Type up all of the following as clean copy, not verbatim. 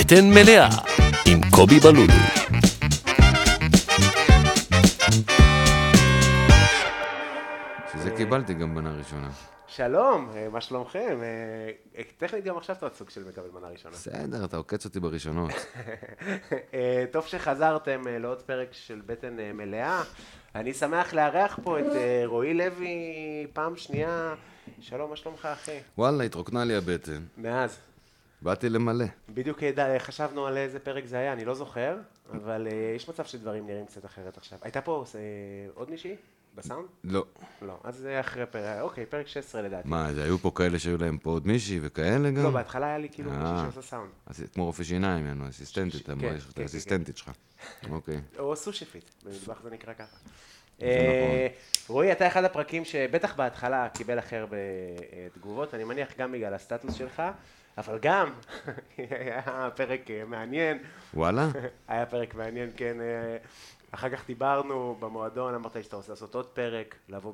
בטן מלאה עם קובי בלולו. שזה קיבלתי גם מנה ראשונה. שלום, מה שלומכם? טכנית גם עכשיו אתה סוג של מקבל מנה ראשונה. בסדר, אתה עוקץ אותי בראשונות. טוב שחזרתם לעוד פרק של בטן מלאה. אני שמח לארח פה את רועי לוי פעם שנייה. שלום, מה שלומך אחי? וואלה, התרוקנה לי הבטן. מאז. באתי למלא. בדיוק חשבנו על איזה פרק זה היה, אני לא זוכר, אבל יש מצב שדברים נראים קצת אחרת עכשיו. הייתה פה עוד מישהי? בסאונד? לא. לא, אז זה אחרי פרק, אוקיי, פרק 16 לדעתי. מה, היו פה כאלה שהיו להם פה עוד מישהי וכאלה גם? לא, בהתחלה היה לי כאילו מישהי שעושה סאונד. אז כמו רופא שיניים, יענו, אסיסטנטית, יש לך את האסיסטנטית שלך. אוקיי. או סושיפית, במטבח זה נקרא ככה. זה נכון. רועי, אתה אחד הפרקים שבטח בהתחלה קיבל אחר בתגובות, אני מניח גם בגלל הסטטוס שלך, אבל גם היה פרק מעניין. וואלה? היה פרק מעניין, כן. אחר כך דיברנו במועדון, אמרת שאתה רוצה לעשות עוד פרק, לבוא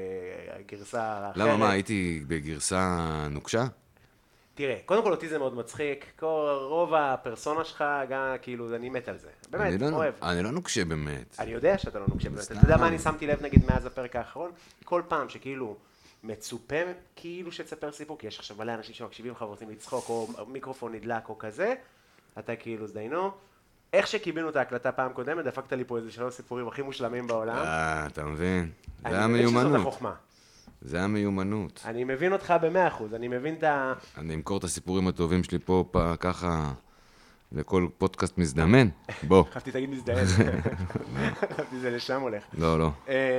בגרסה אחרת. למה, מה, הייתי בגרסה נוקשה? תראה, קודם כל אותי זה מאוד מצחיק, רוב הפרסונה שלך, גם כאילו, אני מת על זה. באמת, אוהב. אני לא נוקשה באמת. אני יודע שאתה לא נוקשה באמת. אתה יודע מה אני שמתי לב נגיד מאז הפרק האחרון? כל פעם שכאילו מצופה כאילו שתספר סיפור, כי יש עכשיו מלא אנשים שמקשיבים לך ורוצים לצחוק, או מיקרופון נדלק או כזה, אתה כאילו, זדיינו. איך שקיבלנו את ההקלטה פעם קודמת, דפקת לי פה איזה 3 סיפורים הכי מושלמים בעולם. אתה מבין? זה אני מבין שזאת המיומנות. החוכמה. זה המיומנות. אני מבין אותך ב100%, אני מבין את ה... אני אמכור את הסיפורים הטובים שלי פה ככה לכל פודקאסט מזדמן. בוא. חשבתי תגיד מזדהן. חשבתי זה לשם הולך. לא, לא.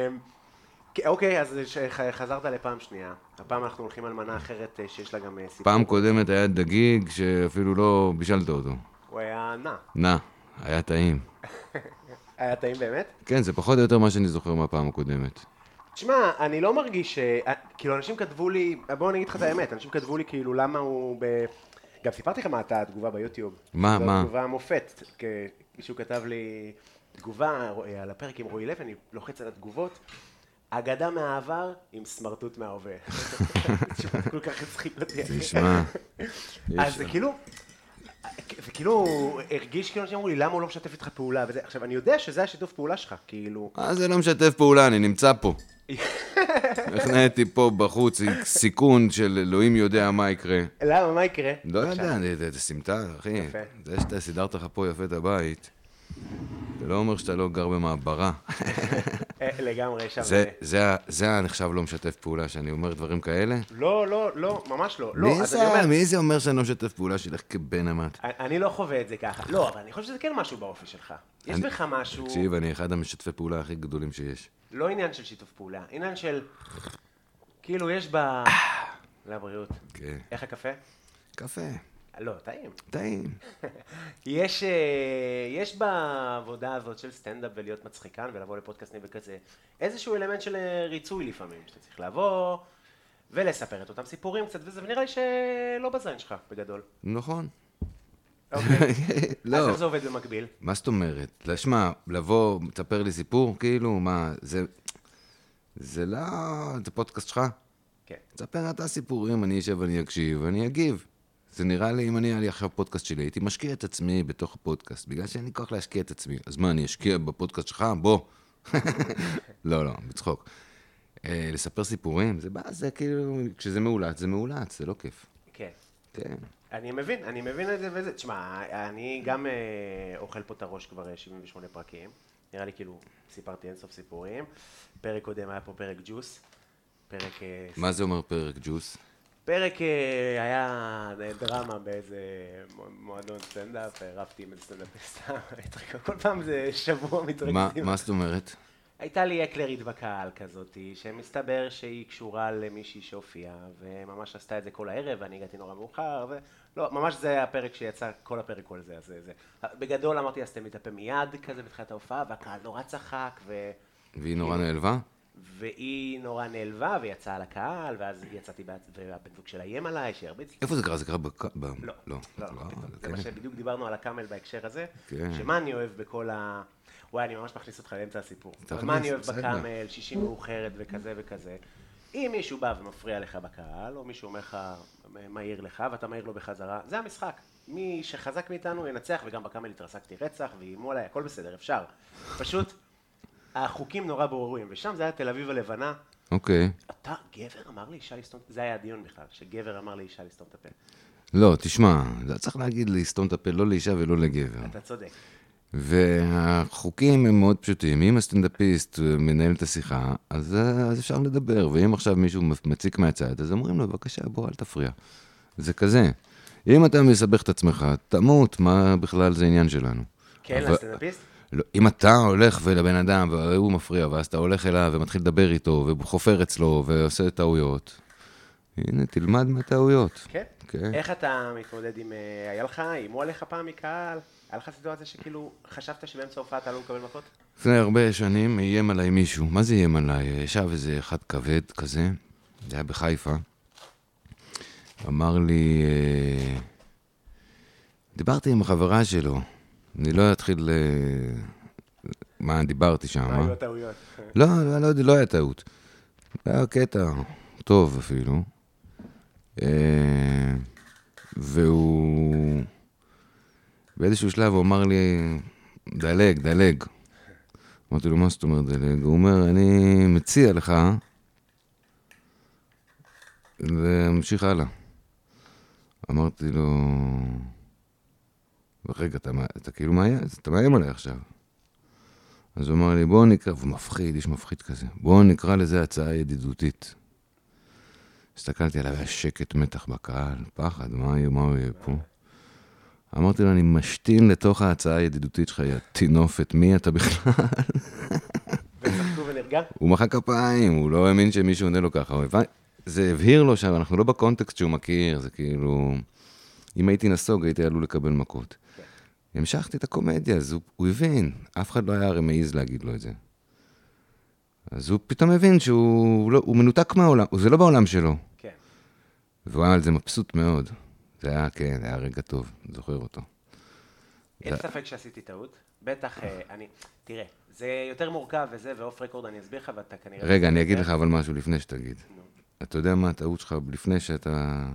אוקיי, אז חזרת לפעם שנייה. הפעם אנחנו הולכים על מנה אחרת שיש לה גם סיפור. פעם קודמת היה דגיג שאפילו לא בישלת אותו. הוא היה נע. נע, היה טעים. היה טעים באמת? כן, זה פחות או יותר מה שאני זוכר מהפעם הקודמת. תשמע, אני לא מרגיש כאילו אנשים כתבו לי, בואו אני אגיד לך את האמת, אנשים כתבו לי כאילו למה הוא גם סיפרתי לך מה הייתה התגובה ביוטיוב. מה? תגובה מופת, מישהו כתב לי תגובה על הפרק עם רועי לוי, אני לוחץ על התגובות. אגדה מהעבר עם סמרטוט מההווה. כל כך הצחיק אותי. תשמע. אז זה כאילו הרגיש כאילו אנשים אמרו לי למה הוא לא משתף איתך פעולה וזה. עכשיו אני יודע שזה השיתוף פעולה שלך, כאילו. זה לא משתף פעולה, אני נמצא פה. הכנעתי פה בחוץ, סיכון של אלוהים יודע מה יקרה. למה? מה יקרה? לא יודע, זה סמטה, אחי. זה שאתה סידרת לך פה יפה את הבית, זה לא אומר שאתה לא גר במעברה. לגמרי, שם. זה נחשב לא משתף פעולה, שאני אומר דברים כאלה? לא, ממש לא. מי זה אומר שאני לא משתף פעולה שלך כבן אמת? אני לא חווה את זה ככה. לא, אבל אני חושב שזה כן משהו באופי שלך. יש בך משהו... תקשיב, אני אחד המשתפי פעולה הכי גדולים שיש. לא עניין של שיתוף פעולה, עניין של... כאילו, יש בה... לבריאות. כן. איך הקפה? קפה. לא, טעים. טעים. יש בעבודה הזאת של סטנדאפ ולהיות מצחיקן ולבוא לפודקאסטים וכזה, איזשהו אלמנט של ריצוי לפעמים, שאתה צריך לבוא ולספר את אותם סיפורים קצת וזה, ונראה לי שלא בזין שלך בגדול. נכון. אוקיי. לא. אז איך זה עובד במקביל? מה זאת אומרת? לשמע, לבוא, תספר לי סיפור, כאילו, מה, זה לא, זה פודקאסט שלך? כן. תספר אתה סיפורים, אני אשב, אני אקשיב, אני אגיב. זה נראה לי, אם אני היה לי עכשיו פודקאסט שלי, הייתי משקיע את עצמי בתוך הפודקאסט, בגלל שאין לי כוח להשקיע את עצמי. אז מה, אני אשקיע בפודקאסט שלך? בוא. לא, בצחוק. לספר סיפורים, זה כאילו, כשזה מאולץ, זה מאולץ, זה לא כיף. כן. כן. אני מבין את זה וזה. תשמע, אני גם אוכל פה את הראש כבר 78 פרקים. נראה לי כאילו, סיפרתי אינסוף סיפורים. פרק קודם היה פה פרק ג'וס. מה זה אומר פרק ג'וס? פרק היה דרמה באיזה מועדון סטנדאפ, רבתי עם איזה סטנדאפיסט, כל פעם זה שבוע מתרכזים. מה זאת אומרת? הייתה לי אקלרית בקהל כזאת, שמסתבר שהיא קשורה למישהי שהופיעה, וממש עשתה את זה כל הערב, ואני הגעתי נורא מאוחר, ולא, ממש זה הפרק שיצא, כל הפרק כל זה, אז זה. בגדול אמרתי, אז אתם מתאפה מיד כזה בתחילת ההופעה, והקהל נורא צחק, והיא נורא נעלבה? והיא נורא נעלבה ויצאה לקהל, ואז יצאתי והבן זוג שלה איים עליי, שהרביץ לי. איפה זה קרה? זה קרה לא. זה מה שבדיוק דיברנו על הקאמל בהקשר הזה, כן. שמה אני אוהב בכל ה... וואי, אני ממש מכניס אותך לאמצע הסיפור. מה אני אוהב בקאמל, 60 מאוחרת וכזה וכזה. אם מישהו בא ומפריע לך בקהל, או מישהו אומר לך, מעיר לך, ואתה מעיר לו בחזרה, זה המשחק. מי שחזק מאיתנו ינצח, וגם בקאמל התרסקתי רצח, ואימו עליי, הכל בסדר, אפשר. פשוט, החוקים נורא ברורים, ושם זה היה תל אביב הלבנה. אוקיי. אתה, גבר אמר לאישה לסתום, זה היה הדיון בכלל, שגבר אמר לאישה לסתום את הפה. לא, תשמע, אתה צריך להגיד לסתום את הפה לא לאישה ולא לגבר. אתה צודק. והחוקים הם מאוד פשוטים. אם הסטנדאפיסט מנהל את השיחה, אז אפשר לדבר. ואם עכשיו מישהו מציק מהצד, אז אומרים לו, בבקשה, בוא, אל תפריע. זה כזה. אם אתה מסבך את עצמך, תמות, מה בכלל זה עניין שלנו? כן, לסטנדאפיסט? לא, אם אתה הולך ולבן אדם, והוא מפריע, ואז אתה הולך אליו ומתחיל לדבר איתו, וחופר אצלו, ועושה טעויות, הנה, תלמד מהטעויות. כן. כן. איך אתה מתמודד עם, היה לך, אימו עליך פעם מקהל? היה לך סיטואציה שכאילו חשבת שבאמצע הופעה אתה לא מקבל מכות? לפני הרבה שנים איים עליי מישהו. מה זה איים עליי? ישב איזה אחד כבד כזה, זה היה בחיפה. אמר לי, דיברתי עם החברה שלו, אני לא אתחיל מה דיברתי שם. מה היו הטעויות? לא היה טעות. זה היה קטע טוב אפילו. והוא באיזשהו שלב הוא אמר לי, דלג. אמרתי לו, מה זאת אומרת דלג? הוא אומר, אני מציע לך להמשיך הלאה. אמרתי לו, רגע, אתה כאילו אתה מאיים עליי עכשיו. אז הוא אמר לי, בוא נקרא, והוא מפחיד, איש מפחיד כזה, בוא נקרא לזה הצעה ידידותית. הסתכלתי עליו, היה שקט מתח בקהל, פחד, מה יהיה פה? אמרתי לו, אני משתין לתוך ההצעה הידידותית שלך, יא תינופת, מי אתה בכלל? וצחקו ונרגע? הוא מחא כפיים, הוא לא האמין שמישהו עונה לו ככה. זה הבהיר לו שאנחנו לא בקונטקסט שהוא מכיר, זה כאילו, אם הייתי נסוג, הייתי עלול לקבל מכות. המשכתי את הקומדיה, אז הוא הבין, אף אחד לא היה הרי מעיז להגיד לו את זה. אז הוא פתאום הבין שהוא מנותק מהעולם, זה לא בעולם שלו. כן. והוא היה על זה מבסוט מאוד. זה היה, כן, זה היה רגע טוב, אני זוכר אותו. אין ספק שעשיתי טעות. בטח, תראה, זה יותר מורכב וזה, ואוף רקורד אני אסביר לך, ואתה כנראה... רגע, אני אגיד לך אבל משהו לפני שתגיד. אתה יודע מה הטעות שלך לפני שאתה...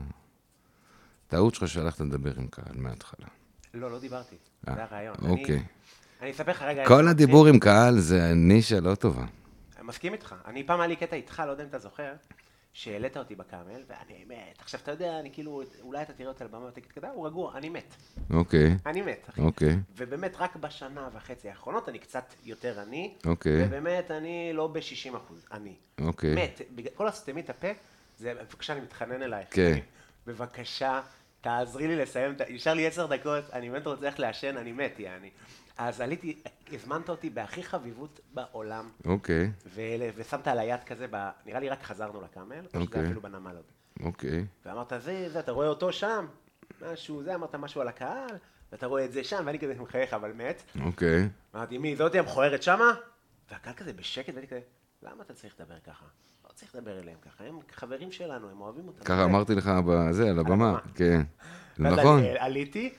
הטעות שלך שהלכת לדבר עם קהל מההתחלה. לא דיברתי. זה הרעיון. אוקיי. אני אספר לך רגע... כל הדיבור עם קהל זה נישה לא טובה. אני מסכים איתך. אני פעם היה לי קטע איתך, לא יודע אם אתה זוכר, שהעלית אותי בקאמל, ואני מת. עכשיו, אתה יודע, אני כאילו, אולי אתה תראה אותי על במה ותגיד כזה, הוא רגוע, אני מת. אוקיי. אני מת, אחי. אוקיי. ובאמת, רק בשנה וחצי האחרונות, אני קצת יותר עני. אוקיי. ובאמת, אני לא ב-60%. אני. אוקיי. מת. כל הסתמי את הפה, זה, בבקשה, אני מתחנן אלייך. כן. בבקשה, תעזרי לי לסיים, נשאר לי 10 דקות, אני באמת רוצה איך לעשן, אני מת, יעני. אז עליתי, הזמנת אותי בהכי חביבות בעולם. אוקיי. ושמת על היד כזה, נראה לי רק חזרנו לקאמל, או שזה אפילו בנמל עוד. אוקיי. ואמרת, זה, אתה רואה אותו שם, משהו, זה, אמרת משהו על הקהל, ואתה רואה את זה שם, ואני כזה מחייך, אבל מת. אוקיי. אמרתי, מי, זאתי המכוערת שמה? והקהל כזה בשקט, ואני כזה, למה אתה צריך לדבר ככה? לא צריך לדבר אליהם ככה, הם חברים שלנו, הם אוהבים אותנו. ככה אמרתי לך בזה, על הבמה. כן. נכון. עליתי,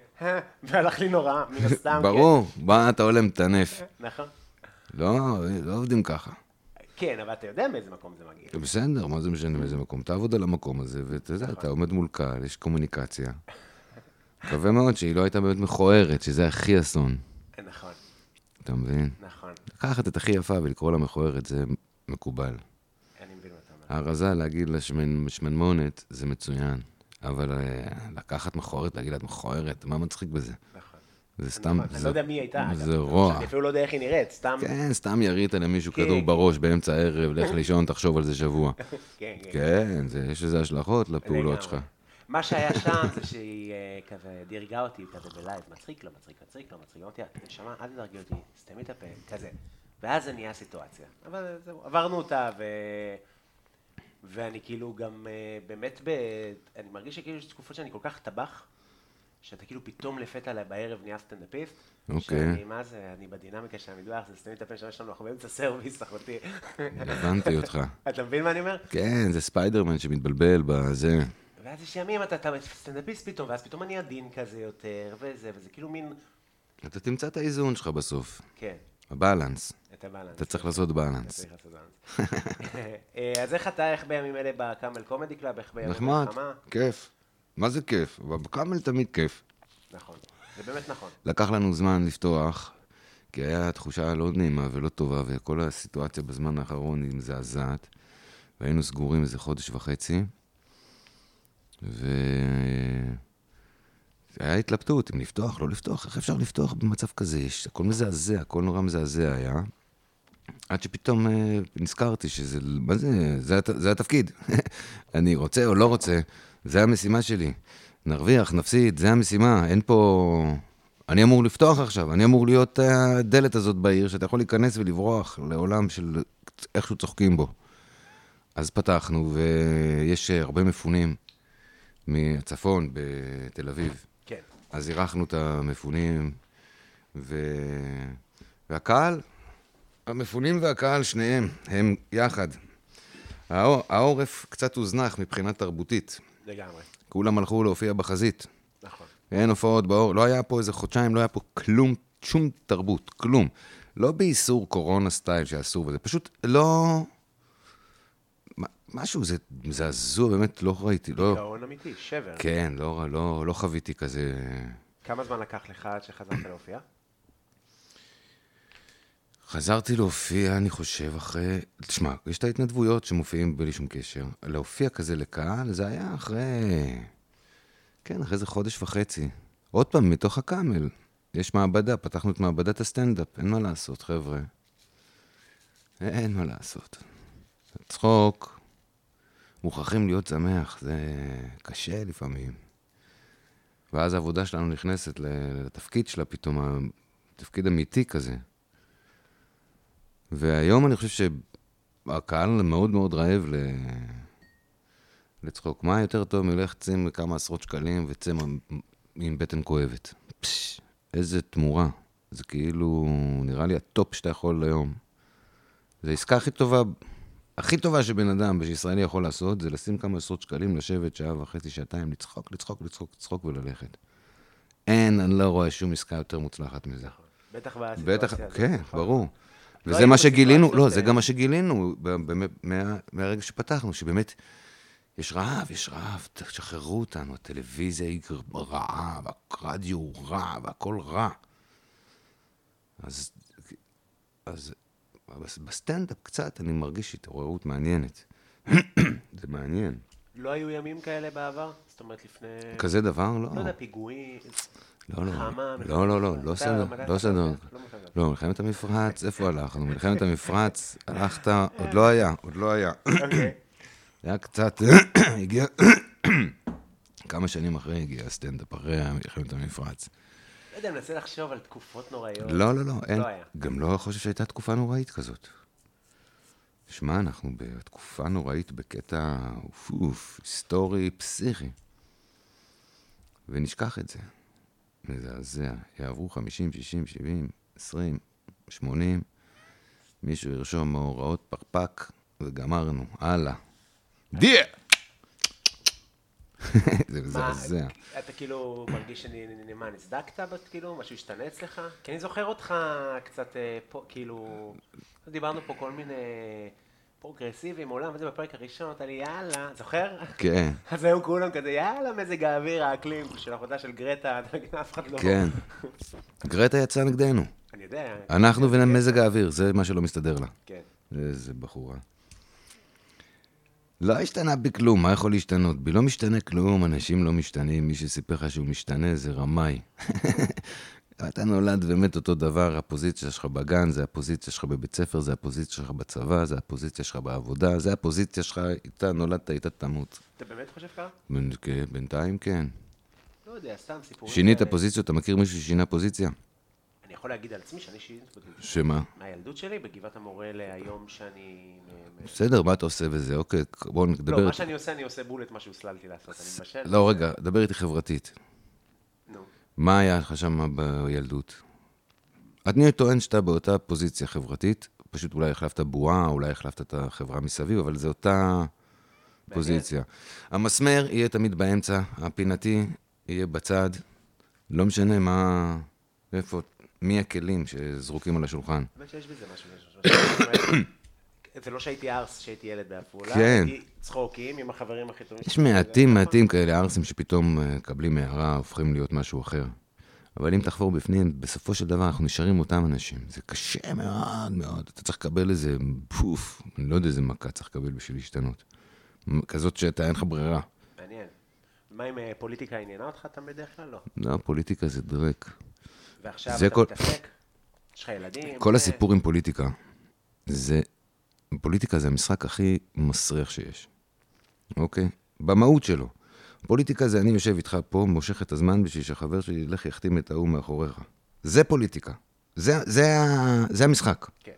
והלך לי נורא, מן הסתם. ברור, בא אתה עולה מטנף. נכון. לא עובדים ככה. כן, אבל אתה יודע מאיזה מקום זה מגיע. בסדר, מה זה משנה מאיזה מקום? תעבוד על המקום הזה, ואתה יודע, אתה עומד מול קהל, יש קומוניקציה. מקווה מאוד שהיא לא הייתה באמת מכוערת, שזה הכי אסון. נכון. אתה מבין? נכון. לקחת את הכי יפה ולקרוא לה מכוערת, זה מקובל. אני מבין מה אתה אומר. הרזה להגיד לה שמנמונת, זה מצוין. אבל לקחת מכוערת, להגיד לה את מכוערת, מה מצחיק בזה? נכון. זה סתם, אני לא יודע מי הייתה. זה רוע. אני אפילו לא יודע איך היא נראית, סתם. כן, סתם ירית למישהו כדור בראש באמצע הערב, לך לישון, תחשוב על זה שבוע. כן, כן. כן, יש לזה השלכות לפעולות שלך. מה שהיה שם זה שהיא כזה דירגה אותי כזה בלייב, מצחיק, לא מצחיק, מצחיק, לא מצחיק, אמרתי, נשמה, אל תדרגי אותי, סתמי את הפה, כזה. ואז זה נהיה סיטואציה. אבל זהו, עברנו אותה, ואני כאילו גם באמת, אני מרגיש שכאילו יש תקופות שאני כל כך טבח, שאתה כאילו פתאום לפתע בערב נהיה סטנדאפיסט, שאני, מה זה, אני בדינמיקה של המדווח, זה סתמי את הפה שיש לנו, אנחנו באמצע סרוויס, אחותי. הבנתי אותך. אתה מבין מה אני אומר? כן, זה ספיידרמן שמתבלבל בזה. ואז יש ימים, אתה סטנדאפיסט פתאום, ואז פתאום אני עדין כזה יותר, וזה כאילו מין... אתה תמצא את האיזון שלך בסוף. כן. הבאלנס. את הבאלנס. אתה צריך לעשות באלנס. אתה צריך לעשות באלנס. אז איך בימים אלה בקאמל קומדי קלאב, איך בימים נחמד, מלחמה? כיף. מה זה כיף? אבל בקאמל תמיד כיף. נכון, זה באמת נכון. לקח לנו זמן לפתוח, כי היה תחושה לא נעימה ולא טובה, וכל הסיטואציה בזמן האחרון היא מזעזעת, והיינו סגורים איזה חודש וחצי, היה התלבטות, אם לפתוח, לא לפתוח, איך אפשר לפתוח במצב כזה? הכל מזעזע, הכל נורא מזעזע היה. עד שפתאום נזכרתי שזה, מה זה? זה התפקיד. אני רוצה או לא רוצה, זה המשימה שלי. נרוויח, נפסיד, זה המשימה. אין פה... אני אמור לפתוח עכשיו, אני אמור להיות הדלת הזאת בעיר, שאתה יכול להיכנס ולברוח לעולם של איכשהו צוחקים בו. אז פתחנו, ויש הרבה מפונים מהצפון בתל אביב. כן. אז אירחנו את המפונים, והקהל, המפונים והקהל, שניהם, הם יחד. העורף קצת הוזנח מבחינה תרבותית. לגמרי. כולם הלכו להופיע בחזית. נכון. אין הופעות באור, לא היה פה איזה חודשיים, לא היה פה כלום, שום תרבות, כלום. לא באיסור קורונה סטייל שאסור, וזה פשוט לא... משהו, זה מזעזוע, באמת לא ראיתי, לא... גאון אמיתי, שבר. כן, לא חוויתי כזה... כמה זמן לקח לך עד שחזרת להופיע? חזרתי להופיע, אני חושב, אחרי... תשמע, יש את ההתנדבויות שמופיעים בלי שום קשר. להופיע כזה לקהל, זה היה אחרי... כן, אחרי זה חודש וחצי. עוד פעם, מתוך הקאמל. יש מעבדה, פתחנו את מעבדת הסטנדאפ. אין מה לעשות, חבר'ה. אין מה לעשות. צחוק. מוכרחים להיות שמח, זה קשה לפעמים. ואז העבודה שלנו נכנסת לתפקיד שלה פתאום, תפקיד אמיתי כזה. והיום אני חושב שהקהל מאוד מאוד רעב לצחוק. מה יותר טוב מלך צים כמה עשרות שקלים וצם עם בטן כואבת. איזה תמורה. זה כאילו, נראה לי הטופ שאתה יכול היום. זה העסקה הכי טובה שבן אדם שישראלי יכול לעשות, זה לשים כמה עשרות שקלים, לשבת שעה וחצי, שעתיים, לצחוק וללכת. אני לא רואה שום עסקה יותר מוצלחת מזה. בטח בסיטואציה. כן, ברור. וזה מה שגילינו, לא, זה גם מה שגילינו מהרגע שפתחנו, שבאמת יש רעב, תשחררו אותנו, הטלוויזיה היא רעה, והרדיו הוא רע, והכל רע. אז בסטנדאפ קצת אני מרגיש התעוררות מעניינת. זה מעניין. לא היו ימים כאלה בעבר? זאת אומרת לפני... כזה דבר? לא. לא יודע, פיגועים, חמה... לא סדר. לא, מלחמת המפרץ, איפה הלכנו? מלחמת המפרץ, הלכת, עוד לא היה. אוקיי. זה היה קצת, הגיע... כמה שנים אחרי הגיע הסטנדאפ, אחרי מלחמת המפרץ. לא יודע, אני מנסה לחשוב על תקופות נוראיות. לא, אין. היה. גם לא חושב שהייתה תקופה נוראית כזאת. שמע, אנחנו בתקופה נוראית בקטע היסטורי, פסיכי. ונשכח את זה. מזעזע. יעברו 50, 60, 70, 20, 80. מישהו ירשום מאורעות פרפק, וגמרנו. הלאה. דיה! זה מזעזע. אתה כאילו מרגיש מה, נסדקת? כאילו, משהו השתנה אצלך? כי אני זוכר אותך קצת, כאילו, דיברנו פה כל מיני פרוגרסיביים, עולם, וזה בפרק הראשון, אתה לי, יאללה, זוכר? כן. אז היום כולם כזה, יאללה, מזג האוויר, האקלים של העבודה של גרטה, אף אחד לא... כן. גרטה יצאה נגדנו. אני יודע. אנחנו ומזג האוויר, זה מה שלא מסתדר לה. כן. איזה בחורה. לא השתנה בכלום, מה יכול להשתנות? בי לא משתנה כלום, אנשים לא משתנים, מי שסיפר לך שהוא משתנה זה רמאי. אתה נולד באמת אותו דבר, הפוזיציה שלך בגן, זה הפוזיציה שלך בבית ספר, זה הפוזיציה שלך בצבא, זה הפוזיציה שלך בעבודה, זה הפוזיציה שלך, איתה נולדת, איתה תמות. אתה באמת חושב ככה? בינתיים כן. לא יודע, סתם סיפורים. שינית פוזיציה, אתה מכיר מישהו ששינה פוזיציה? אני יכול להגיד על עצמי שאני שיניתי פוזיציה. שמה? מהילדות שלי, בגבעת המורה להיום שאני... בסדר, מה אתה עושה בזה? אוקיי, בואו נדבר. לא, מה שאני עושה, אני עושה בול את מה שהוסללתי לעשות. אני מבשל. לא, רגע, דבר איתי חברתית. נו. מה היה לך שם בילדות? אני טוען שאתה באותה פוזיציה חברתית, פשוט אולי החלפת בועה, אולי החלפת את החברה מסביב, אבל זה אותה פוזיציה. המסמר יהיה תמיד באמצע, הפינתי יהיה בצד, לא משנה מה, איפה, מי הכלים שזרוקים על השולחן. באמת שיש בזה משהו. זה לא שהייתי ארס, שהייתי ילד בעפולה, כן. הייתי צחוקים עם החברים הכי טובים. יש מעטים כאלה ארסים שפתאום מקבלים הערה, הופכים להיות משהו אחר. אבל אם תחפור בפנים, בסופו של דבר אנחנו נשארים אותם אנשים. זה קשה מאוד מאוד. אתה צריך לקבל איזה פוף, אני לא יודע איזה מכה צריך לקבל בשביל להשתנות. כזאת שאתה אין לך ברירה. מעניין. מה אם פוליטיקה עניינה אותך? אתה בדרך כלל לא. לא, פוליטיקה זה דרק. ועכשיו זה אתה כל- מתעסק? יש לך ילדים? כל הסיפור עם פוליטיקה, פוליטיקה זה המשחק הכי מסריח שיש. אוקיי? במהות שלו. פוליטיקה זה אני יושב איתך פה, מושך את הזמן בשביל שהחבר שלי ילך יחתים את ההוא מאחוריך. זה פוליטיקה. זה המשחק. כן.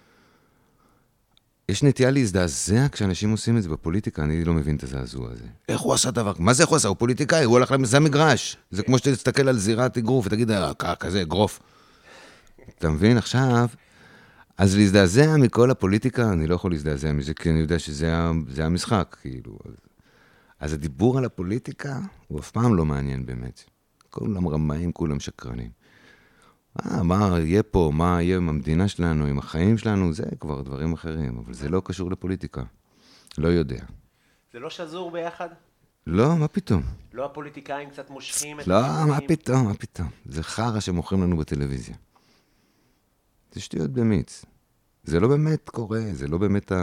יש נטייה להזדעזע כשאנשים עושים את זה בפוליטיקה, אני לא מבין את הזעזוע הזה. איך הוא עשה דבר? מה זה איך הוא עשה? הוא פוליטיקאי, הוא הלך לזה מגרש. זה כמו שתסתכל על זירת אגרוף ותגיד, כזה אגרוף. אתה מבין? עכשיו, אז להזדעזע מכל הפוליטיקה, אני לא יכול להזדעזע מזה, כי אני יודע שזה המשחק, כאילו. אז הדיבור על הפוליטיקה, הוא אף פעם לא מעניין באמת. כולם רמאים, כולם שקרנים. מה יהיה פה, מה יהיה עם המדינה שלנו, עם החיים שלנו, זה כבר דברים אחרים, אבל זה לא קשור לפוליטיקה. לא יודע. זה לא שזור ביחד? לא, מה פתאום? לא הפוליטיקאים קצת מושכים את... לא, הדיבורים? מה פתאום? זה חרא שמוכרים לנו בטלוויזיה. זה שטויות במיץ. זה לא באמת קורה, זה לא באמת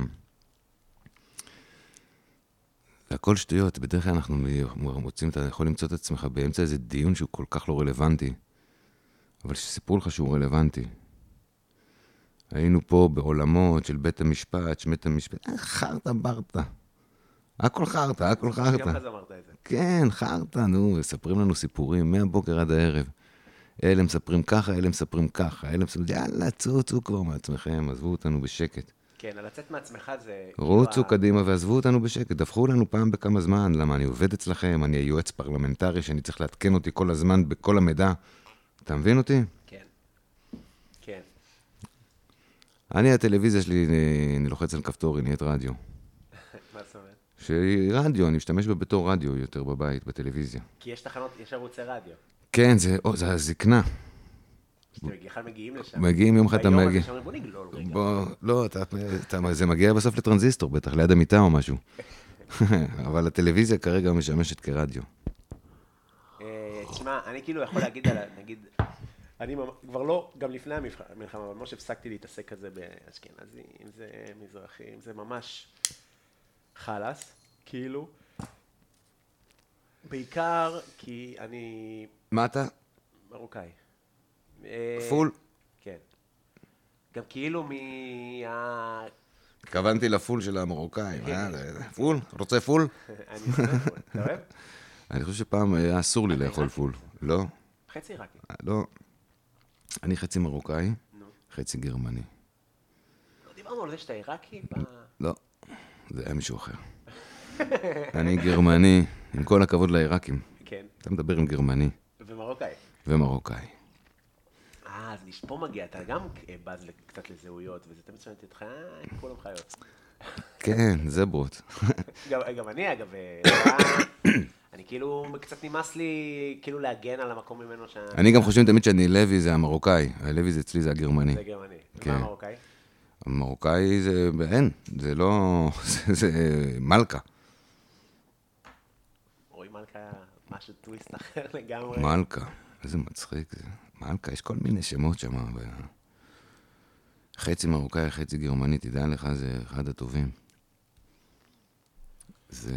הכל שטויות. בדרך כלל אנחנו מוצאים, אתה יכול למצוא את עצמך באמצע איזה דיון שהוא כל כך לא רלוונטי. אבל שסיפרו לך שהוא רלוונטי. היינו פה בעולמות של בית המשפט, חרטה ברטה. הכל חרטה. גם אז אמרת את זה. כן, חרטה, מספרים לנו סיפורים מהבוקר עד הערב. אלה מספרים ככה, אלה מספרים ככה, יאללה, צאו כבר מעצמכם, עזבו אותנו בשקט. כן, לצאת מעצמך זה... רוצו קדימה ועזבו אותנו בשקט, דווחו לנו פעם בכמה זמן, למה אני עובד אצלכם, אני היועץ פרלמנטרי שאני צריך להתקן אותי כל הזמן בכל המידע. אתה מבין אותי? כן. כן. אני, הטלוויזיה שלי, אני לוחץ על כפתור, היא נהיית רדיו. מה זאת אומרת? שהיא רדיו, אני משתמש בה בתור רדיו יותר בבית, בטלוויזיה. כי יש תחנות, יש ערוצי רדיו. כן, זה הזקנה. אתם בכלל מגיעים לשם. מגיעים יום אחד אתה מגיע. ביום הזה שאומרים, בוא נגלול רגע. לא, זה מגיע בסוף לטרנזיסטור, בטח, ליד המיטה או משהו. אבל הטלוויזיה כרגע משמשת כרדיו. תשמע, אני כאילו יכול להגיד נגיד, אני כבר לא, גם לפני המלחמה, אבל ממש הפסקתי להתעסק כזה באשכנזי, אם זה מזרחי, אם זה ממש חלס, כאילו. בעיקר כי אני מה אתה? מרוקאי. פול? כן. גם כאילו התכוונתי לפול של המרוקאים. פול? רוצה פול? אני חושב, אתה אוהב? אני חושב שפעם היה אסור לי לאכול פול. לא? חצי עיראקי. לא. אני חצי מרוקאי, חצי גרמני. לא דיברנו על זה שאתה עיראקי? לא, זה היה מישהו אחר. אני גרמני, עם כל הכבוד לעיראקים. כן. אתה מדבר עם גרמני. ומרוקאי. ומרוקאי. אז פה מגיע, אתה גם בז קצת לזהויות, וזה תמיד שונאת אותך, כולם חיות. כן, זברות. גם אני, אגב, אני כאילו, קצת נמאס לי כאילו להגן על המקום ממנו שאני... אני גם חושב תמיד שאני לוי זה המרוקאי. הלוי זה אצלי זה הגרמני. זה גרמני. כן. ומה המרוקאי? המרוקאי זה, אין, זה לא, זה מלכה. רואים מלכה משהו טוויסט אחר לגמרי. מלכה, איזה מצחיק זה. מלכה, יש כל מיני שמות שם. חצי מרוקאי, חצי גרמני, תדע לך, זה אחד הטובים. זה...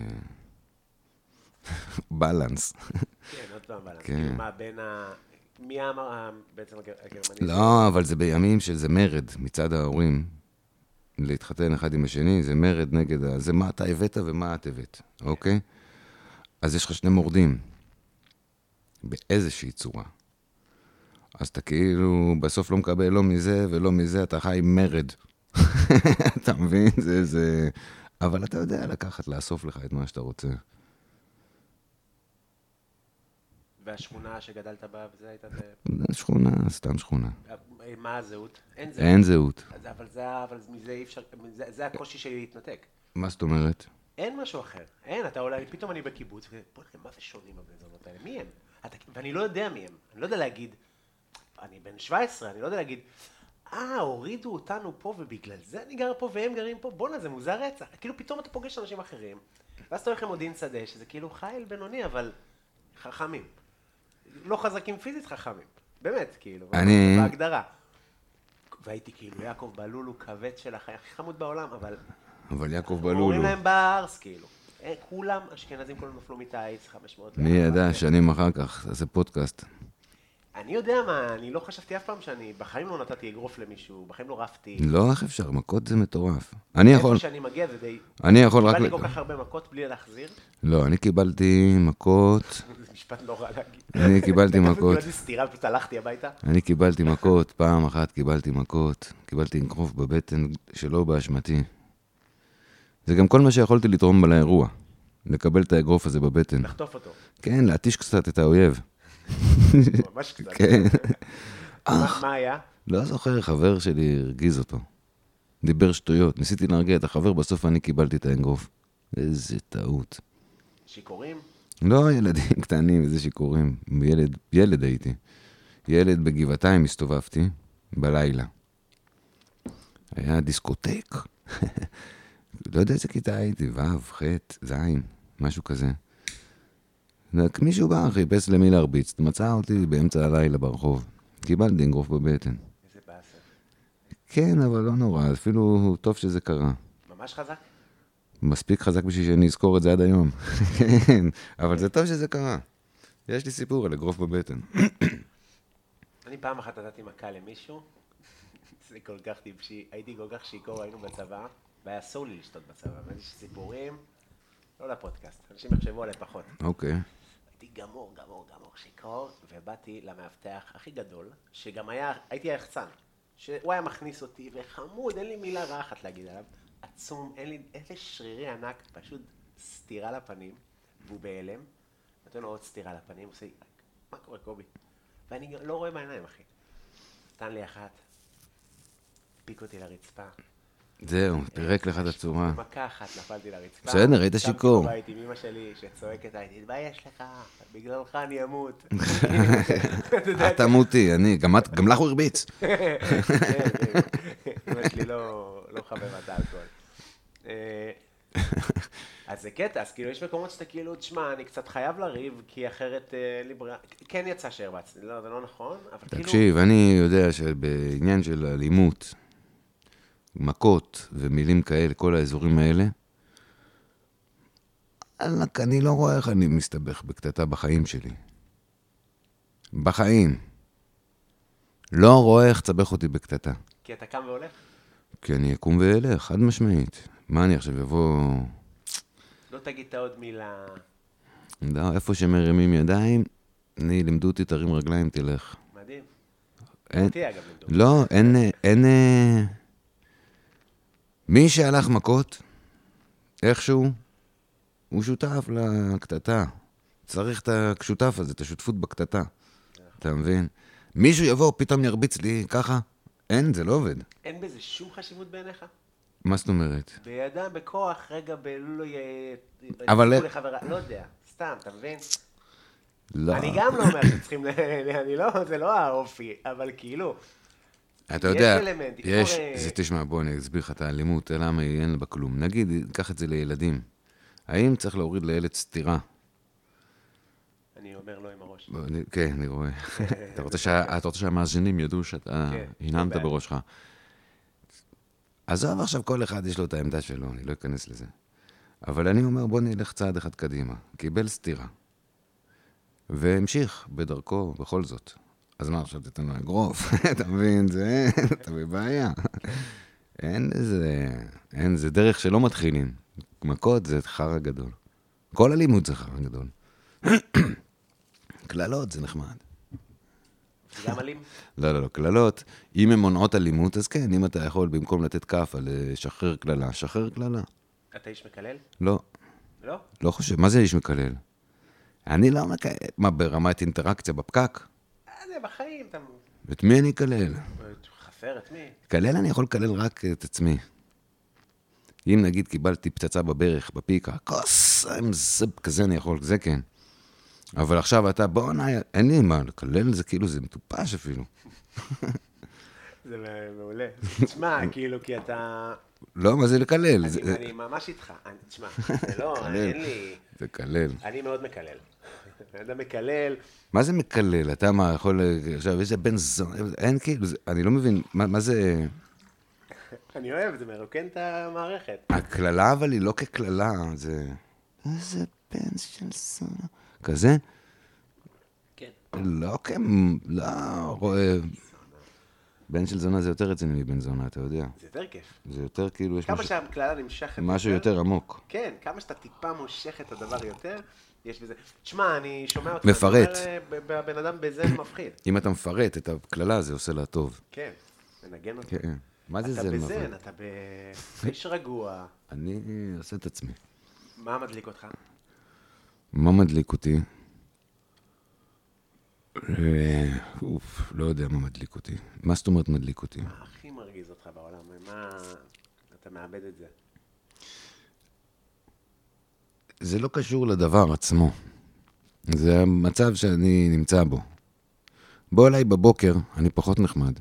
בלנס. כן, עוד פעם בלנס. כן. כאילו מה, בין מי בעצם הגרמני? לא, אבל זה בימים של זה מרד מצד ההורים. להתחתן אחד עם השני, זה מרד נגד זה מה אתה הבאת ומה את הבאת, אוקיי? אז יש לך שני מורדים. באיזושהי צורה. אז אתה כאילו בסוף לא מקבל לא מזה ולא מזה, אתה חי עם מרד. אתה מבין? זה... אבל אתה יודע לקחת, לאסוף לך את מה שאתה רוצה. והשכונה שגדלת בה, וזה הייתה... שכונה, סתם שכונה. מה הזהות? אין זהות. אין זהות. אבל מזה אי אפשר... זה הקושי שלי להתנתק. מה זאת אומרת? אין משהו אחר. אין, אתה אולי... פתאום אני בקיבוץ, ובוא נראה, מה זה שונים הבני זונות האלה? מי הם? ואני לא יודע מי הם. אני לא יודע להגיד... אני בן 17, אני לא יודע להגיד, הורידו אותנו פה ובגלל זה אני גר פה והם גרים פה, בונה, זה מוזר רצח. כאילו פתאום אתה פוגש אנשים אחרים, ואז אתה הולך למודיעין שדה, שזה כאילו חייל בינוני, אבל חכמים. לא חזקים פיזית, חכמים. באמת, כאילו, בהגדרה. והייתי כאילו, יעקב בלול הוא כבד של החיים, הכי חמוד בעולם, אבל יעקב בלול אומרים הוא... להם בארס, כאילו. כולם, אשכנזים כולם נפלו מתאיץ, 500. מי ידע, שנים אחר כך, תעשה פודקאסט. אני יודע מה, אני לא חשבתי אף פעם שאני, בחיים לא נתתי אגרוף למישהו, בחיים לא רפתי. לא, איך אפשר, מכות זה מטורף. אני יכול... איפה שאני מגיע זה די... אני יכול רק... קיבלתי כל כך הרבה מכות בלי להחזיר. לא, אני קיבלתי מכות... זה משפט נורא להגיד. אני קיבלתי מכות. קיבלתי סתירה, פשוט הלכתי הביתה. אני קיבלתי מכות, פעם אחת קיבלתי מכות. קיבלתי אגרוף בבטן שלא באשמתי. זה גם כל מה שיכולתי לתרום לאירוע. לקבל את האגרוף הזה בבטן. לחטוף אותו. כן, להתיש קצת את האויב. ממש קצת. כן. מה היה? לא זוכר, חבר שלי הרגיז אותו. דיבר שטויות. ניסיתי להרגיע את החבר, בסוף אני קיבלתי את האגרוף. איזה טעות. שיכורים? לא ילדים קטנים, איזה שיכורים. ילד הייתי. ילד בגבעתיים הסתובבתי בלילה. היה דיסקוטק. לא יודע איזה כיתה הייתי, ו', ח', ז', משהו כזה. מישהו בא, חיפש למי להרביץ, מצא אותי באמצע הלילה ברחוב. קיבלתי אגרוף בבטן. איזה באסה. כן, אבל לא נורא, אפילו טוב שזה קרה. ממש חזק? מספיק חזק בשביל שאני אזכור את זה עד היום. כן, אבל זה טוב שזה קרה. יש לי סיפור על אגרוף בבטן. אני פעם אחת נתתי מכה למישהו, זה כל כך טיפשי, הייתי כל כך שיקור, היינו בצבא, והיה אסור לי לשתות בצבא, ויש סיפורים, לא לפודקאסט, אנשים יחשבו עליהם פחות. אוקיי. הייתי גמור, שיקור, ובאתי למאבטח הכי גדול, שגם הייתי היחצן, שהוא היה מכניס אותי, וחמוד, אין לי מילה רעה אחת להגיד עליו, עצום, אין לי שרירי ענק, פשוט סתירה לפנים, והוא בהלם, נתן לו עוד סתירה לפנים, הוא עושה, מה קורה קובי? ואני לא רואה בעיניים, אחי. נתן לי אחת, פיק אותי לרצפה. זהו, פירק לך את הצורה. מכה אחת נפלתי לרצפה. בסדר, היית שיקור. קמתי בבית עם אמא שלי שצועקת, תתבייש לך, בגללך אני אמות. את אמותי, אני, גם לך הוא הרביץ. אמא שלי לא חברת האלכוהול. אז זה קטע, אז כאילו יש מקומות שאתה כאילו, תשמע, אני קצת חייב לריב, כי אחרת כן יצא שהרבצתי, לא, זה לא נכון, אבל כאילו... תקשיב, אני יודע שבעניין של אלימות, מכות ומילים כאלה, כל האזורים האלה, אני לא רואה איך אני מסתבך בקטטה בחיים שלי. בחיים. לא רואה איך צבח אותי בקטטה. כי אתה קם והולך? כי אני אקום ואלך, חד משמעית. מה אני עכשיו אבוא... לא תגיד את עוד מילה... לא, איפה שמרימים ידיים, אני לימדו אותי תרים רגליים, תלך. מדהים. אין... אותי אגב לימדו. לא, אין... מי שהלך מכות, איכשהו, הוא שותף לקטטה. צריך את השותף הזה, את השותפות בקטטה. אתה מבין? מישהו יבוא, פתאום ירביץ לי ככה? אין, זה לא עובד. אין בזה שום חשיבות בעיניך? מה זאת אומרת? בידם, בכוח, רגע, לא יהיה... אבל... לא יודע, סתם, אתה מבין? לא. אני גם לא אומר שצריכים... אני לא, זה לא האופי, אבל כאילו... אתה יודע, יש אלמנט, יש... זה תשמע, בוא אני אסביר לך את האלימות, למה אין לה בכלום. נגיד, קח את זה לילדים. האם צריך להוריד לילד סתירה? אני אומר לא עם הראש. כן, אני רואה. אתה רוצה שהמאזינים ידעו שאתה הננת בראשך. עזוב עכשיו, כל אחד יש לו את העמדה שלו, אני לא אכנס לזה. אבל אני אומר, בוא נלך צעד אחד קדימה. קיבל סתירה. והמשיך בדרכו בכל זאת. אז מה עכשיו תתן לו אגרוף? אתה מבין, אתה בבעיה. אין, זה דרך שלא מתחילים. מכות זה חרא גדול. כל אלימות זה חרא גדול. כללות זה נחמד. גם אלים? לא, כללות. אם הן מונעות אלימות, אז כן, אם אתה יכול במקום לתת כף על שחרר כללה, שחרר כללה. אתה איש מקלל? לא. לא? לא חושב, מה זה איש מקלל? אני לא מקלל. מה, ברמת אינטראקציה בפקק? זה בחיים, אתה... את מי אני אקלל? חפר, את מי? קלל אני יכול לקלל רק את עצמי. אם נגיד קיבלתי פצצה בברך, בפיקה, כוס, עם זב כזה אני יכול, זה כן. אבל עכשיו אתה, בוא נהיה, אין לי מה לקלל, זה כאילו, זה מטופש אפילו. זה מעולה. תשמע, כאילו, כי אתה... לא, מה זה לקלל? אני ממש איתך. תשמע, זה לא, אין לי... זה קלל. אני מאוד מקלל. אתה מקלל. מה זה מקלל? אתה מה, יכול... עכשיו, יש בן זון, אין כאילו, אני לא מבין, מה זה... אני אוהב, זה מרוקן את המערכת. הקללה, אבל היא לא כקללה, זה... איזה בן של זונה. כזה? כן. לא לא, רואה... בן של זונה זה יותר רציני מבן זונה, אתה יודע. זה יותר כיף. זה יותר כאילו, יש כמה שהקללה נמשכת משהו יותר עמוק. כן, כמה שאתה טיפה מושך את הדבר יותר, יש בזה. תשמע, אני שומע אותך. מפרט. הבן אדם בזה מפחיד. אם אתה מפרט את הקללה, זה עושה לה טוב. כן, מנגן אותי. כן. מה זה אתה זה בזן, אתה באיש רגוע. אני עושה את עצמי. מה מדליק אותך? מה מדליק אותי? לא יודע מה מדליק אותי. מה זאת אומרת מדליק אותי? מה הכי מרגיז אותך בעולם? מה... אתה מאבד את זה. זה לא קשור לדבר עצמו. זה המצב שאני נמצא בו. בוא אליי בבוקר, אני פחות נחמד.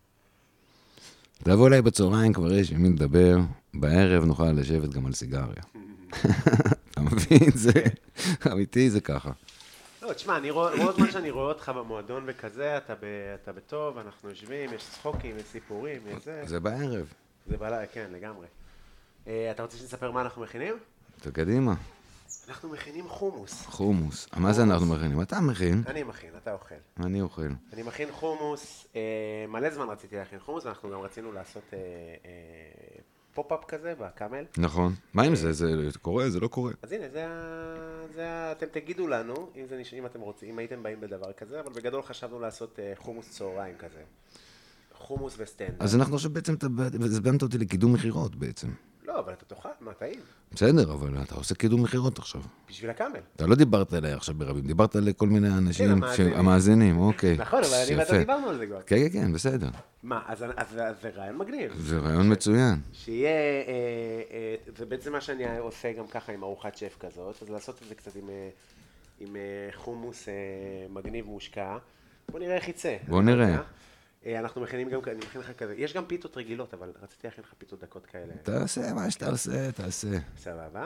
תבוא אליי בצהריים, כבר יש עם מי לדבר, בערב נוכל לשבת גם על סיגריה. אתה מבין? זה אמיתי, זה ככה. לא, תשמע, רוב הזמן שאני רואה אותך במועדון וכזה, אתה בטוב, אנחנו יושבים, יש צחוקים, יש סיפורים, יש זה. זה בערב. זה בלילה, כן, לגמרי. אתה רוצה שנספר מה אנחנו מכינים? אתה קדימה. אנחנו מכינים חומוס. חומוס. מה זה אנחנו מכינים? אתה מכין. אני מכין, אתה אוכל. אני אוכל. אני מכין חומוס, מלא זמן רציתי להכין חומוס, ואנחנו גם רצינו לעשות פופ-אפ כזה בקאמל. נכון. מה עם זה? זה קורה? זה לא קורה. אז הנה, אתם תגידו לנו, אם אתם רוצים, אם הייתם באים בדבר כזה, אבל בגדול חשבנו לעשות חומוס צהריים כזה. חומוס וסטנד. אז אנחנו עכשיו בעצם, הזבנת אותי לקידום מחירות בעצם. לא, אבל אתה תאכל, מה, טעים? בסדר, אבל אתה עושה קידום מחירות עכשיו. בשביל הקאמל. אתה לא דיברת אליי עכשיו ברבים, דיברת לכל מיני אנשים, המאזינים. המאזינים, אוקיי. נכון, אבל אני ואתה דיברנו על זה כבר. כן, כן, כן, בסדר. מה, אז זה רעיון מגניב. זה רעיון מצוין. שיהיה, זה בעצם מה שאני עושה גם ככה עם ארוחת שף כזאת, אז לעשות את זה קצת עם חומוס מגניב מושקע. בוא נראה איך יצא. בוא נראה. אנחנו מכינים גם, אני מכין לך כזה, יש גם פיתות רגילות, אבל רציתי להכין לך פיתות דקות כאלה. תעשה מה שאתה עושה, תעשה. סבבה.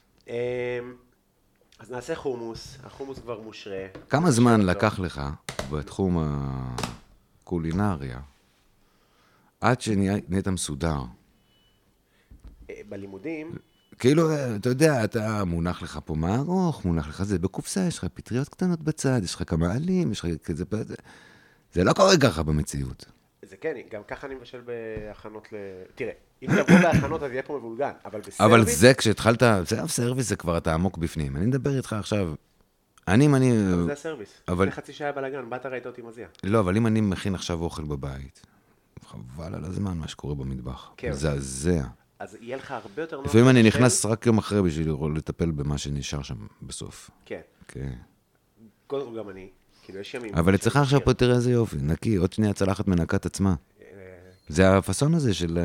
אז נעשה חומוס, החומוס כבר מושרה. כמה זמן לקח לך בתחום הקולינריה עד שנהיית מסודר? בלימודים. כאילו, אתה יודע, אתה מונח לך פה מערוך, מונח לך זה בקופסה, יש לך פטריות קטנות בצד, יש לך כמה עלים, יש לך כזה... זה לא קורה ככה במציאות. זה כן, גם ככה אני מבשל בהכנות תראה, אם תבוא להכנות אז יהיה פה מבולגן, אבל בסרוויס... אבל זה כשהתחלת, סרוויס זה כבר אתה עמוק בפנים. אני מדבר איתך עכשיו, אבל זה הסרוויס. לפני חצי שעה בלגן, באת ראית אותי מזיע. לא, אבל אם אני מכין עכשיו אוכל בבית, חבל על הזמן מה שקורה במטבח. זה. אז יהיה לך הרבה יותר נוח... לפעמים אני נכנס רק יום אחרי בשביל לטפל במה שנשאר שם בסוף. כן. כן. קודם כל גם אני, כאילו יש ימים... אבל אצלך עכשיו פה תראה איזה יופי, נקי, עוד שנייה צלחת מנקת עצמה. זה הפסון הזה של...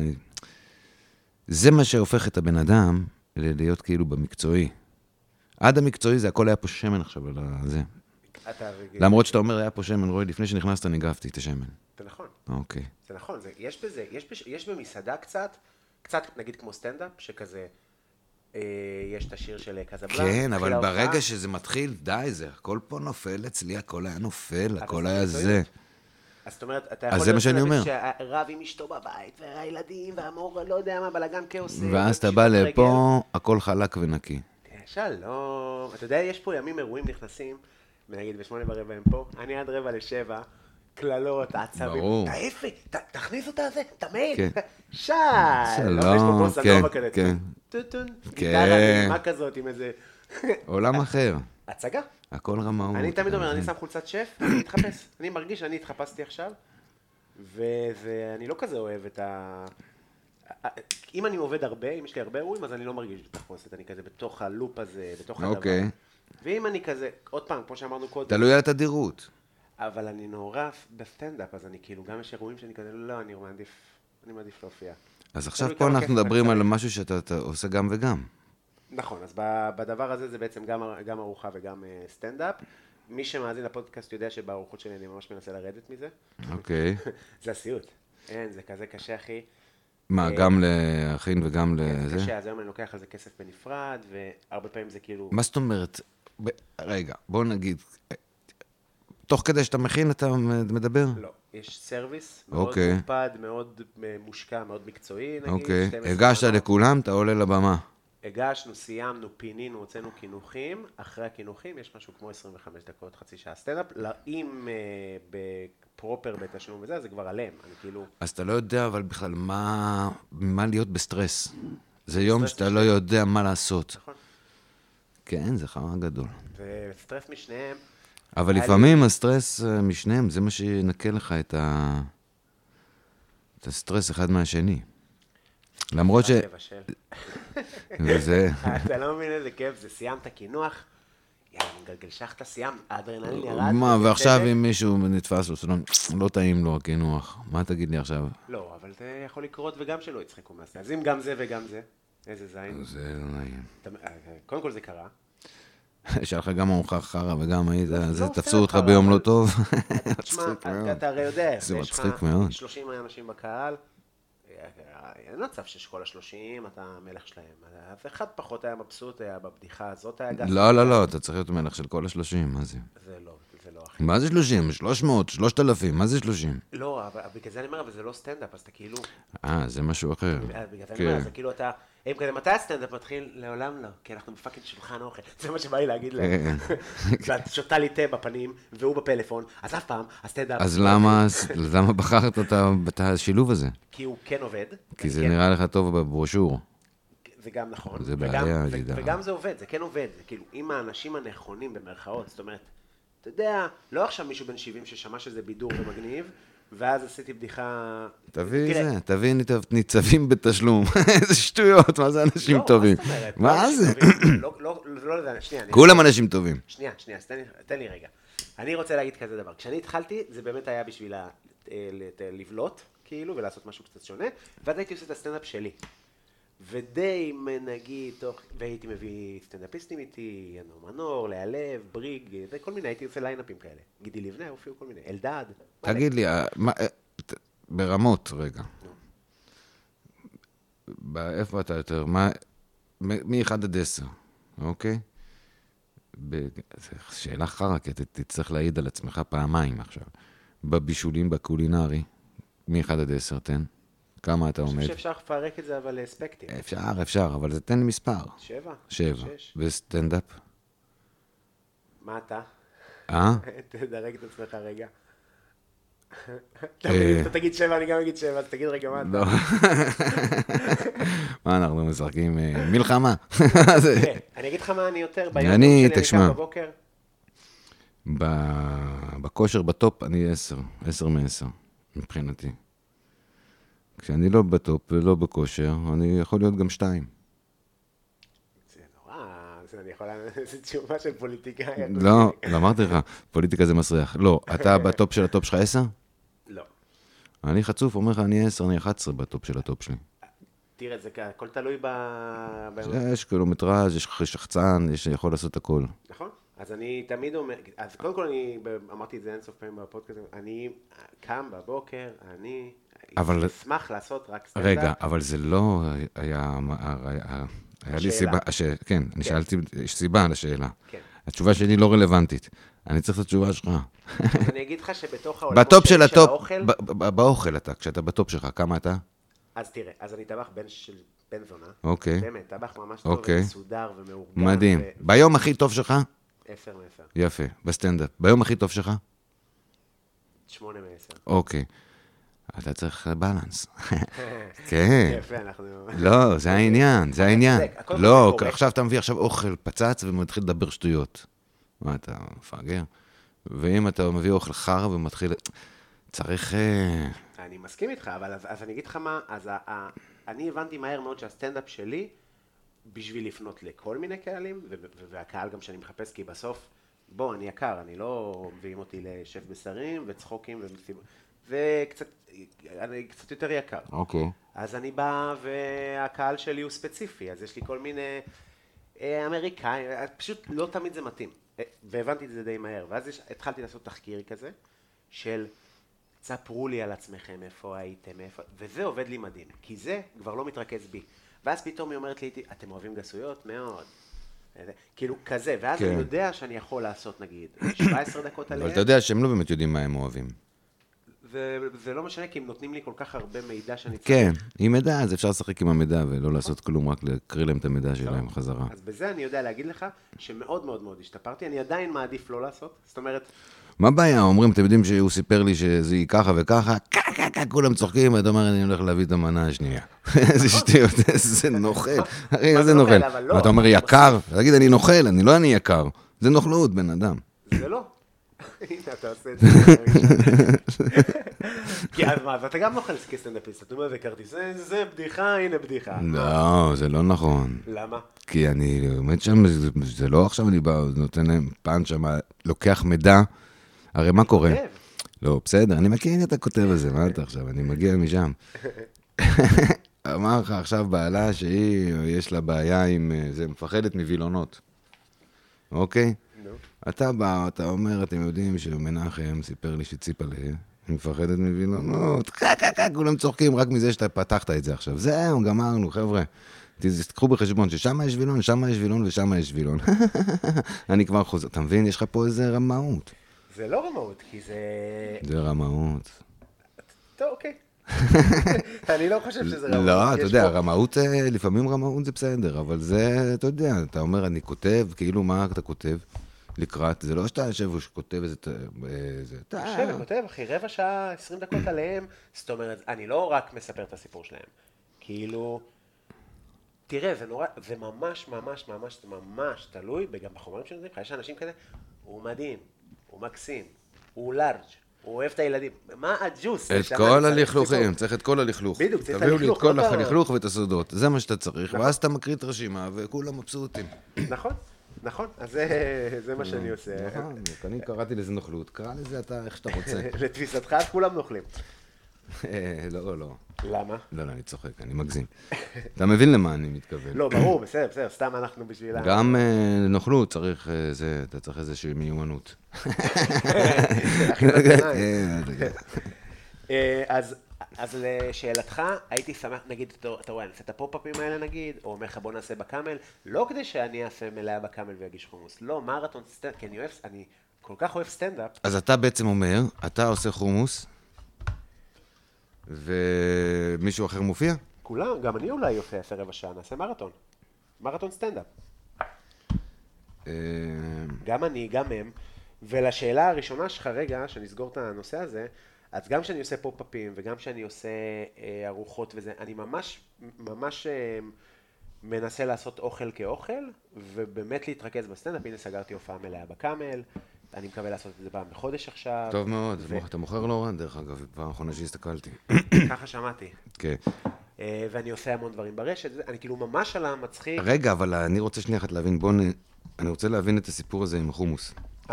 זה מה שהופך את הבן אדם להיות כאילו במקצועי. עד המקצועי זה הכל היה פה שמן עכשיו על זה. למרות שאתה אומר, היה פה שמן, רואי, לפני שנכנסת ניגבתי את השמן. זה נכון. אוקיי. זה נכון, יש בזה, יש במסעדה קצת נגיד כמו סטנדאפ, שכזה, יש את השיר של קזבלנקה. כן, אבל ברגע שזה מתחיל, די, זה הכל פה נופל אצלי, הכל היה נופל, הכל היה זה. אז זאת אומרת, אתה יכול להיות סטנדאפיסט שרב עם אשתו בבית, והילדים, והמור, לא יודע מה, בלגן כאוס. ואז אתה בא לפה, הכל חלק ונקי. שלום. אתה יודע, יש פה ימים אירועים נכנסים, ונגיד ב8:15 הם פה, אני עד 6:45, קללות, עצבים. ברור. תעיפי, תכניס אותה זה, תמיד. שלום, יש פה בוס הנובה כזה. כן. טוטון, גיטרה נעימה כזאת עם איזה... עולם אחר. הצגה. הכל רמאות. אני תמיד אומר, אני שם חולצת שף, אני אתחפש. אני מרגיש שאני התחפשתי עכשיו, ואני לא כזה אוהב את ה... אם אני עובד הרבה, אם יש לי הרבה אירועים, אז אני לא מרגיש בתחפושת, אני כזה בתוך הלופ הזה, בתוך הדבר. אוקיי. ואם אני כזה, עוד פעם, כמו שאמרנו קודם. תלוי על התדירות. אבל אני נורא בסטנדאפ, אז אני כאילו, גם יש אירועים שאני כזה, לא, אני מעדיף להופיע. אז עכשיו פה אנחנו מדברים על משהו שאתה עושה גם וגם. נכון, אז בדבר הזה זה בעצם גם ארוחה וגם סטנדאפ. מי שמאזין לפודקאסט יודע שבארוחות שלי אני ממש מנסה לרדת מזה. אוקיי. זה הסיוט. אין, זה כזה קשה, אחי. מה, גם להכין וגם זה לזה? קשה, אז היום אני לוקח על זה כסף בנפרד, והרבה פעמים זה כאילו... מה זאת אומרת? רגע, בוא נגיד, תוך כדי שאתה מכין אתה מדבר? לא, יש סרוויס מאוד אוקיי. מוקפד, מאוד מושקע, מאוד מקצועי, נגיד. אוקיי. 12 הגשת מנות. לכולם, אתה עולה לבמה. הגשנו, סיימנו, פינינו, הוצאנו קינוחים. אחרי הקינוחים יש משהו כמו 25 דקות, חצי שעה סטנדאפ. אם בפרופר בתשלום וזה, זה כבר עליהם. אני כאילו... אז אתה לא יודע אבל בכלל מה להיות בסטרס. זה יום סטרס שאתה לא יודע מה לעשות. נכון. כן, זה חרא גדול. וסטרס משניהם. אבל היה לפעמים הסטרס משניהם, זה מה שינקה לך את הסטרס אחד מהשני. למרות ש... לבשל. וזה... אתה לא מבין איזה כיף, זה סיימת קינוח, יאללה, מגלגל שחטה, סיימת, האדרנלין ירד. מה, ועכשיו ובצדק. אם מישהו נתפס לו, לא טעים לו הקינוח, מה תגיד לי עכשיו? לא, אבל זה יכול לקרות וגם שלא יצחקו מהסטנדאפ. אז אם גם זה וגם זה, איזה זין. זה לא נעים. קודם כל זה קרה. שהיה לך גם ארוחה חרא וגם היית, זה בסדר, תפסו אותך אבל- ביום לא טוב. תשמע, מצחיק מאוד. אתה הרי יודע איך, זה יש לך מצחיק מאוד. 30 אנשים בקהל, אין מצב שכל ה-30 אתה המלך שלהם. אף אחד פחות היה מבסוט, היה בבדיחה הזאת, היה גס. לא, לא, לא, אתה צריך להיות מלך של כל ה-30, מה זה? זה לא הכי. מה זה 30? 300, 3,000, מה זה 30? לא, אבל בגלל זה אני אומר, אבל זה לא סטנדאפ, אז אתה כאילו... זה משהו אחר. בגלל זה אני כן. אומר, זה כאילו אתה... אם כזה, מתי הסטנדאפ מתחיל? לעולם לא, כי אנחנו בפאקינג שולחן אוכל. זה מה שבא לי להגיד להם. ואת שותה לי תה בפנים, והוא בפלאפון, אז אף פעם, הסטנדאפ... אז למה בחרת את השילוב הזה? כי הוא כן עובד. כי זה כן- נראה לך טוב בברושור. זה גם נכון. זה וגם- בעיה, ו- ידידה. וגם זה עובד, זה כן עובד. זה כאילו, עם האנשים הנכונים במרכאות, זאת אומרת, אתה יודע, לא עכשיו מישהו בן 70 ששמע שזה בידור ומגניב, ואז עשיתי בדיחה... תביא תראה, זה, תביא ניצבים בתשלום. איזה שטויות, מה זה אנשים לא, טובים? מה זאת אומרת? לא מה אנשים זה? טובים, לא, שנייה. כולם אנשים טובים. שנייה, אז תן לי רגע. אני רוצה להגיד כזה דבר. כשאני התחלתי, זה באמת היה בשביל לבלוט, כאילו, ולעשות משהו קצת שונה, ואז הייתי עושה את הסטנדאפ שלי. ודי, נגיד, והייתי מביא סטנדאפיסטים איתי, ינור מנור, להלב, בריג, כל מיני, הייתי עושה ליינאפים כאלה. גידי לבנה, הופיעו כל מיני, אלדד. תגיד לי, ברמות, רגע. איפה אתה יותר? מ-1 עד 10, אוקיי? זו שאלה חרא, כי אתה תצטרך להעיד על עצמך פעמיים עכשיו. בבישולים, בקולינרי, מ-1 עד 10, תן. כמה אתה אני עומד? חושב שאפשר לפרק את זה, אבל לאספקטים. אפשר, אבל זה תן לי מספר. 7? 7. 6. וסטנדאפ? מה אתה? אה? תדרג את עצמך רגע. אתה תגיד 7, אני גם אגיד 7, אז תגיד רגע מה אתה. לא. מה, אנחנו משחקים מלחמה? אני אגיד לך מה אני יותר, ביום אני, שלי אני תשמע. קם בבוקר, בכושר בטופ אני 10 מ-10, מבחינתי. כשאני לא בטופ ולא בכושר, אני יכול להיות גם 2. זה נורא, אני יכול לענות, זו תשובה של פוליטיקאי. לא, אמרתי לך, פוליטיקה זה מסריח. לא, אתה בטופ של הטופ שלך 10? לא. אני חצוף, אומר לך, אני 10, אני 11 בטופ של הטופ שלי. תראה, זה הכל תלוי יש קילומטראז', יש שחצן, יכול לעשות הכל. נכון? אז אני תמיד אומר, אז קודם כל אני אמרתי את זה אינסוף פעמים בפודקאסט, אני קם בבוקר, אני אשמח לעשות רק סטנדאפ. רגע, אבל זה לא היה לי סיבה, כן, אני שאלתי, יש סיבה לשאלה. כן. התשובה שלי לא רלוונטית. אני צריך את התשובה שלך. אז אני אגיד לך שבתוך העולמות בטופ של של הטופ, האוכל, באוכל אתה, כשאתה בטופ שלך, כמה אתה? אז תראה, אז אני טבח בן זונה. אוקיי. באמת, טבח ממש טוב, אוקיי. ומסודר ומאורגן. מדהים. ביום הכי טוב שלך? 10 מ-10. יפה, בסטנדאפ. ביום הכי טוב שלך? 8 מ-10. אוקיי. אתה צריך בלנס. כן. יפה, אנחנו... לא, זה העניין, זה העניין. צודק, הכל לא, קורה. עכשיו אתה מביא עכשיו אוכל פצץ ומתחיל לדבר שטויות. מה, אתה מפגר? ואם אתה מביא אוכל חרא ומתחיל... צריך... אני מסכים איתך, אבל אז אני אגיד לך מה, אז אני הבנתי מהר מאוד שהסטנדאפ שלי, בשביל לפנות לכל מיני קהלים, והקהל גם שאני מחפש, כי בסוף, בוא, אני יקר, אני לא מביאים אותי לשף בשרים וצחוקים ומסיבות, אני קצת יותר יקר. אוקיי. אז אני בא והקהל שלי הוא ספציפי, אז יש לי כל מיני אמריקאי, פשוט לא תמיד זה מתאים. והבנתי את זה די מהר, ואז התחלתי לעשות תחקיר כזה, של ספרו לי על עצמכם, איפה הייתם, איפה... וזה עובד לי מדהים, כי זה כבר לא מתרכז בי. ואז פתאום היא אומרת לי, אתם אוהבים גסויות? מאוד. כאילו כזה, ואז אני יודע שאני יכול לעשות נגיד 17 דקות עליהם. אבל אתה יודע שהם לא באמת יודעים מה הם אוהבים. זה לא משנה, כי הם נותנים לי כל כך הרבה מידע שאני צריך. כן, עם מידע, אז אפשר לשחק עם המידע ולא לעשות כלום, רק להקריא להם את המידע שלהם חזרה. אז בזה אני יודע להגיד לך שמאוד מאוד מאוד השתפרתי, אני עדיין מעדיף לא לעשות, זאת אומרת... מה הבעיה? אומרים, אתם יודעים שהוא סיפר לי שזה יהיה ככה וככה, כולם צוחקים, ואתה אומר, אני הולך להביא את המנה השנייה. איזה שטויות, איזה נוכל. הרי איזה נוכל. ואתה אומר, יקר? תגיד, אני נוכל, אני לא אני יקר. זה נוכלות, בן אדם. זה לא. הנה, אתה עושה את זה. כי אז מה, ואתה גם נוכל כסטנדאפיסט, אתה אומר, זה כרטיס, זה בדיחה, הנה בדיחה. לא, זה לא נכון. למה? כי אני עומד שם, זה לא עכשיו אני בא, נותן להם פאנץ' שם, לוקח מידע, הרי מה קורה? לא, בסדר, אני מכיר את הכותב הזה, מה אתה עכשיו? אני מגיע משם. אמר לך עכשיו בעלה שהיא, יש לה בעיה עם, זה מפחדת מווילונות. אוקיי? אתה בא, אתה אומר, אתם יודעים שמנחם סיפר לי שציפלה, היא מפחדת מווילונות, כולם צוחקים רק מזה שאתה פתחת את זה עכשיו. זהו, גמרנו, חבר'ה. תקחו בחשבון ששם יש וילון, שם יש וילון ושם יש וילון. אני כבר חוזר, אתה מבין? יש לך פה איזה רמאות. זה לא רמאות, כי זה... זה רמאות. טוב, אוקיי. אני לא חושב שזה רמאות. לא, אתה יודע, רמאות, לפעמים רמאות זה בסדר, אבל זה, אתה יודע, אתה אומר, אני כותב, כאילו מה אתה כותב? לקראת, זה לא שאתה יושב וכותב איזה... יושב וכותב, אחי, רבע שעה, 20 דקות עליהם, זאת אומרת, אני לא רק מספר את הסיפור שלהם. כאילו... תראה, זה נורא, זה ממש, ממש, ממש, ממש תלוי, וגם בחומרים שנותנים לך, יש אנשים כזה, הוא מדהים, הוא מקסים, הוא לארג', הוא אוהב את הילדים, מה הג'וס? את כל הלכלוכים, צריך את כל הלכלוך. בדיוק, צריך את תביאו לי את כל הלכלוך, הלכלוך ואת הסודות, זה מה שאתה צריך, ואז אתה מקריא את רשימה וכולם מבסוטים. נכון, נכון, אז זה מה שאני עושה. נכון, אני קראתי לזה נוכלות, קרא לזה אתה איך שאתה רוצה. לתפיסתך, אז כולם נוכלים. לא, לא. למה? לא, אני צוחק, אני מגזים. אתה מבין למה אני מתכוון. לא, ברור, בסדר, סתם אנחנו בשבילה. גם נוכלות צריך, אתה צריך איזושהי מיומנות. אז לשאלתך, הייתי שמח, נגיד, אתה רואה, אני עושה את הפופ-אפים האלה נגיד, או אומר לך בוא נעשה בקאמל, לא כדי שאני אעשה מלאה בקאמל ויגיש חומוס, לא, מרתון סטנדאפ, כי אני כל כך אוהב סטנדאפ. אז אתה בעצם אומר, אתה עושה חומוס, ומישהו אחר מופיע? כולם, גם אני אולי יופיע 10 רבע שעה, נעשה מרתון. מרתון סטנדאפ. גם אני, גם הם. ולשאלה הראשונה שלך רגע, שנסגור את הנושא הזה, אז גם כשאני עושה פופ-אפים וגם כשאני עושה ארוחות וזה, אני ממש מנסה לעשות אוכל כאוכל, ובאמת להתרכז בסטנדאפ. הנה סגרתי הופעה מלאה בקאמל, אני מקווה לעשות את זה פעם בחודש עכשיו. טוב מאוד, אתה מוכר לא רע דרך אגב, פעם אחרונה שהסתכלתי. ככה שמעתי. כן. ואני עושה המון דברים ברשת, אני כאילו ממש על המצחיק. רגע, אבל אני רוצה שנייה אחת להבין, אני רוצה להבין את הסיפור הזה עם החומוס.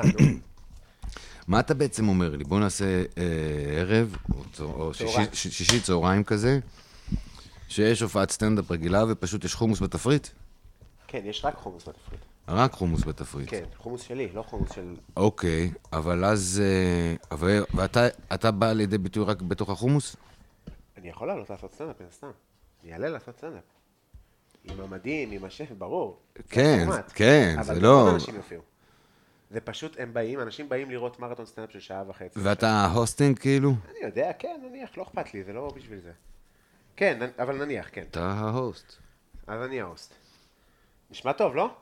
מה אתה בעצם אומר לי? בוא נעשה ערב, או שישי צהריים כזה, שיש הופעת סטנדאפ רגילה ופשוט יש חומוס בתפריט? כן, יש רק חומוס בתפריט. רק חומוס בתפריט. כן, חומוס שלי, לא חומוס של... אוקיי, אבל אז... ואתה בא לידי ביטוי רק בתוך החומוס? אני יכול לעלות לעשות סטנדאפ, סתם. אני אעלה לעשות סטנדאפ. עם המדים, עם השף, ברור. כן, כן, זה לא... אבל אנשים יופיעו. זה פשוט, הם באים, אנשים באים לראות מרתון סטנדאפ של שעה וחצי. ואתה הוסטינג כאילו? אני יודע, כן, נניח, לא אכפת לי, זה לא בשביל זה. כן, אבל נניח, כן. אתה ההוסט. אז אני ההוסט. נשמע טוב, לא?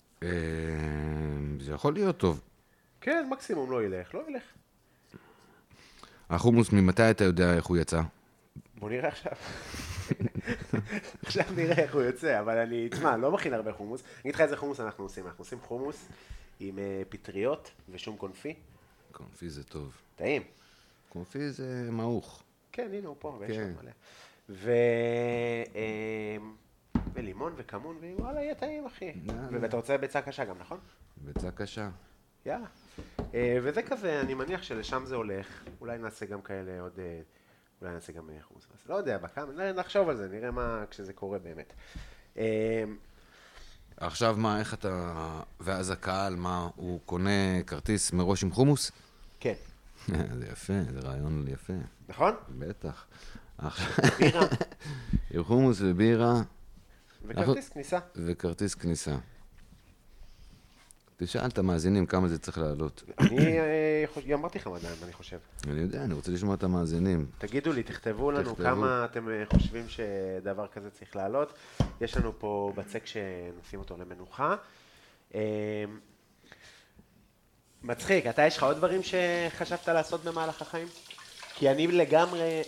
זה יכול להיות טוב. כן, מקסימום לא ילך, לא ילך. החומוס, ממתי אתה יודע איך הוא יצא? בוא נראה עכשיו. עכשיו נראה איך הוא יוצא, אבל אני, תשמע, לא מכין הרבה חומוס. אני אגיד לך איזה חומוס אנחנו עושים. אנחנו עושים חומוס עם פטריות ושום קונפי. קונפי זה טוב. טעים. קונפי זה מעוך. כן, הנה הוא פה, ויש שם מלא. ולימון וכמון, ווואלה, יהיה טעים, אחי. ואתה רוצה ביצה קשה גם, נכון? ביצה קשה. יאללה. וזה כזה, אני מניח שלשם זה הולך. אולי נעשה גם כאלה עוד... אולי נעשה גם חומוס. לא יודע, בכמה, נחשוב על זה, נראה מה כשזה קורה באמת. עכשיו מה, איך אתה... ואז הקהל, מה, הוא קונה כרטיס מראש עם חומוס? כן. זה יפה, זה רעיון יפה. נכון? בטח. בירה. עם חומוס ובירה. וכרטיס כניסה. וכרטיס כניסה. תשאל את המאזינים כמה זה צריך לעלות. אני אמרתי לך מדען, אני חושב. אני יודע, אני רוצה לשמוע את המאזינים. תגידו לי, תכתבו לנו כמה אתם חושבים שדבר כזה צריך לעלות. יש לנו פה בצק שנשים אותו למנוחה. מצחיק, אתה יש לך עוד דברים שחשבת לעשות במהלך החיים? כי אני לגמרי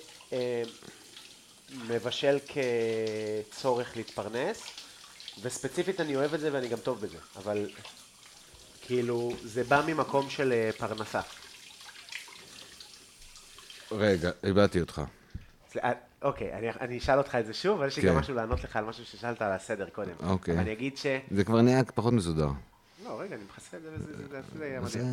מבשל כצורך להתפרנס, וספציפית אני אוהב את זה ואני גם טוב בזה, אבל כאילו זה בא ממקום של פרנסה. רגע, איבדתי אותך. אוקיי, אני אשאל אותך את זה שוב, אבל יש לי גם משהו לענות לך על משהו ששאלת על הסדר קודם. אוקיי. אבל אני אגיד זה כבר נהיה פחות מסודר. לא, רגע, אני מחסה את זה וזה יהיה בסדר.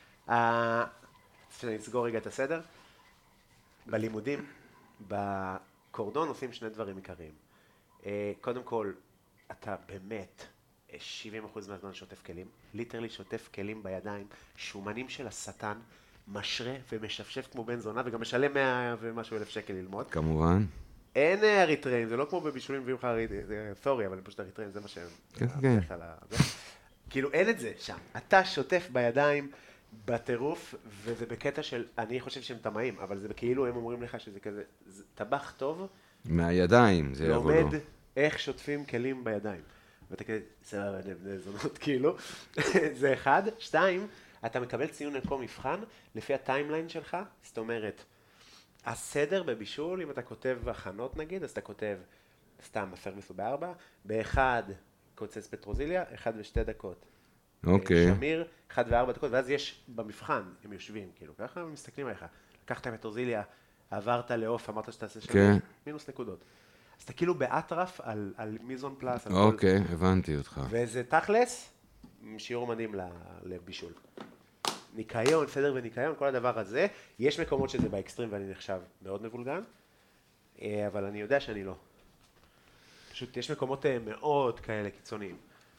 אני אסגור רגע את הסדר. בלימודים, בקורדון עושים שני דברים עיקריים. קודם כל, אתה באמת 70% מהזמן שוטף כלים, ליטרלי שוטף כלים בידיים, שומנים של השטן, משרה ומשפשף כמו בן זונה, וגם משלם 100 ומשהו אלף שקל ללמוד. כמובן. אין אריתראים, זה לא כמו בבישולים מביאים לך סורי, אבל פשוט אריתראים, זה מה שהם. כן. כאילו אין את זה שם. אתה שוטף בידיים, בטירוף, וזה בקטע של, אני חושב שהם טמאים, אבל זה כאילו הם אומרים לך שזה כזה, טבח טוב. מהידיים זה יבוא לו. לומד איך שוטפים כלים בידיים. ואתה כזה, סבבה, בני זונות, כאילו. זה אחד. שתיים, אתה מקבל ציון לכל מבחן, לפי הטיימליין שלך, זאת אומרת, הסדר בבישול, אם אתה כותב הכנות נגיד, אז אתה כותב, סתם, הסרוויס הוא ב4, ב1 קוצץ פטרוזיליה, 1 ו2 דקות. אוקיי. שמיר, 1 ו4 דקות, ואז יש במבחן, הם יושבים, כאילו, ככה הם מסתכלים עליך. לקחת פטרוזיליה, עברת לעוף, אמרת שתעשה שמיר, מינוס נקודות. אז אתה כאילו באטרף על מיזון פלאס. אוקיי, הבנתי אותך. וזה תכלס, שיעור מדהים לבישול. ניקיון, סדר וניקיון, כל הדבר הזה. יש מקומות שזה באקסטרים ואני נחשב מאוד מבולגן, אבל אני יודע שאני לא. פשוט יש מקומות מאוד כאלה קיצוניים.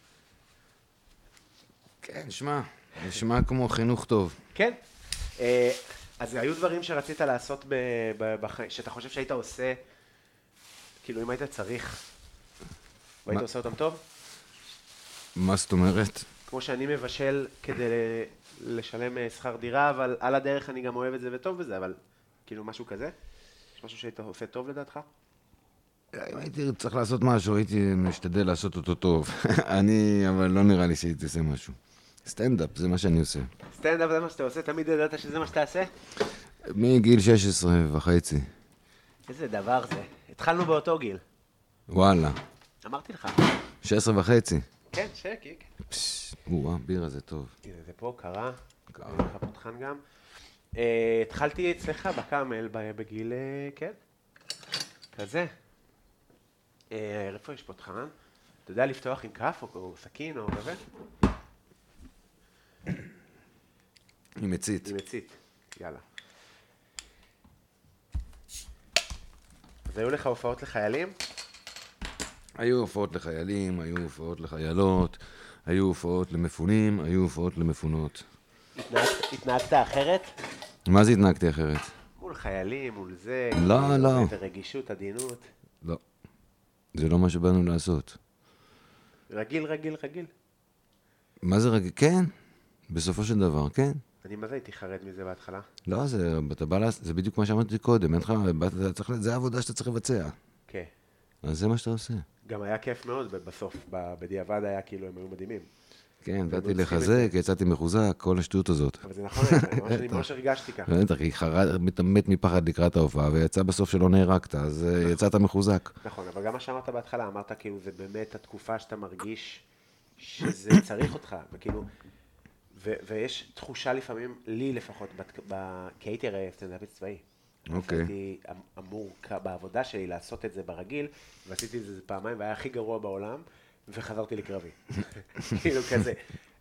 כן, נשמע כמו חינוך טוב. כן. אז היו דברים שרצית לעשות בחיים, שאתה חושב שהיית עושה, כאילו אם היית צריך, והיית עושה אותם טוב? מה זאת אומרת? כמו שאני מבשל כדי לשלם שכר דירה, אבל על הדרך אני גם אוהב את זה וטוב בזה, אבל כאילו משהו כזה? יש משהו שהיית עושה טוב לדעתך? אם הייתי צריך לעשות משהו, הייתי משתדל לעשות אותו טוב. אבל לא נראה לי שהייתי עושה משהו. סטנדאפ, זה מה שאני עושה. סטנדאפ זה מה שאתה עושה? תמיד ידעת שזה מה שאתה עושה? מגיל 16.5. איזה דבר זה. התחלנו באותו גיל. וואלה. אמרתי לך. 16.5. כן, שקיק. בירה זה טוב. זה פה, קרה. קרה. לך פותחן גם. התחלתי אצלך בקאמל בגיל, כן. כזה. איפה יש פותחן? אתה יודע לפתוח עם כף או סכין או כזה? עם מצית. עם מצית, יאללה. אז היו לך הופעות לחיילים? היו הופעות לחיילים, היו הופעות לחיילות, היו הופעות למפונים, היו הופעות למפונות. התנהגת אחרת? מה זה התנהגתי אחרת? מול חיילים, מול זה. לא. רגישות, עדינות. לא. זה לא מה שבאנו לעשות. רגיל. מה זה רגיל? כן. בסופו של דבר, כן. אני מה זה הייתי חרד מזה בהתחלה? לא, זה בדיוק מה שאמרתי קודם. זה העבודה שאתה צריך לבצע. כן. אז זה מה שאתה עושה. גם היה כיף מאוד בסוף. בדיעבד היה כאילו, הם היו מדהימים. כן, באתי לחזק, יצאתי מחוזק, כל השטות הזאת. אבל זה נכון, אני ממש הרגשתי ככה. בטח, היא מת מפחד לקראת ההופעה, ויצא בסוף שלא נהרקת, אז יצאת מחוזק. נכון, אבל גם מה שאמרת בהתחלה, אמרת כאילו, זה באמת התקופה שאתה מרגיש שזה צריך אותך, וכאילו, ויש תחושה לפעמים, לי לפחות, כי הייתי הרי סטנדאפיסט צבאי. אוקיי. הייתי אמור בעבודה שלי לעשות את זה ברגיל, ועשיתי את זה פעמיים, והיה הכי גרוע בעולם, וחזרתי לקרבי. כאילו כזה.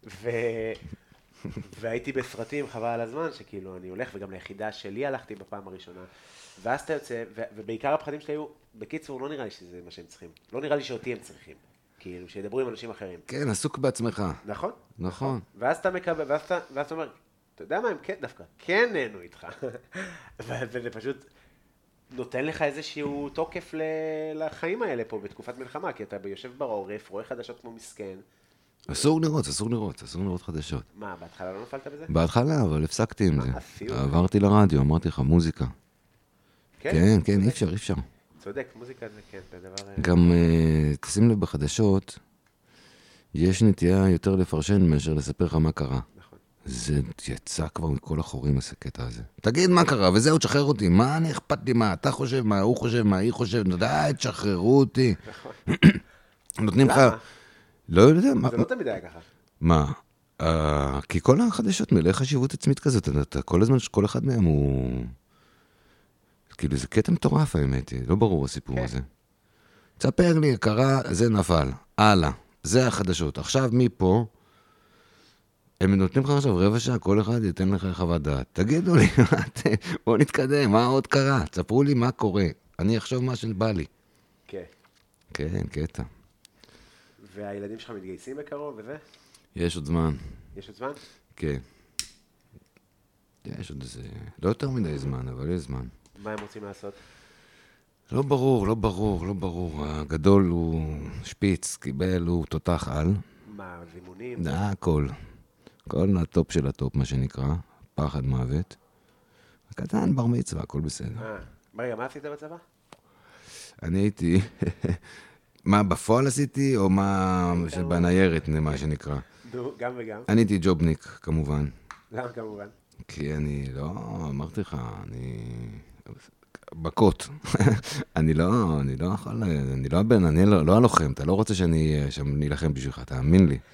והייתי בסרטים, חבל על הזמן, שכאילו אני הולך, וגם ליחידה שלי הלכתי בפעם הראשונה, ואז אתה יוצא, ובעיקר הפחדים שלי היו, בקיצור, לא נראה לי שזה מה שהם צריכים. לא נראה לי שאותי הם צריכים. כאילו, שידברו עם אנשים אחרים. כן, עסוק בעצמך. נכון? נכון. ואז אתה מקבל, ואז אתה אומר, אתה יודע מה, הם כן דווקא, כן נהנו איתך. וזה פשוט נותן לך איזשהו תוקף לחיים האלה פה בתקופת מלחמה, כי אתה יושב בעורף, רואה חדשות כמו מסכן. אסור לראות חדשות. מה, בהתחלה לא נפלת בזה? בהתחלה, אבל הפסקתי עם זה. הסיום. עברתי לרדיו, אמרתי לך, מוזיקה. כן, אי אפשר. צודק, מוזיקה זה כן, זה דבר... גם תשים לב בחדשות, יש נטייה יותר לפרשן מאשר לספר לך מה קרה. נכון. זה יצא כבר מכל החורים הקטע הזה. תגיד מה קרה, וזהו, תשחרר אותי. מה אני אכפת לי, מה אתה חושב, מה הוא חושב, מה היא חושב, די, תשחררו אותי. נכון. נותנים לך... למה? לא יודע, מה... זה לא תמיד היה ככה. מה? כי כל החדשות מלא חשיבות עצמית כזאת, אתה כל הזמן, כל אחד מהם הוא... כאילו, זה קטע מטורף, האמת היא, לא ברור הסיפור הזה. תספר לי, קרה, זה נפל, הלאה, זה החדשות. עכשיו מפה, הם נותנים לך עכשיו רבע שעה, כל אחד ייתן לך חוות דעת. תגידו לי, בואו נתקדם, מה עוד קרה? תספרו לי מה קורה, אני אחשוב מה שבא לי. כן. כן, קטע. והילדים שלך מתגייסים בקרוב וזה? יש עוד זמן. יש עוד זמן? כן. יש עוד איזה, לא יותר מדי זמן, אבל יש זמן. מה הם רוצים לעשות? לא ברור. הגדול הוא שפיץ, קיבל, הוא תותח על. מה, זימונים? הכל. כל הטופ של הטופ, מה שנקרא. פחד מוות. הקטן בר מצווה, הכל בסדר. רגע, מה עשית בצבא? אני הייתי... מה, בפועל עשיתי, או מה שבניירת, מה שנקרא? גם וגם. אני הייתי ג'ובניק, כמובן. גם כמובן. כי אני לא... אמרתי לך, אני... בקות. אני לא יכול, אני לא הבן, אני לא הלוחם, אתה לא רוצה שאני שם נלחם בשבילך, תאמין לי.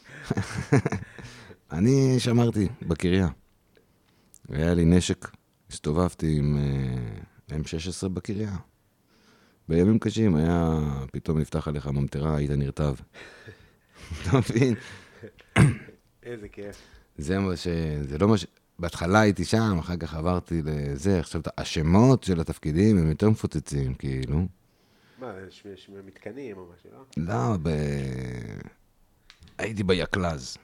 אני שמרתי בקריה. היה לי נשק, הסתובבתי עם M16 בקריה. בימים קשים היה, פתאום נפתח עליך ממטרה, היית נרטב. אתה מבין? איזה כיף. זה לא מה ש... בהתחלה הייתי שם, אחר כך עברתי לזה, עכשיו השמות של התפקידים הם יותר מפוצצים, כאילו. מה, יש מתקנים או משהו, לא? לא, הייתי ביקלז.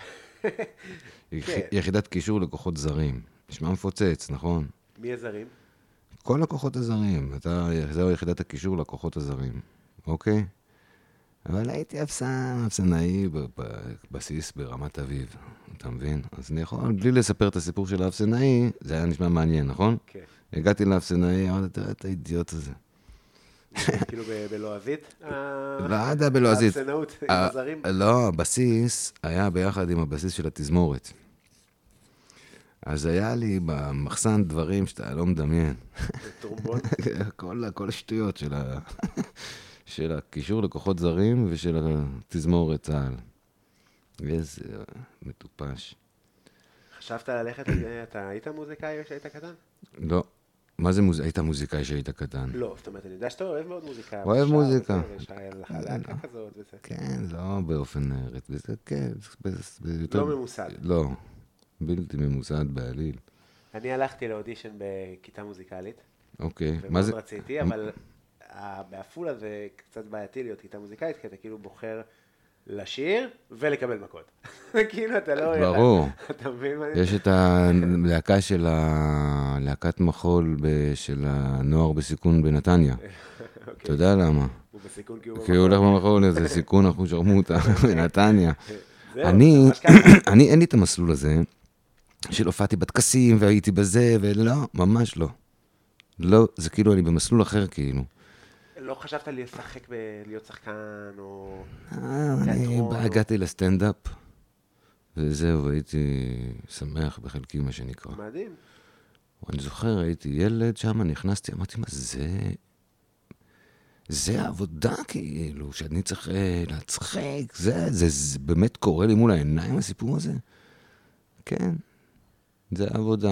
יחידת קישור לקוחות זרים. נשמע מפוצץ, נכון? מי הזרים? כל לקוחות הזרים. זהו יחידת הקישור לקוחות הזרים, אוקיי? אבל הייתי אפסנאי בבסיס ברמת אביב, אתה מבין? אז אני יכול, בלי לספר את הסיפור של האפסנאי, זה היה נשמע מעניין, נכון? כן. הגעתי לאפסנאי, אמרתי, תראה את האידיוט הזה. כאילו בלועזית? לא יודע בלועזית. האפסנאות עם הזרים? לא, הבסיס היה ביחד עם הבסיס של התזמורת. אז היה לי במחסן דברים שאתה לא מדמיין. טרומבון? כל השטויות של הקישור לקוחות זרים ושל התזמורת צה"ל. איזה מטופש. חשבת ללכת, אתה היית מוזיקאי כשהיית קטן? לא. מה זה היית מוזיקאי שהיית קטן? לא, זאת אומרת, אני יודע שאתה אוהב מאוד מוזיקה. אוהב מוזיקה. יש לך להקה כזאת וזה. כן, לא באופן רצף, כן. לא ממוסד. לא, בלתי ממוסד בעליל. אני הלכתי לאודישן בכיתה מוזיקלית. אוקיי. מה זה? ומאוד רציתי, אבל בעפולה זה קצת בעייתי להיות כיתה מוזיקאית, כי אתה כאילו בוחר לשיר ולקבל מכות. כאילו אתה לא... ברור. אתה מבין מה? יש את הלהקה של להקת מחול של הנוער בסיכון בנתניה. אתה יודע למה? הוא בסיכון כי הוא הולך במחול, זה סיכון אחוז שרמוטה בנתניה. זהו, אני אין לי את המסלול הזה, של הופעתי בטקסים והייתי בזה, ולא, ממש לא. לא, זה כאילו אני במסלול אחר כאילו. לא חשבת לשחק להיות שחקן או... אני הגעתי לסטנדאפ, וזהו, הייתי שמח בחלקי מה שנקרא. מדהים. אני זוכר, הייתי ילד שם, נכנסתי, אמרתי, מה זה העבודה כאילו, שאני צריך להצחק, זה באמת קורה לי מול העיניים הסיפור הזה? כן, זה העבודה.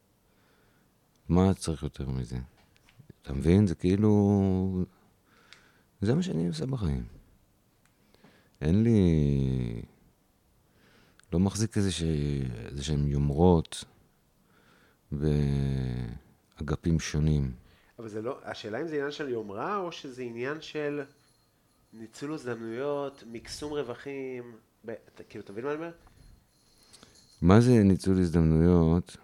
מה צריך יותר מזה? אתה מבין? זה כאילו... זה מה שאני עושה בחיים. אין לי... לא מחזיק איזה שהם יומרות ואגפים שונים. אבל זה לא... השאלה אם זה עניין של יומרה, או שזה עניין של ניצול הזדמנויות, מקסום רווחים, כאילו, אתה מבין מה אני אומר? מה זה ניצול הזדמנויות?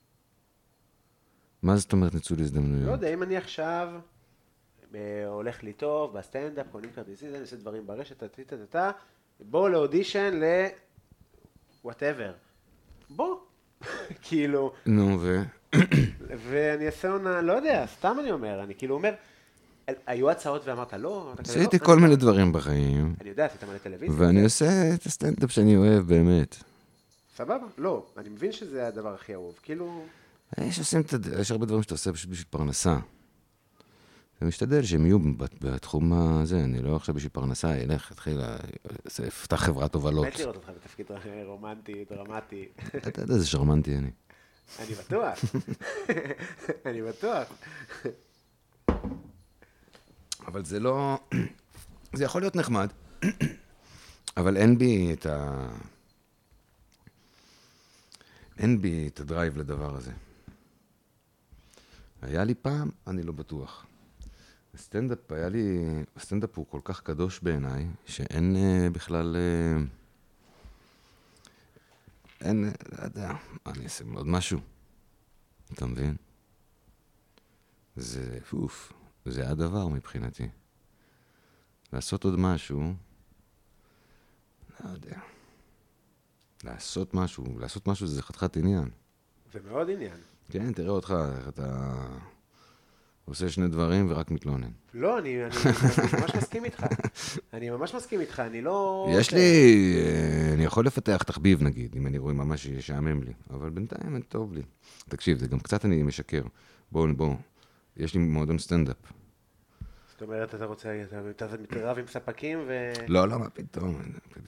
מה זאת אומרת ניצול הזדמנויות? לא יודע, אם אני עכשיו הולך לי טוב, בסטנדאפ, קונים כרטיסים, אני עושה דברים ברשת, בואו לאודישן whatever. בוא. כאילו... נו, ואני אעשה עונה, לא יודע, סתם אני אומר, אני כאילו אומר, היו הצעות ואמרת לא, עשיתי כל מיני דברים בחיים, אני יודע, עשית מלא טלוויזיה. ואני עושה את הסטנדאפ שאני אוהב באמת. סבבה, לא, אני מבין שזה הדבר הכי אהוב, כאילו... יש הרבה דברים שאתה עושה פשוט בשביל פרנסה. אני משתדל שהם יהיו בתחום הזה, אני לא עכשיו בשביל פרנסה, אתחיל, אפתח חברת הובלות. מת לראות אותך בתפקיד רומנטי, דרמטי. אתה יודע איזה שרמנטי אני. אני בטוח. אני בטוח. אבל זה לא... זה יכול להיות נחמד, אבל אין בי את הדרייב לדבר הזה. היה לי פעם, אני לא בטוח. הסטנדאפ הוא כל כך קדוש בעיניי, שאין בכלל... אין, לא יודע, אני אעשה עוד משהו. אתה מבין? זה הדבר מבחינתי. לעשות עוד משהו, לא יודע. לעשות משהו זה חתיכת עניין. זה מאוד עניין. כן, תראה אותך, איך אתה עושה שני דברים ורק מתלונן. לא, אני ממש מסכים איתך. אני ממש מסכים איתך, אני לא... אני יכול לפתח תחביב נגיד, אם אני רואה ממש שישעמם לי, אבל בינתיים אין טוב לי. תקשיב, זה גם קצת אני משקר. בוא, יש לי מועדון סטנדאפ. זאת אומרת, אתה מתרב עם ספקים ו... לא, מה פתאום,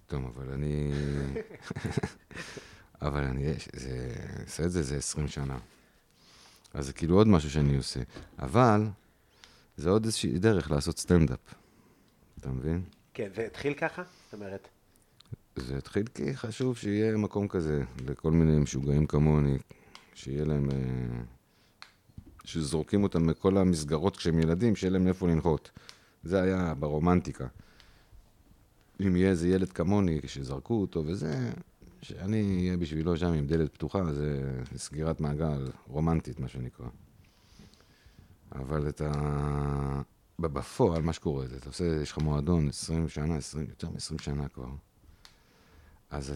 אבל אני עושה את זה 20 שנה. אז זה כאילו עוד משהו שאני עושה. אבל זה עוד איזושהי דרך לעשות סטנדאפ. אתה מבין? כן, זה התחיל ככה? זאת אומרת... זה התחיל כי חשוב שיהיה מקום כזה לכל מיני משוגעים כמוני, שיהיה להם... שזורקים אותם מכל המסגרות כשהם ילדים, שיהיה להם איפה לנחות. זה היה ברומנטיקה. אם יהיה איזה ילד כמוני שזרקו אותו וזה, שאני אהיה בשבילו שם עם דלת פתוחה, זה סגירת מעגל רומנטית, מה שנקרא. אבל בפועל, מה שקורה, אתה עושה, יש לך מועדון 20 שנה, יותר מ-20 שנה כבר. אז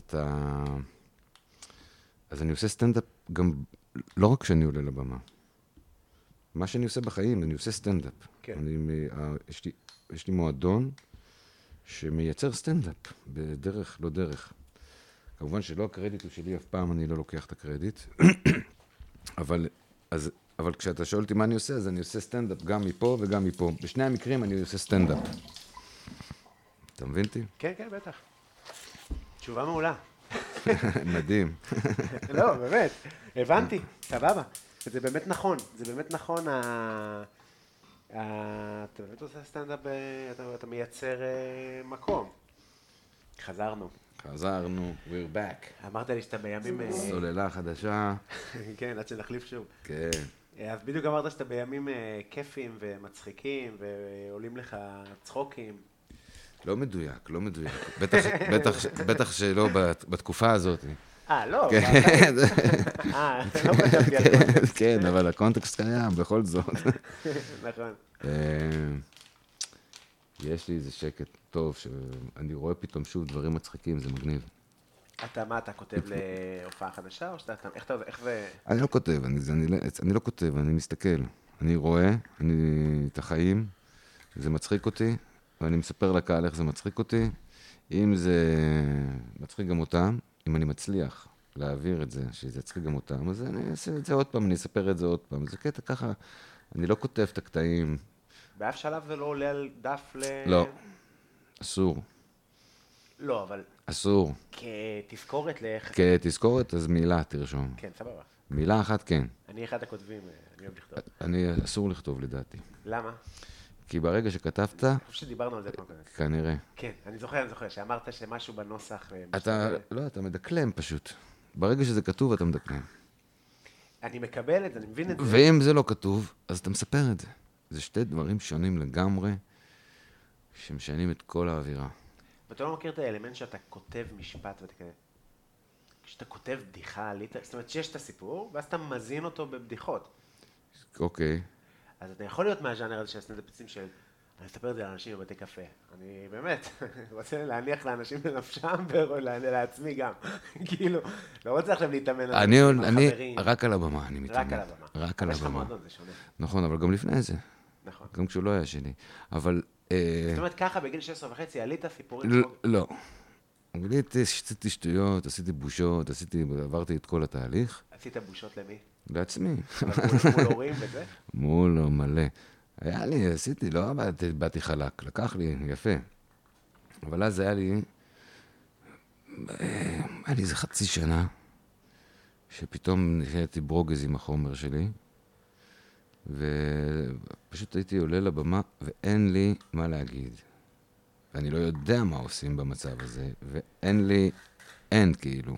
אני עושה סטנדאפ גם, לא רק כשאני עולה לבמה. מה שאני עושה בחיים, אני עושה סטנדאפ. כן. יש לי מועדון שמייצר סטנדאפ, בדרך, לא דרך. כמובן שלא הקרדיט הוא שלי, אף פעם אני לא לוקח את הקרדיט. אבל כשאתה שואל אותי מה אני עושה, אז אני עושה סטנדאפ גם מפה וגם מפה. בשני המקרים אני עושה סטנדאפ. אתה מבין אותי? כן, בטח. תשובה מעולה. מדהים. לא, באמת, הבנתי, סבבה. זה באמת נכון, אתה באמת עושה סטנדאפ, אתה מייצר מקום. חזרנו, we're back. אמרת לי שאתה בימים... סוללה חדשה. כן, עד שנחליף שוב. כן. אז בדיוק אמרת שאתה בימים כיפים ומצחיקים ועולים לך צחוקים. לא מדויק. בטח שלא בתקופה הזאת. לא. כן. לא חשבתי על קונטקסט. כן, אבל הקונטקסט קיים בכל זאת. נכון. יש לי איזה שקט טוב, שאני רואה פתאום שוב דברים מצחיקים, זה מגניב. אתה כותב להופעה חדשה, או שאתה, איך זה... אני לא כותב, אני מסתכל. אני רואה את החיים, זה מצחיק אותי, ואני מספר לקהל איך זה מצחיק אותי. אם זה מצחיק גם אותם, אם אני מצליח להעביר את זה, שזה יצחיק גם אותם, אז אני אעשה את זה עוד פעם, אני אספר את זה עוד פעם. זה קטע ככה, אני לא כותב את הקטעים. באף שלב זה לא עולה על דף לא, אסור. לא, אבל... אסור. כתזכורת כתזכורת, אז מילה תרשום. כן, סבבה. מילה אחת, כן. אני אחד הכותבים, אני אוהב לכתוב. אסור לכתוב לדעתי. למה? כי ברגע שכתבת... אני חושב שדיברנו על זה פעם כזה. כנראה. כן, אני זוכר, שאמרת שמשהו בנוסח... אתה מדקלם פשוט. ברגע שזה כתוב, אתה מדקלם. אני מקבל את זה, אני מבין את זה. ואם זה לא כתוב, אז אתה מספר את זה. זה שתי דברים שונים לגמרי, שמשנים את כל האווירה. ואתה לא מכיר את האלמנט שאתה כותב משפט ואתה כזה... כשאתה כותב בדיחה, זאת אומרת שיש את הסיפור, ואז אתה מזין אותו בבדיחות. אוקיי. אז אתה יכול להיות מהז'אנר הזה של הסטנדאפיסטים של... אני אספר את זה לאנשים בבתי קפה. אני באמת רוצה להניח לאנשים לנפשם ולעצמי גם. כאילו, לא רוצה עכשיו להתאמן על אני החברים. רק על הבמה, אני מתאמן. רק על הבמה. רק על יש לך הבמה. מועדון, זה שונה. נכון, אבל גם לפני זה. נכון. גם כשהוא לא היה שלי. אבל... זאת אומרת, ככה בגיל 16.5 עלית סיפורים... לא. עשיתי שטויות, עשיתי בושות, עברתי את כל התהליך. עשית בושות למי? לעצמי. מול הורים וזה? מול מלא. היה לי, עשיתי, לא באתי חלק, לקח לי, יפה. אבל אז היה לי איזה חצי שנה, שפתאום נהייתי ברוגז עם החומר שלי, ופשוט הייתי עולה לבמה, ואין לי מה להגיד. ואני לא יודע מה עושים במצב הזה, אין כאילו.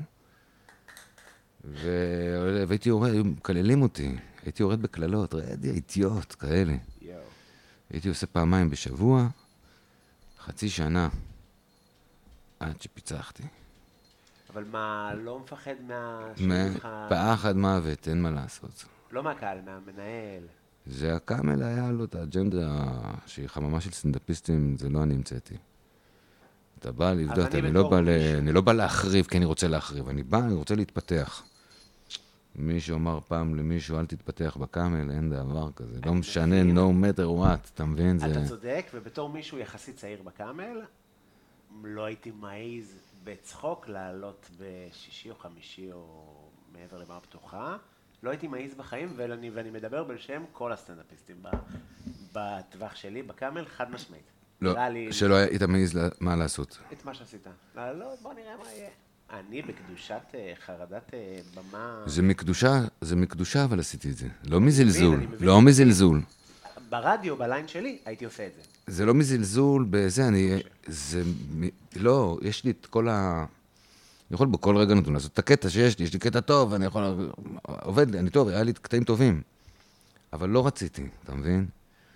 והייתי יורד, מקללים אותי, הייתי יורד בקללות, ראיתי אידיוט, כאלה. הייתי עושה פעמיים בשבוע, חצי שנה, עד שפיצחתי. אבל מה, לא מפחד פחד מוות, אין מה לעשות. לא מהקהל, מהמנהל. זה הקאמל היה לו את האג'נדה שהיא חממה של סטנדאפיסטים, זה לא אני המצאתי. אתה בא לבדוק, אני לא בא להחריב כי אני רוצה להחריב, אני רוצה להתפתח. מישהו אמר פעם למישהו, אל תתפתח בקאמל, אין דבר כזה. לא משנה, no matter what, אתה מבין? אתה צודק, ובתור מישהו יחסית צעיר בקאמל, לא הייתי מעיז בצחוק לעלות בשישי או חמישי או מעבר לבמה פתוחה. לא הייתי מעיז בחיים, ואני מדבר בשם כל הסטנדאפיסטים בטווח שלי, בקאמל, חד משמעית. לא, שלא היית מעיז מה לעשות. את מה שעשית. לא, בוא נראה מה יהיה. אני בקדושת חרדת במה... זה מקדושה, אבל עשיתי את זה. לא מזלזול, לא מזלזול. ברדיו, בליין שלי, הייתי עושה את זה. זה לא מזלזול, לא, יש לי את כל אני יכול בכל רגע נתון לעשות את הקטע שיש לי, יש לי קטע טוב, אני יכול... עובד לי, אני טוב, היה לי קטעים טובים. אבל לא רציתי, אתה מבין?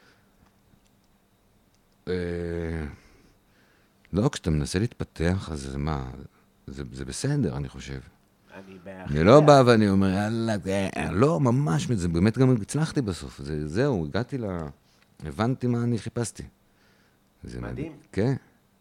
לא, כשאתה מנסה להתפתח, אז מה... זה בסדר, אני חושב. אני לא בא ואני אומר, יאללה, לא, ממש, זה באמת גם הצלחתי בסוף. זהו, הגעתי הבנתי מה אני חיפשתי. מדהים. כן.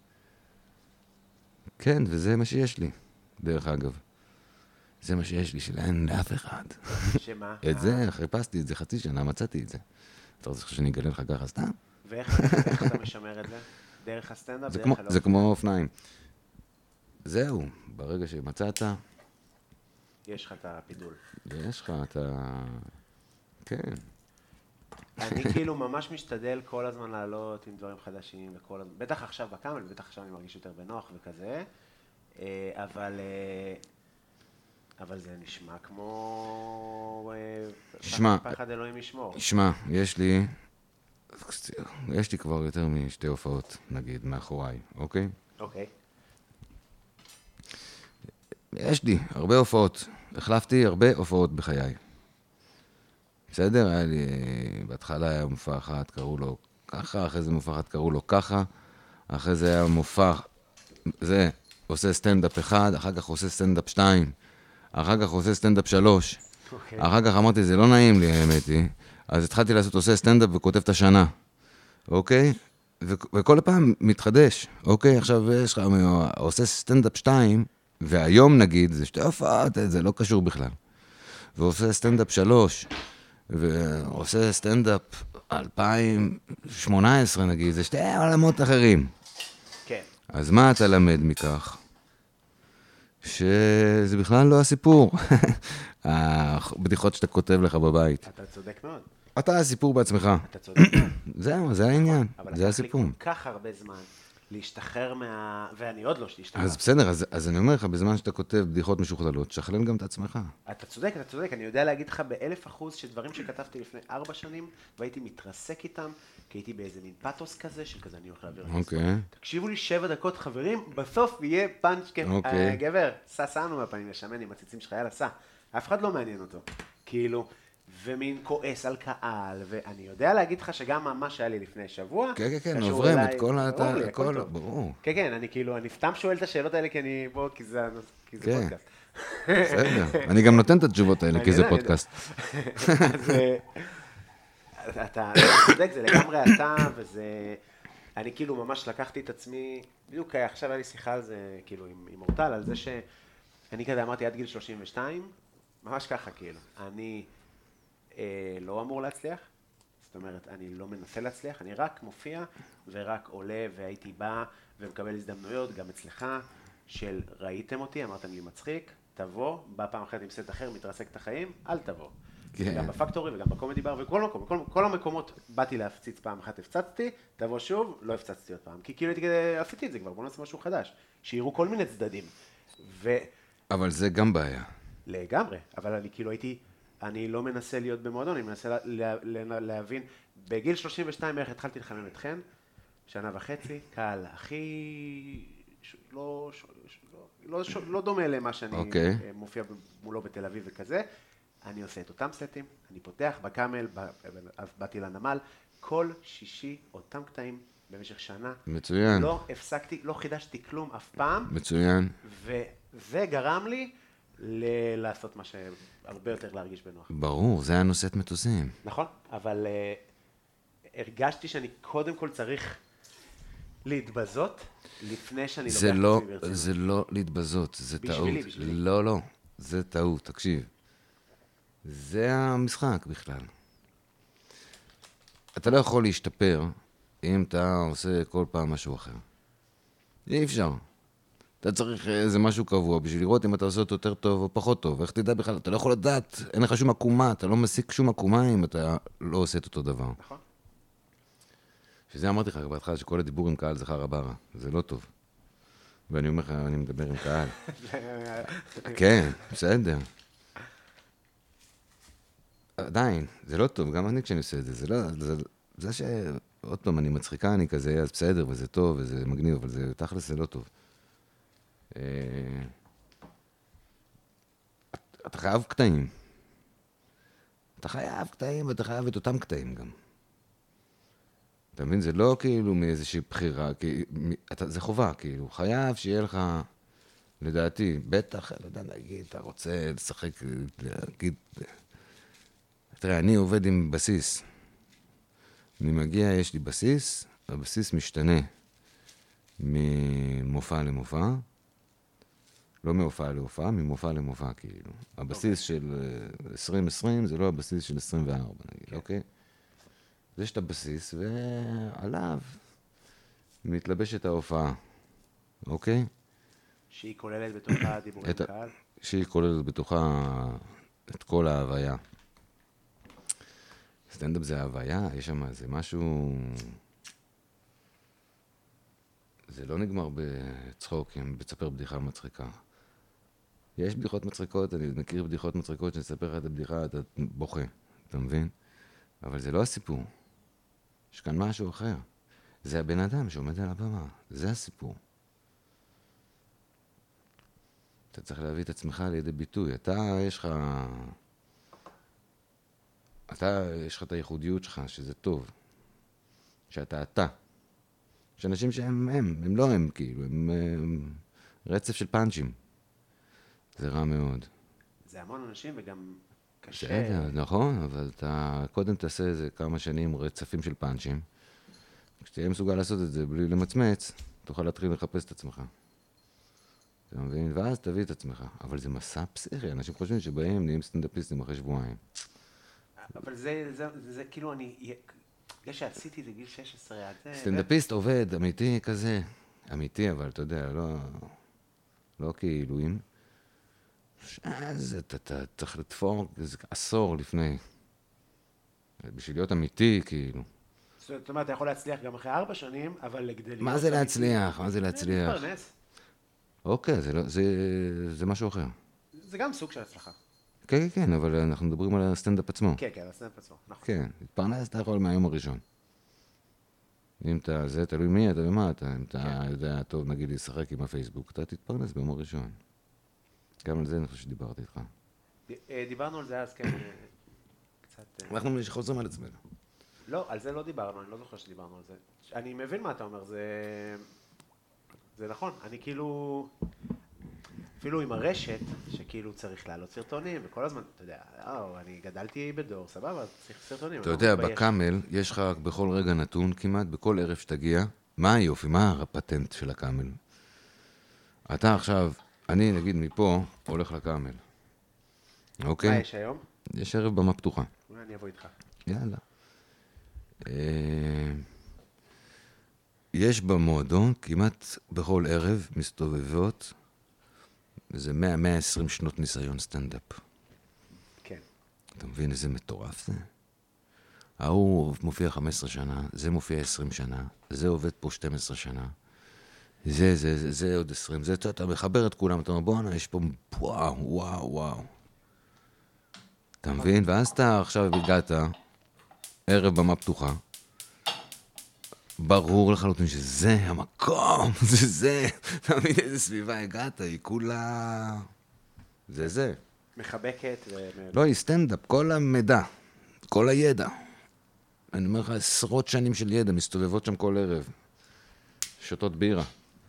כן, וזה מה שיש לי, דרך אגב. זה מה שיש לי, שאין לאף אחד. שמה? את זה, חיפשתי את זה חצי שנה, מצאתי את זה. אתה רוצה שאני אגלה לך ככה סתם? ואיך אתה משמר את זה? דרך הסטנדאפ? זה כמו אופניים. זהו, ברגע שמצאת... יש לך את הפידול. יש לך את כן. אני כאילו ממש משתדל כל הזמן לעלות עם דברים חדשים, בטח עכשיו בקאמל, בטח עכשיו אני מרגיש יותר בנוח וכזה, אבל זה נשמע כמו... פחד אלוהים ישמור. שמע, יש לי כבר יותר משתי הופעות, נגיד, מאחוריי, אוקיי? אוקיי. יש לי הרבה הופעות. החלפתי הרבה הופעות בחיי. בסדר? היה לי... בהתחלה היה מופע אחת, קראו לו ככה, אחרי זה מופע אחת, קראו לו ככה, אחרי זה היה מופע... זה, עושה סטנדאפ 1, אחר כך עושה סטנדאפ 2, אחר כך עושה סטנדאפ 3. אחר כך אמרתי, זה לא נעים לי, האמת היא. אז התחלתי לעשות, עושה סטנדאפ וכותב את השנה. אוקיי? וכל הפעם מתחדש. אוקיי? עכשיו יש לך, עושה סטנדאפ 2, והיום נגיד, זה שתי הופעות, זה לא קשור בכלל. ועושה סטנדאפ 3, ועושה סטנדאפ 2018 נגיד, זה שתי עולמות אחרים. כן. אז מה אתה למד מכך? שזה בכלל לא הסיפור. הבדיחות שאתה כותב לך בבית. אתה צודק מאוד. אתה הסיפור בעצמך. אתה צודק מאוד. זהו, זה העניין, זה הסיפור. אבל לקח לי כל כך הרבה זמן להשתחרר ואני עוד לא השתחרר. אז בסדר, אז אני אומר לך, בזמן שאתה כותב בדיחות משוכללות, שכלל גם את עצמך. אתה צודק. אני יודע להגיד לך ב1,000% שדברים שכתבתי לפני 4 שנים, והייתי מתרסק איתם, כי הייתי באיזה מין פאטוס כזה, של כזה אני הולך להעביר את אוקיי. הספורט. תקשיבו לי 7 דקות, חברים, בסוף יהיה פאנץ' כן. גבר, סע לנו מהפנים, לשמן עם הציצים שלך, יאללה, סע. אף אחד לא מעניין אותו. כאילו, ומין כועס על קהל, ואני יודע להגיד לך שגם מה שהיה לי לפני שבוע, כן, כן, קשור עוברים אליי, את כל ברור לי, הכל טוב. ברור. כן, כן, אני כאילו, אני סתם שואל את השאלות האלה, כי זה כן. פודקאסט. בסדר, אני גם נותן את התשובות האלה, כי זה פודקאסט. אז אתה צודק, זה לגמרי אתה, וזה... אני כאילו ממש לקחתי את עצמי, בדיוק עכשיו היה לי שיחה על זה, כאילו, עם אורטל, על זה שאני כזה אמרתי עד גיל 32, ממש ככה, כאילו. אני לא אמור להצליח, זאת אומרת, אני לא מנסה להצליח, אני רק מופיע ורק עולה, והייתי בא ומקבל הזדמנויות, גם אצלך, של ראיתם אותי, אמרתם לי מצחיק, תבוא, בא פעם אחת עם סט אחר, מתרסק את החיים, אל תבוא. כן. גם בפקטורי וגם בקומדי בר, וכל מקום, כל המקומות באתי להפציץ פעם אחת, הפצצתי, תבוא שוב, לא הפצצתי עוד פעם. כי כאילו הייתי כזה, עשיתי את זה כבר, בוא נעשה משהו חדש. שיראו כל מיני צדדים. אבל זה גם בעיה. לגמרי, אבל אני כאילו אני לא מנסה להיות במועדון, אני מנסה להבין, בגיל 32 איך התחלתי לחמם את חן, 1.5 שנה, קהל הכי, לא דומה למה שאני מופיע מולו בתל אביב וכזה, אני עושה את אותם סטים, אני פותח בקאמל, באתי לנמל, כל שישי אותם קטעים במשך שנה. מצוין. לא הפסקתי, לא חידשתי כלום אף פעם. מצוין. וזה גרם לי לעשות מה שהרבה יותר להרגיש בנוח. ברור, זה היה נושאת מטוסים. נכון, אבל הרגשתי שאני קודם כל צריך להתבזות לפני שאני לוקח את עצמי ברצינות. זה לא להתבזות, זה טעות. בשבילי. לא, זה טעות, תקשיב. זה המשחק בכלל. אתה לא יכול להשתפר אם אתה עושה כל פעם משהו אחר. אי אפשר. אתה צריך איזה משהו קבוע בשביל לראות אם אתה עושה אותו יותר טוב או פחות טוב. איך תדע בכלל? אתה לא יכול לדעת, אין לך שום עקומה, אתה לא מסיק שום עקומה אם אתה לא עושה את אותו דבר. נכון. שזה אמרתי לך בהתחלה שכל הדיבור עם קהל זה חרא ברא, זה לא טוב. ואני אומר לך, אני מדבר עם קהל. כן, בסדר. עדיין, זה לא טוב, גם אני כשאני עושה את זה, זה לא, זה שעוד פעם, אני מצחיקה, אני כזה, אז בסדר, וזה טוב, וזה מגניב, אבל זה, תכלס זה לא טוב. אתה חייב קטעים. אתה חייב קטעים, ואתה חייב את אותם קטעים גם. אתה מבין? זה לא כאילו מאיזושהי בחירה, זה חובה, כאילו, חייב שיהיה לך, לדעתי, בטח, לא יודע, נגיד, אתה רוצה לשחק, להגיד, תראה, אני עובד עם בסיס. אני מגיע, יש לי בסיס, הבסיס משתנה ממופע למופע, לא מהופעה להופעה, ממופע למופע, כאילו. הבסיס של 2020 זה לא הבסיס של 24, נגיד, אוקיי? אז יש את הבסיס, ועליו מתלבשת ההופעה, אוקיי? שהיא כוללת בתוכה דיבורים קהל. שהיא כוללת בתוכה את כל ההוויה. סטנדאפ זה ההוויה, יש שם איזה משהו... זה לא נגמר בצחוק, אם בצפר בדיחה מצחיקה. יש בדיחות מצחיקות, אני מכיר בדיחות מצחיקות, שאני אספר לך את הבדיחה, אתה בוכה, אתה מבין? אבל זה לא הסיפור. יש כאן משהו אחר. זה הבן אדם שעומד על הבמה, זה הסיפור. אתה צריך להביא את עצמך לידי ביטוי. יש לך את הייחודיות שלך, שזה טוב. שאתה אתה. יש אנשים הם לא הם, כאילו, הם רצף של פאנצ'ים. זה רע מאוד. זה המון אנשים וגם קשה. בסדר, נכון, אבל אתה קודם תעשה איזה כמה שנים רצפים של פאנצ'ים. כשתהיה מסוגל לעשות את זה בלי למצמץ, תוכל להתחיל לחפש את עצמך. אתה מבין? ואז תביא את עצמך. אבל זה מסע פסיכי, אנשים חושבים שבהם נהיים סטנדאפיסטים אחרי שבועיים. אבל זה כאילו בגלל שעשיתי את זה גיל 16, סטנדאפיסט עובד, אמיתי כזה. אמיתי, אבל אתה יודע, לא כאילויים. אז אתה צריך לתפור איזה עשור לפני. בשביל להיות אמיתי, כאילו. זאת אומרת, אתה יכול להצליח גם אחרי 4 שנים, אבל כדי להיות... מה זה להצליח? מה זה להצליח? להתפרנס. אוקיי, זה משהו אחר. זה גם סוג של הצלחה. כן, כן, אבל אנחנו מדברים על הסטנדאפ עצמו. כן, כן, הסטנדאפ עצמו, נכון. כן, להתפרנס אתה יכול מהיום הראשון. אם אתה, זה תלוי מי אתה ומה אתה, אם אתה יודע, טוב, נגיד לשחק עם הפייסבוק, אתה תתפרנס ביום הראשון. גם על זה אני חושב שדיברתי איתך. דיברנו על זה אז, כן, קצת... אנחנו חוזרים על עצמנו. לא, על זה לא דיברנו, אני לא זוכר שדיברנו על זה. אני מבין מה אתה אומר, זה נכון, אני כאילו... אפילו עם הרשת, שכאילו צריך לעלות סרטונים, וכל הזמן, אתה יודע, אני גדלתי בדור, סבבה, צריך סרטונים. אתה יודע, בקאמל יש לך בכל רגע נתון כמעט, בכל ערב שתגיע, מה היופי, מה הפטנט של הקאמל? אתה עכשיו, אני נגיד מפה הולך לקאמל, אוקיי? מה יש היום? יש ערב במה פתוחה. אולי אני אבוא איתך. יאללה. יש במועדון כמעט בכל ערב מסתובבות, זה 120 שנות ניסיון סטנדאפ. כן. אתה מבין איזה מטורף זה? ההוא מופיע 15 שנה, זה מופיע 20 שנה, זה עובד פה 12 שנה, זה עוד 20, זה אתה מחבר את כולם, אתה אומר בואנה, יש פה וואו. אתה מבין? ואז אתה עכשיו הגעת, ערב במה פתוחה, ברור לחלוטין שזה המקום, זה, אתה מבין איזה סביבה הגעת, היא כולה... זה. מחבקת לא, היא סטנדאפ, כל המידע, כל הידע. אני אומר לך, עשרות שנים של ידע, מסתובבות שם כל ערב. שותות בירה.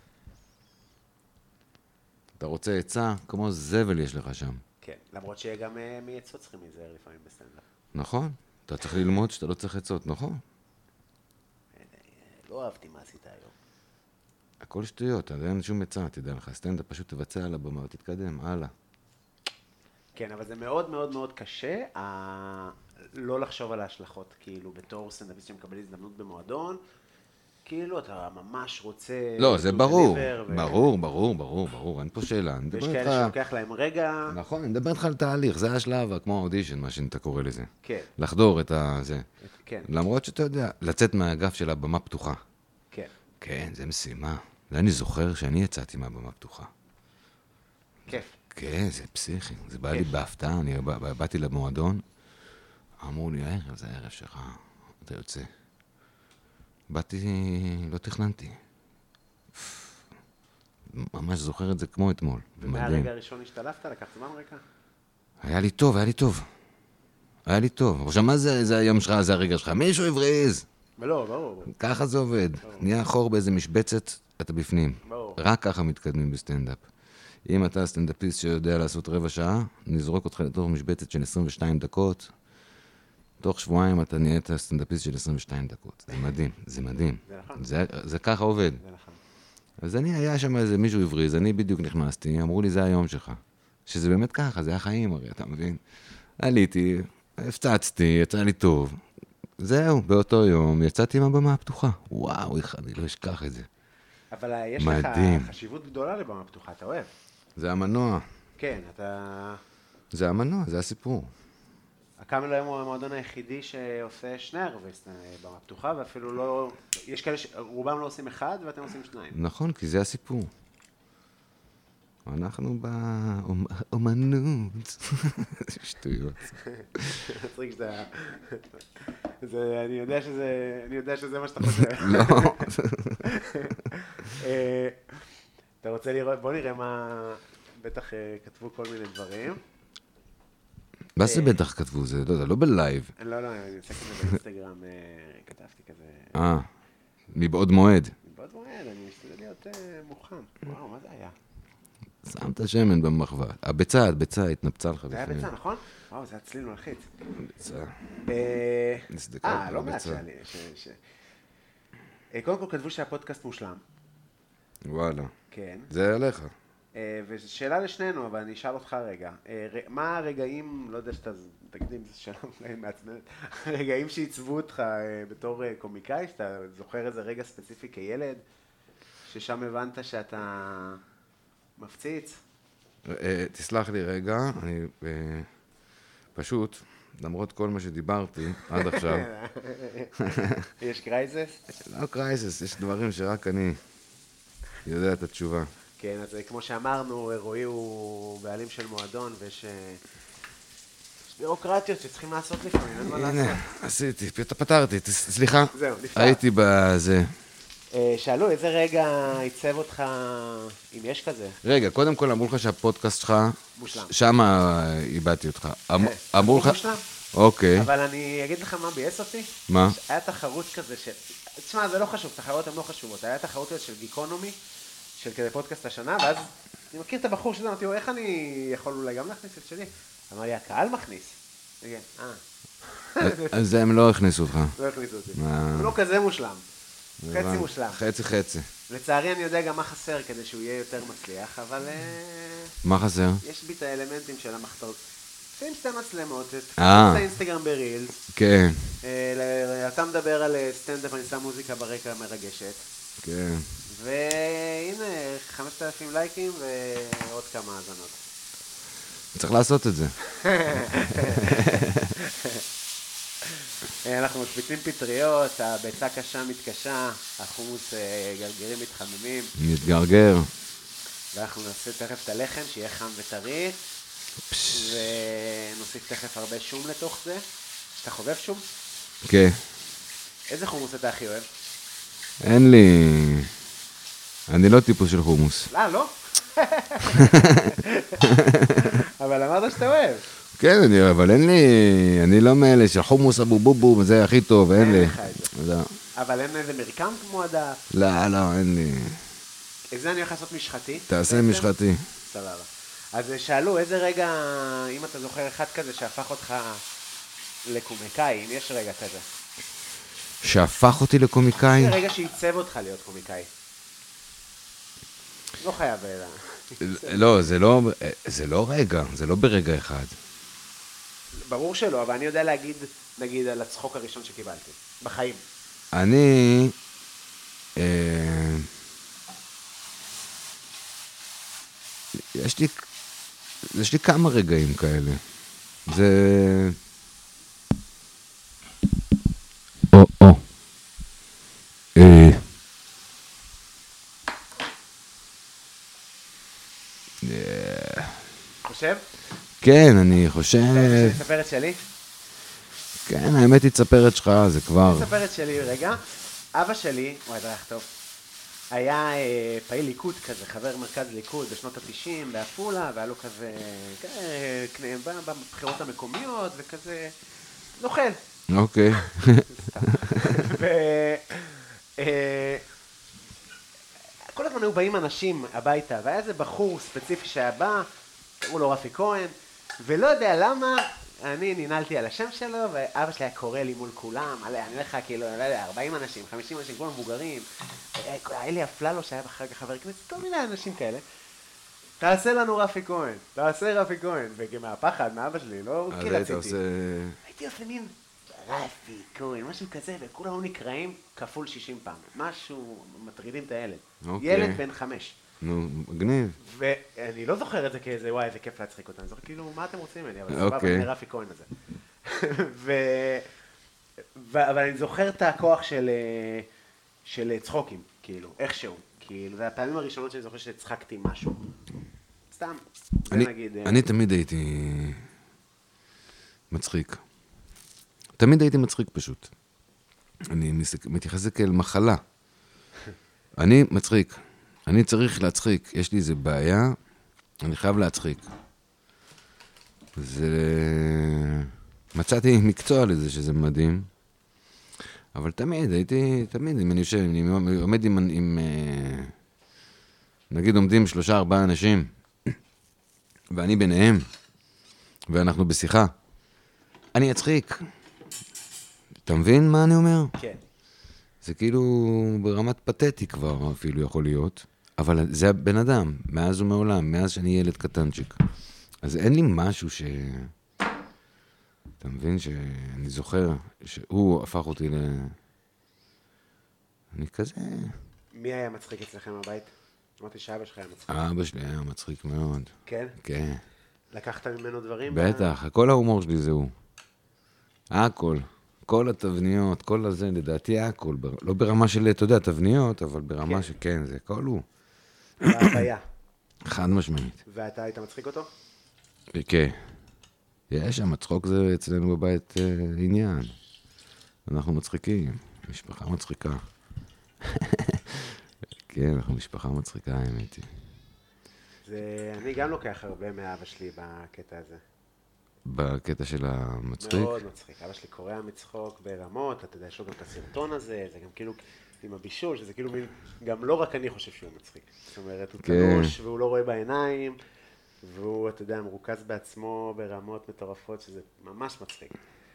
אתה רוצה עצה? כמו זבל יש לך שם. כן, למרות שגם מעצות צריכים להיזהר לפעמים בסטנדאפ. נכון, אתה צריך ללמוד שאתה לא צריך עצות, נכון? לא אהבתי מה עשית היום. הכל שטויות, אין שום עצה, תדע לך, סטנדאפ פשוט תבצע על הבמה ותתקדם, הלאה. כן, אבל זה מאוד מאוד מאוד קשה, לא לחשוב על ההשלכות, כאילו, בתור סטנדאפיסט שמקבל הזדמנות במועדון, כאילו, אתה ממש רוצה... לא, זה ברור, אין פה שאלה. ויש כאלה שלוקח להם רגע... נכון, אני מדבר איתך על תהליך, זה השלב, כמו האודישן, מה שאתה קורא לזה. כן. לחדור את זה. כן. למרות שאתה יודע, לצאת מהאגף של הבמה פתוחה. כן. כן, זה משימה. ואני זוכר שאני יצאתי מהבמה פתוחה. כיף. כן, זה פסיכי. זה בא לי בהפתעה, אני באתי למועדון, אמרו לי, הערב, זה הערב שלך, אתה יוצא. באתי, לא תכננתי. ממש זוכר את זה כמו אתמול. ומהרגע הראשון השתלפת, לקח זמן רגע? היה לי טוב. עכשיו, מה זה היום שלך, זה הרגע שלך? מישהו הבריז. לא, ברור. ככה זה עובד. נהיה חור באיזה משבצת, אתה בפנים. ברור. רק ככה מתקדמים בסטנדאפ. אם אתה סטנדאפיסט שיודע לעשות רבע שעה, נזרוק אותך לתוך משבצת של 22 דקות. תוך שבועיים אתה נהיית סטנדאפיסט של 22 דקות. זה מדהים. זה נכון. זה ככה עובד. זה נכון. אז היה שם איזה מישהו הבריז, אני בדיוק נכנסתי, אמרו לי, זה היום שלך. שזה באמת ככה, זה החיים הרי, אתה מבין? עליתי, הפצצתי, יצא לי טוב. זהו, באותו יום יצאתי עם הבמה הפתוחה. וואו, אני לא אשכח את זה. אבל יש מדהים. לך חשיבות גדולה לבמה פתוחה, אתה אוהב. זה המנוע. כן, אתה... זה המנוע, זה הסיפור. הקאמל היום הוא המועדון היחידי שעושה שני ערבי במה פתוחה, ואפילו לא... יש כאלה שרובם לא עושים אחד ואתם עושים שניים. נכון, כי זה הסיפור. אנחנו באומנות. שטויות. מצחיק שאתה... אני יודע שזה מה שאתה חושב. לא. אתה רוצה לראות, בוא נראה מה... בטח כתבו כל מיני דברים. מה זה בטח כתבו? זה לא בלייב. לא, אני עושה כזה באינסטגרם, כתבתי כזה... מבעוד מועד. מבעוד מועד, אני משתדל להיות מוכן. וואו, מה זה היה? שמת שמן במחווה. הביצה התנפצה לך בפנים. זה היה ביצה, נכון? וואו, זה היה צליל מלחיץ. ביצה. לא מעט שאלי. קודם כל כתבו שהפודקאסט מושלם. וואלה. כן. זה עליך. ושאלה לשנינו, אבל אני אשאל אותך רגע. מה הרגעים, לא יודע שאתה תקדים, זו שאלה אולי מעצבנת, הרגעים שעיצבו אותך בתור קומיקאי, שאתה זוכר איזה רגע ספציפי כילד, ששם הבנת שאתה מפציץ? תסלח לי רגע, אני פשוט, למרות כל מה שדיברתי עד עכשיו. יש קרייזס? לא קרייזס, יש דברים שרק אני יודע את התשובה. כן, אז כמו שאמרנו, רועי הוא בעלים של מועדון, ויש בירוקרטיות שצריכים לעשות לפעמים, אין מה לעשות. הנה, עשיתי, פתרתי, סליחה. זהו, נפתר. הייתי בזה. שאלו, איזה רגע עיצב אותך, אם יש כזה? רגע, קודם כל אמרו לך שהפודקאסט שלך, מושלם. שמה איבדתי אותך. אמרו לך, מושלם? אוקיי. אבל אני אגיד לך מה ביאס אותי. מה? היה תחרות כזה של... תשמע, זה לא חשוב, תחרות הן לא חשובות. היה תחרות כזה של גיקונומי, של כזה פודקאסט השנה, ואז אני מכיר את הבחור שזה, אמרתי לו, איך אני יכול אולי גם להכניס את שלי? אמר לי, הקהל מכניס. אז הם לא הכניסו אותך. לא הכניסו אותי. הוא לא כזה מושלם. חצי מושלם. חצי. לצערי אני יודע גם מה חסר כדי שהוא יהיה יותר מצליח, אבל מה חסר? יש בי את האלמנטים של המחתרות. שים שתי מצלמות, תפתח את האינסטגרם ברילס. כן. אתה מדבר על סטנדאפ, אני שם מוזיקה ברקע מרגשת. כן. והנה, 5,000 לייקים ועוד כמה האזנות. צריך לעשות את זה. אנחנו מקפיצים פטריות, הביצה קשה מתקשה, החומוס גרגירים מתחממים. מתגרגר. ואנחנו נעשה תכף את הלחם, שיהיה חם וטרי. ונוסיף תכף הרבה שום לתוך זה. אתה חובב שום? כן. איזה חומוס אתה הכי אוהב? אין לי... אני לא טיפוס של חומוס. לא? אבל אמרת שאתה אוהב. כן, אבל אין לי... אני לא מאלה של חומוס אבו בובו, זה הכי טוב, אין לי. אין לך את זה. אבל אין איזה מרקם כמו הדף? לא, אין לי. את זה אני הולך לעשות משחתי. תעשה משחתי. סבבה. אז שאלו, איזה רגע, אם אתה זוכר אחד כזה שהפך אותך לקומיקאי, אם יש רגע כזה. שהפך אותי לקומיקאי? זה רגע שעיצב אותך להיות קומיקאי. לא חייב... לא, זה לא רגע, זה לא ברגע אחד. ברור שלא, אבל אני יודע להגיד, נגיד, על הצחוק הראשון שקיבלתי, בחיים. אני... יש לי כמה רגעים כאלה. זה... חושב? כן, אני חושב... אתה תספר את שלי? כן, האמת היא תספר את שלך, זה כבר... תספר את שלי רגע. אבא שלי, וואי, זה היה טוב. היה פעיל ליכוד כזה, חבר מרכז ליכוד בשנות ה-90 בעפולה, והיה לו כזה, בבחירות המקומיות, וכזה, נוכל. אוקיי. כל הזמן היו באים אנשים הביתה, והיה איזה בחור ספציפי שהיה בא, קראו לו רפי כהן, ולא יודע למה, אני ננעלתי על השם שלו, ואבא שלי היה קורא לי מול כולם, אני לך כאילו, לא יודע, 40 אנשים, 50 אנשים, כולם מבוגרים, היה לי אפללו שהיה אחר כך חבר כנסת, כל מיני אנשים כאלה, תעשה לנו רפי כהן, תעשה רפי כהן, ומהפחד, מאבא שלי, לא כי רציתי. הייתי עושה מין רפי כהן, משהו כזה, וכולם היו נקראים כפול 60 פעם, משהו, מטרידים את הילד. ילד בן 5. נו, מגניב. ואני לא זוכר את זה כאיזה, וואי, איזה כיף להצחיק אותם. אני זוכר, כאילו, מה אתם רוצים ממני? אבל סבבה, אני רפי כהן הזה. אבל אני זוכר את הכוח של צחוקים, כאילו, איכשהו. כאילו, זה הפעמים הראשונות שאני זוכר שהצחקתי משהו. סתם, זה נגיד... אני תמיד הייתי מצחיק. תמיד הייתי מצחיק פשוט. אני מתייחס לזה כאל מחלה. אני מצחיק. אני צריך להצחיק. יש לי איזה בעיה, אני חייב להצחיק. מצאתי מקצוע לזה שזה מדהים. אבל תמיד, אם אני יושב, אני עומד עם נגיד עומדים 3-4 אנשים, ואני ביניהם, ואנחנו בשיחה, אני אצחיק. אתה מבין מה אני אומר? כן. זה כאילו ברמת פתטי כבר אפילו יכול להיות, אבל זה הבן אדם, מאז ומעולם, מאז שאני ילד קטנצ'יק. אז אין לי משהו ש... אתה מבין שאני זוכר שהוא הפך אותי אני כזה... מי היה מצחיק אצלכם בבית? אמרתי שאבא שלך היה מצחיק. אבא שלי היה מצחיק מאוד. כן? כן. לקחת ממנו דברים? בטח, כל ההומור שלי זה הוא. הכל. כל התבניות, כל הזה, לדעתי הכל. לא ברמה של, אתה יודע, תבניות, אבל ברמה שכן, זה הכל הוא. בהפיה. חד משמעית. ואתה היית מצחיק אותו? כן. יש שם, צחוק זה אצלנו בבית עניין. אנחנו מצחיקים, משפחה מצחיקה. כן, אנחנו משפחה מצחיקה, האמת היא. אני גם לוקח הרבה מאבא שלי בקטע הזה. בקטע של המצחיק. מאוד מצחיק. אבא שלי קורא מצחוק ברמות, אתה יודע, יש לו גם את הסרטון הזה, זה גם כאילו עם הבישול, שזה כאילו מין, גם לא רק אני חושב שהוא מצחיק. זאת אומרת, הוא תלוש והוא לא רואה בעיניים, והוא, אתה יודע, מרוכז בעצמו ברמות מטורפות, שזה ממש מצחיק.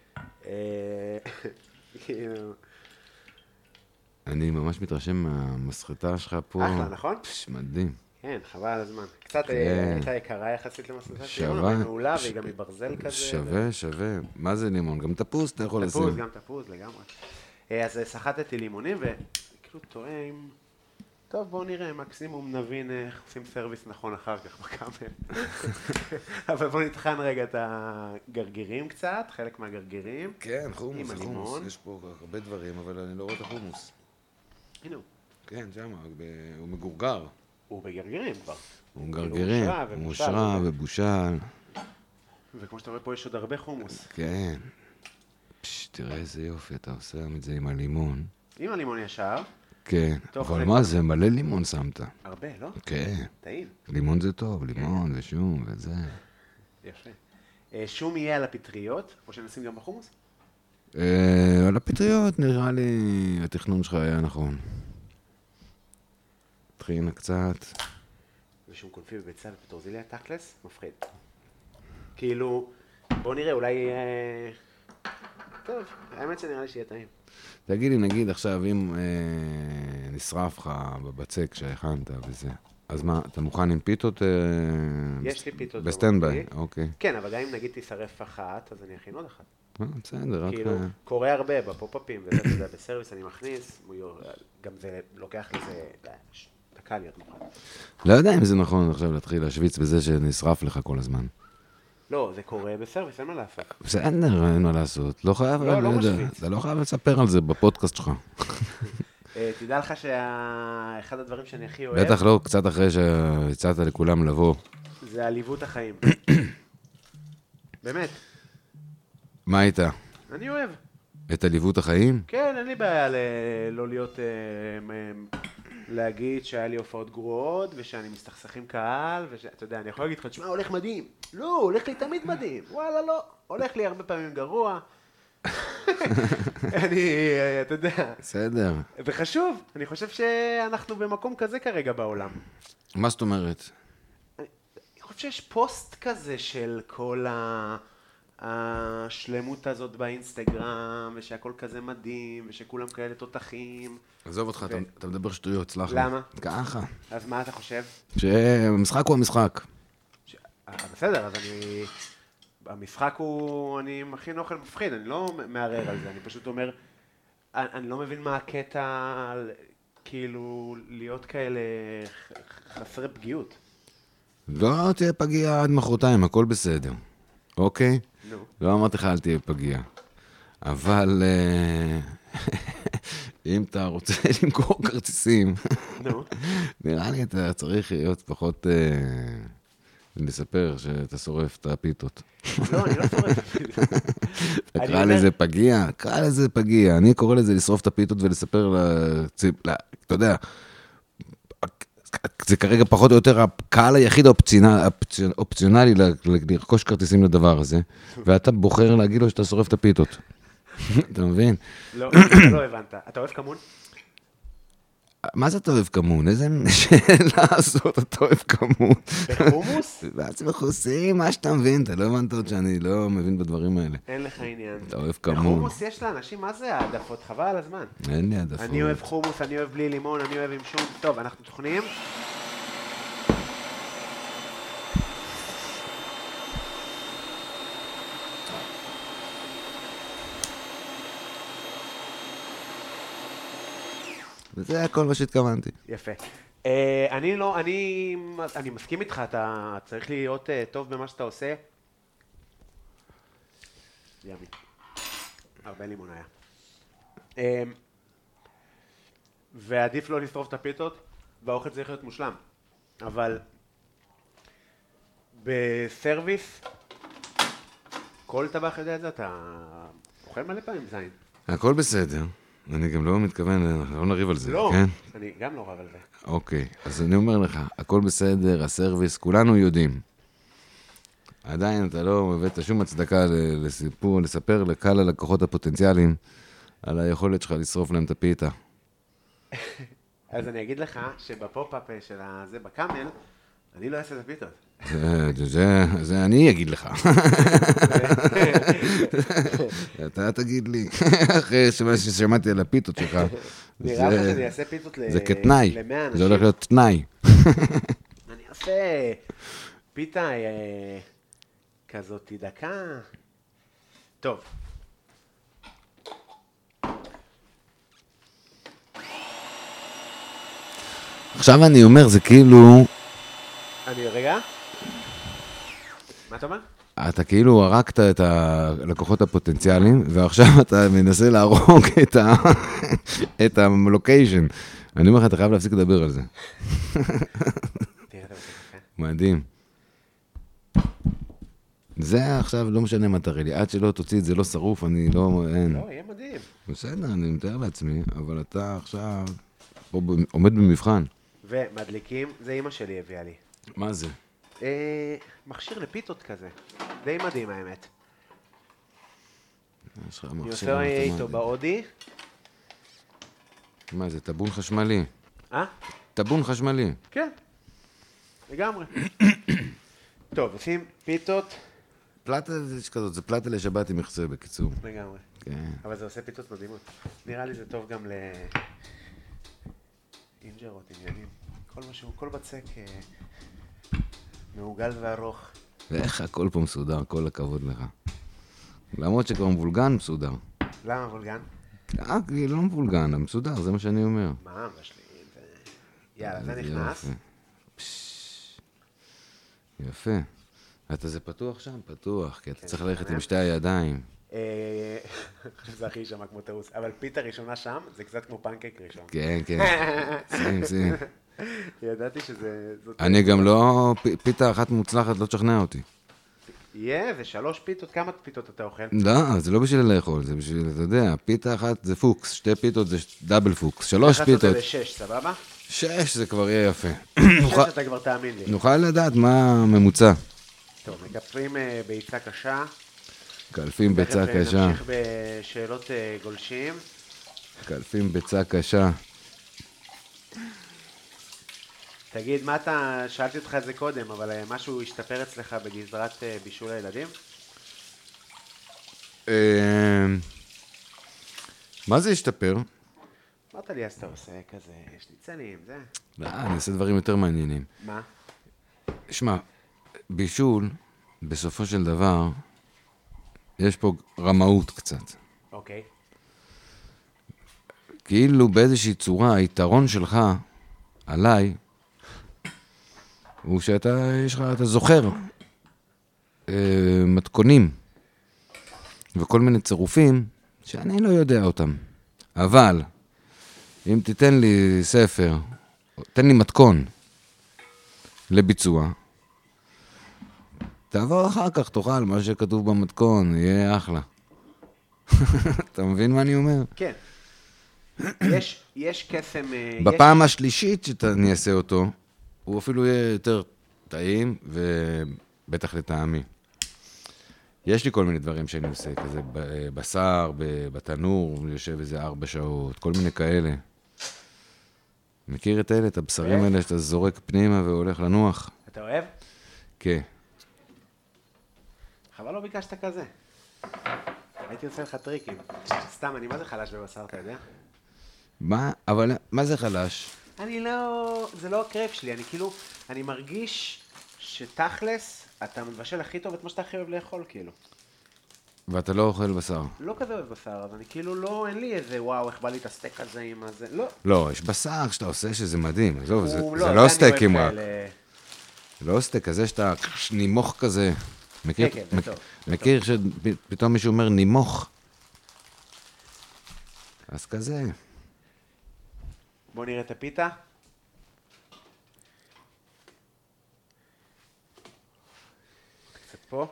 אני ממש מתרשם מהמסחטה שלך פה. אחלה, נכון? מדהים. כן, חבל על הזמן. קצת הייתה יקרה יחסית למסחטה של לימון, אבל מעולה, והיא גם מברזל כזה. שווה. מה זה לימון? גם תפוס אתה יכול לשים. תפוז, גם תפוז, לגמרי. אז סחטתי לימונים, וכאילו תוהה אם... טוב, בואו נראה, מקסימום נבין איך עושים סרוויס נכון אחר כך בקאמל. אבל בואו נטחן רגע את הגרגירים קצת, חלק מהגרגירים. כן, חומוס, עם הלימון. יש פה הרבה דברים, אבל אני לא רואה את החומוס. הנה הוא. כן, שם, הוא מגורגר. הוא בגרגירים כבר. הוא גרגירים, הוא מושרה ובושל. וכמו שאתה רואה פה יש עוד הרבה חומוס. כן. תראה איזה יופי, אתה עושה את זה עם הלימון. עם הלימון ישר. כן, אבל מה זה, מלא לימון שמת. הרבה, לא? כן. טעים. לימון זה טוב, לימון ושום וזה. יפה. שום יהיה על הפטריות, או שנשים גם בחומוס? על הפטריות נראה לי התכנון שלך היה נכון. טחינה קצת. ושום קונפי וביצה ופטרוזיליה, תכלס, מפחיד. כאילו, בוא נראה, אולי... טוב, האמת שנראה לי שיהיה טעים. תגיד לי, נגיד עכשיו, אם נשרף לך בבצק שהכנת וזה, אז מה, אתה מוכן עם פיתות? יש לי פיתות. בסטנדביי, אוקיי. כן, אבל גם אם נגיד תשרף אחת, אז אני אכין עוד אחת. בסדר, רק... כאילו, קורה הרבה בפופ-אפים, וזה, אתה יודע, בסרוויס אני מכניס, גם זה לוקח לזה דקה להיות מוכן. לא יודע אם זה נכון עכשיו להתחיל להשוויץ בזה שנשרף לך כל הזמן. לא, זה קורה בסרוויס, אין מה לעשות. בסדר, אין מה לעשות. לא חייב... לא משוויץ. אתה לא חייב לספר על זה בפודקאסט שלך. תדע לך שאחד הדברים שאני הכי אוהב... בטח לא, קצת אחרי שהצעת לכולם לבוא. זה עליבות החיים. באמת. מה הייתה? אני אוהב. את עליבות החיים? כן, אין לי בעיה לא להיות... להגיד שהיה לי הופעות גרועות, ושאני מסתכסך עם קהל, ואתה יודע, אני יכול להגיד לך, תשמע, הולך מדהים. לא, הולך לי תמיד מדהים. וואלה, לא. הולך לי הרבה פעמים גרוע. אתה יודע. בסדר. וחשוב, אני חושב שאנחנו במקום כזה כרגע בעולם. מה זאת אומרת? אני חושב שיש פוסט כזה של כל השלמות הזאת באינסטגרם, ושהכל כזה מדהים, ושכולם כאלה תותחים. עזוב אותך, אתה מדבר שטויות, סלח לי. למה? ככה. אז מה אתה חושב? שהמשחק הוא המשחק. בסדר, אז המשחק הוא, אני מכין אוכל מפחיד, אני לא מערער על זה, אני פשוט אומר, אני לא מבין מה הקטע, כאילו, להיות כאלה חסרי פגיעות. לא תהיה פגיעה עד מחרתיים, הכל בסדר. אוקיי? לא אמרתי לך, אל תהיה פגיעה. אבל אם אתה רוצה למכור כרטיסים, נראה לי אתה צריך להיות פחות לספר שאתה שורף את הפיתות. לא, אני לא שורף את הפיתות. קרא לזה פגיע, קרא לזה פגיע. אני קורא לזה לשרוף את הפיתות ולספר אתה יודע, זה כרגע פחות או יותר הקהל היחיד האופציונלי לרכוש כרטיסים לדבר הזה, ואתה בוחר להגיד לו שאתה שורף את הפיתות. אתה מבין? לא, לא הבנת. אתה אוהב כמון? מה זה אתה אוהב כמון? איזה שאלה הזאת אתה אוהב כמון? בחומוס? ואז בחוסים, מה שאתה מבין, אתה לא הבנת עוד שאני לא מבין בדברים האלה. אין לך עניין. אתה אוהב כמון. בחומוס יש לאנשים, מה זה העדפות? חבל על הזמן. אין לי העדפות. אני אוהב חומוס, אני אוהב בלי לימון, אני אוהב עם שום. טוב, אנחנו תוכנים. וזה הכל מה שהתכוונתי. יפה. אני מסכים איתך, אתה צריך להיות טוב במה שאתה עושה. ימי. הרבה לימון היה. ועדיף לא לשרוף את הפיתות, והאוכל צריך להיות מושלם. אבל בסרוויס, כל טבח יודע את זה, אתה אוכל מלא פעמים זין. הכל בסדר. אני גם לא מתכוון, לא נריב על זה, לא, כן? אני גם לא רב על זה. אוקיי, אז אני אומר לך, הכל בסדר, הסרוויס, כולנו יודעים. עדיין אתה לא הבאת שום הצדקה לסיפור, לספר לקהל הלקוחות הפוטנציאליים על היכולת שלך לשרוף להם את הפיתה. אז אני אגיד לך שבפופ-אפ של הזה בקאמל, אני לא אעשה את הפיתות. זה אני אגיד לך. אתה תגיד לי, אחרי ששמעתי על הפיתות שלך. נראה לך שאני אעשה פיתות ל-100 זה כתנאי, אנשים. זה הולך להיות תנאי. אני אעשה פיתה כזאת דקה. טוב. עכשיו אני אומר, זה כאילו... רגע? מה אתה אומר? אתה כאילו הרגת את הלקוחות הפוטנציאליים, ועכשיו אתה מנסה להרוג את הלוקיישן. אני אומר לך, אתה חייב להפסיק לדבר על זה. מדהים. זה עכשיו לא משנה מה תראה לי. עד שלא תוציא את זה לא שרוף, אני לא... אין. לא, יהיה מדהים. בסדר, אני מתאר לעצמי, אבל אתה עכשיו פה עומד במבחן. ומדליקים, זה אמא שלי הביאה לי. מה זה? מכשיר לפיתות כזה. די מדהים האמת. יש לך אני מכשיר עושה אוטומטי. איתו באודי. מה זה, טבון חשמלי? טבון חשמלי. כן. לגמרי. טוב, עושים פיתות. פלטה כזאת, זה פלטה לשבת עם מחצה בקיצור. לגמרי. כן. אבל זה עושה פיתות מדהימות. נראה לי זה טוב גם אינג'רות, עניינים. כל בצק מעוגל וארוך. ואיך הכל פה מסודר, כל הכבוד לך. למרות שכבר מבולגן מסודר. למה וולגן? לא מבולגן, מסודר, זה מה שאני אומר. מה אבא שלי? יאללה, זה נכנס. יפה. אתה זה פתוח שם? פתוח, כי אתה צריך ללכת עם שתי הידיים. זה הכי יישמע כמו תירוץ. אבל פיתה ראשונה שם, זה קצת כמו פנקק ראשון. כן, כן. שים. ידעתי שזה... אני גם לא... פיתה אחת מוצלחת לא תשכנע אותי. יהיה, זה 3 פיתות. כמה פיתות אתה אוכל? לא, זה לא בשביל לאכול, זה בשביל, אתה יודע, פיתה אחת זה פוקס, 2 פיתות זה דאבל פוקס, 3 פיתות. אתה עושה ל6, סבבה? 6 זה כבר יהיה יפה. 6 אתה כבר תאמין לי. נוכל לדעת מה הממוצע. טוב, מקפלים ביצה קשה. קלפים ביצה קשה. נמשיך בשאלות גולשים. קלפים ביצה קשה. תגיד, מה אתה, שאלתי אותך את זה קודם, אבל משהו השתפר אצלך בגזרת בישול הילדים? מה זה השתפר? אמרת לי, אז אתה עושה כזה, שניצלים, זה. לא, אני אעשה דברים יותר מעניינים. מה? שמע, בישול, בסופו של דבר, יש פה רמאות קצת. אוקיי. כאילו באיזושהי צורה, היתרון שלך עליי, הוא שאתה, יש לך, אתה זוכר מתכונים וכל מיני צירופים שאני לא יודע אותם. אבל, אם תיתן לי ספר, תן לי מתכון לביצוע, תעבור אחר כך, תאכל מה שכתוב במתכון, יהיה אחלה. אתה מבין מה אני אומר? כן. יש קסם... בפעם השלישית שאני אעשה אותו, הוא אפילו יהיה יותר טעים, ובטח לטעמי. יש לי כל מיני דברים שאני עושה, כזה בשר, בתנור, יושב איזה 4 שעות, כל מיני כאלה. מכיר את אלה, את הבשרים האלה שאתה זורק פנימה והולך לנוח? אתה אוהב? כן. חבל לא ביקשת כזה. הייתי עושה לך טריקים. סתם, אני מה זה חלש בבשר, אתה יודע? מה? אבל מה זה חלש? אני לא... זה לא הקרב שלי, אני כאילו... אני מרגיש שתכלס, אתה מבשל הכי טוב את מה שאתה הכי אוהב לאכול, כאילו. ואתה לא אוכל בשר. לא כזה אוהב בשר, אז אני כאילו לא... אין לי איזה וואו, איך בא לי את הסטייק הזה עם הזה, לא. לא, יש בשר שאתה עושה שזה מדהים. עזוב, זה הוא לא סטייקים רק. כאלה... לא סטייק כזה שאתה נימוך כזה. מכיר? כן, זה טוב. מכיר שפתאום מישהו אומר נימוך? אז כזה. בוא נראה את הפיתה. קצת פה.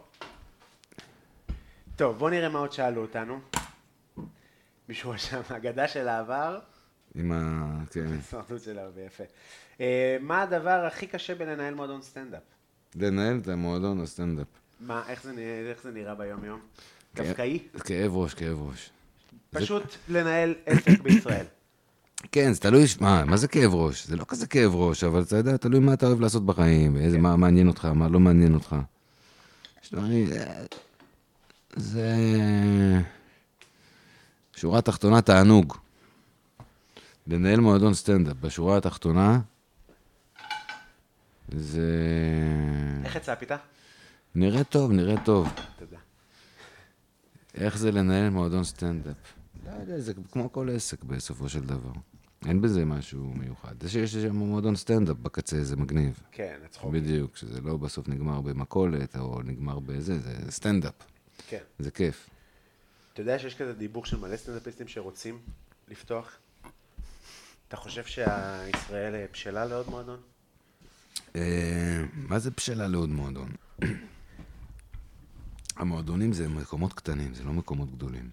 טוב, בוא נראה מה עוד שאלו אותנו. מישהו שם, אגדה של העבר. עם ה... כן. סרטוט שלה, ויפה. מה הדבר הכי קשה בלנהל מועדון סטנדאפ? לנהל את המועדון הסטנדאפ. מה, איך זה נראה ביום יום? דווקאי? כאב ראש. פשוט לנהל עסק בישראל. כן, זה תלוי, מה זה כאב ראש? זה לא כזה כאב ראש, אבל אתה יודע, תלוי מה אתה אוהב לעשות בחיים, מה מעניין אותך, מה לא מעניין אותך. יש דברים, זה... שורה התחתונה תענוג. לנהל מועדון סטנדאפ בשורה התחתונה, זה... איך הצפית? נראה טוב. תודה. איך זה לנהל מועדון סטנדאפ? לא יודע, זה כמו כל עסק בסופו של דבר. אין בזה משהו מיוחד. זה שיש שם מועדון סטנדאפ בקצה, זה מגניב. כן, הצחוק. בדיוק, שזה לא בסוף נגמר במקולת, או נגמר בזה, זה סטנדאפ. כן. זה כיף. אתה יודע שיש כזה דיבור של מלא סטנדאפיסטים שרוצים לפתוח? אתה חושב שהישראל בשלה לעוד מועדון? מה זה בשלה לעוד מועדון? המועדונים זה מקומות קטנים, זה לא מקומות גדולים.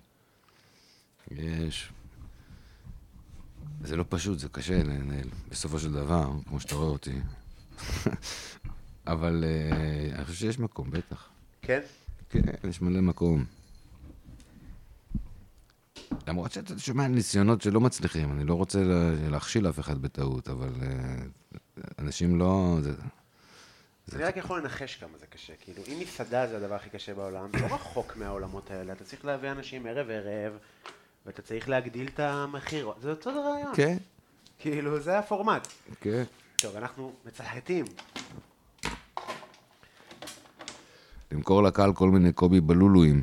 זה לא פשוט, זה קשה לנהל, בסופו של דבר, כמו שאתה רואה אותי. אבל אני חושב שיש מקום, בטח. כן? כן, יש מלא מקום. למרות שאתה שומע ניסיונות שלא מצליחים, אני לא רוצה להכשיל אף אחד בטעות, אבל אנשים לא... אני רק יכול לנחש כמה זה קשה, כאילו, אם מסעדה זה הדבר הכי קשה בעולם, זה לא רחוק מהעולמות האלה, אתה צריך להביא אנשים ערב, ואתה צריך להגדיל את המחיר, זה אותו רעיון. כן. כאילו, זה הפורמט. כן. טוב, אנחנו מצלחתים. למכור לקהל כל מיני קובי בלולויים.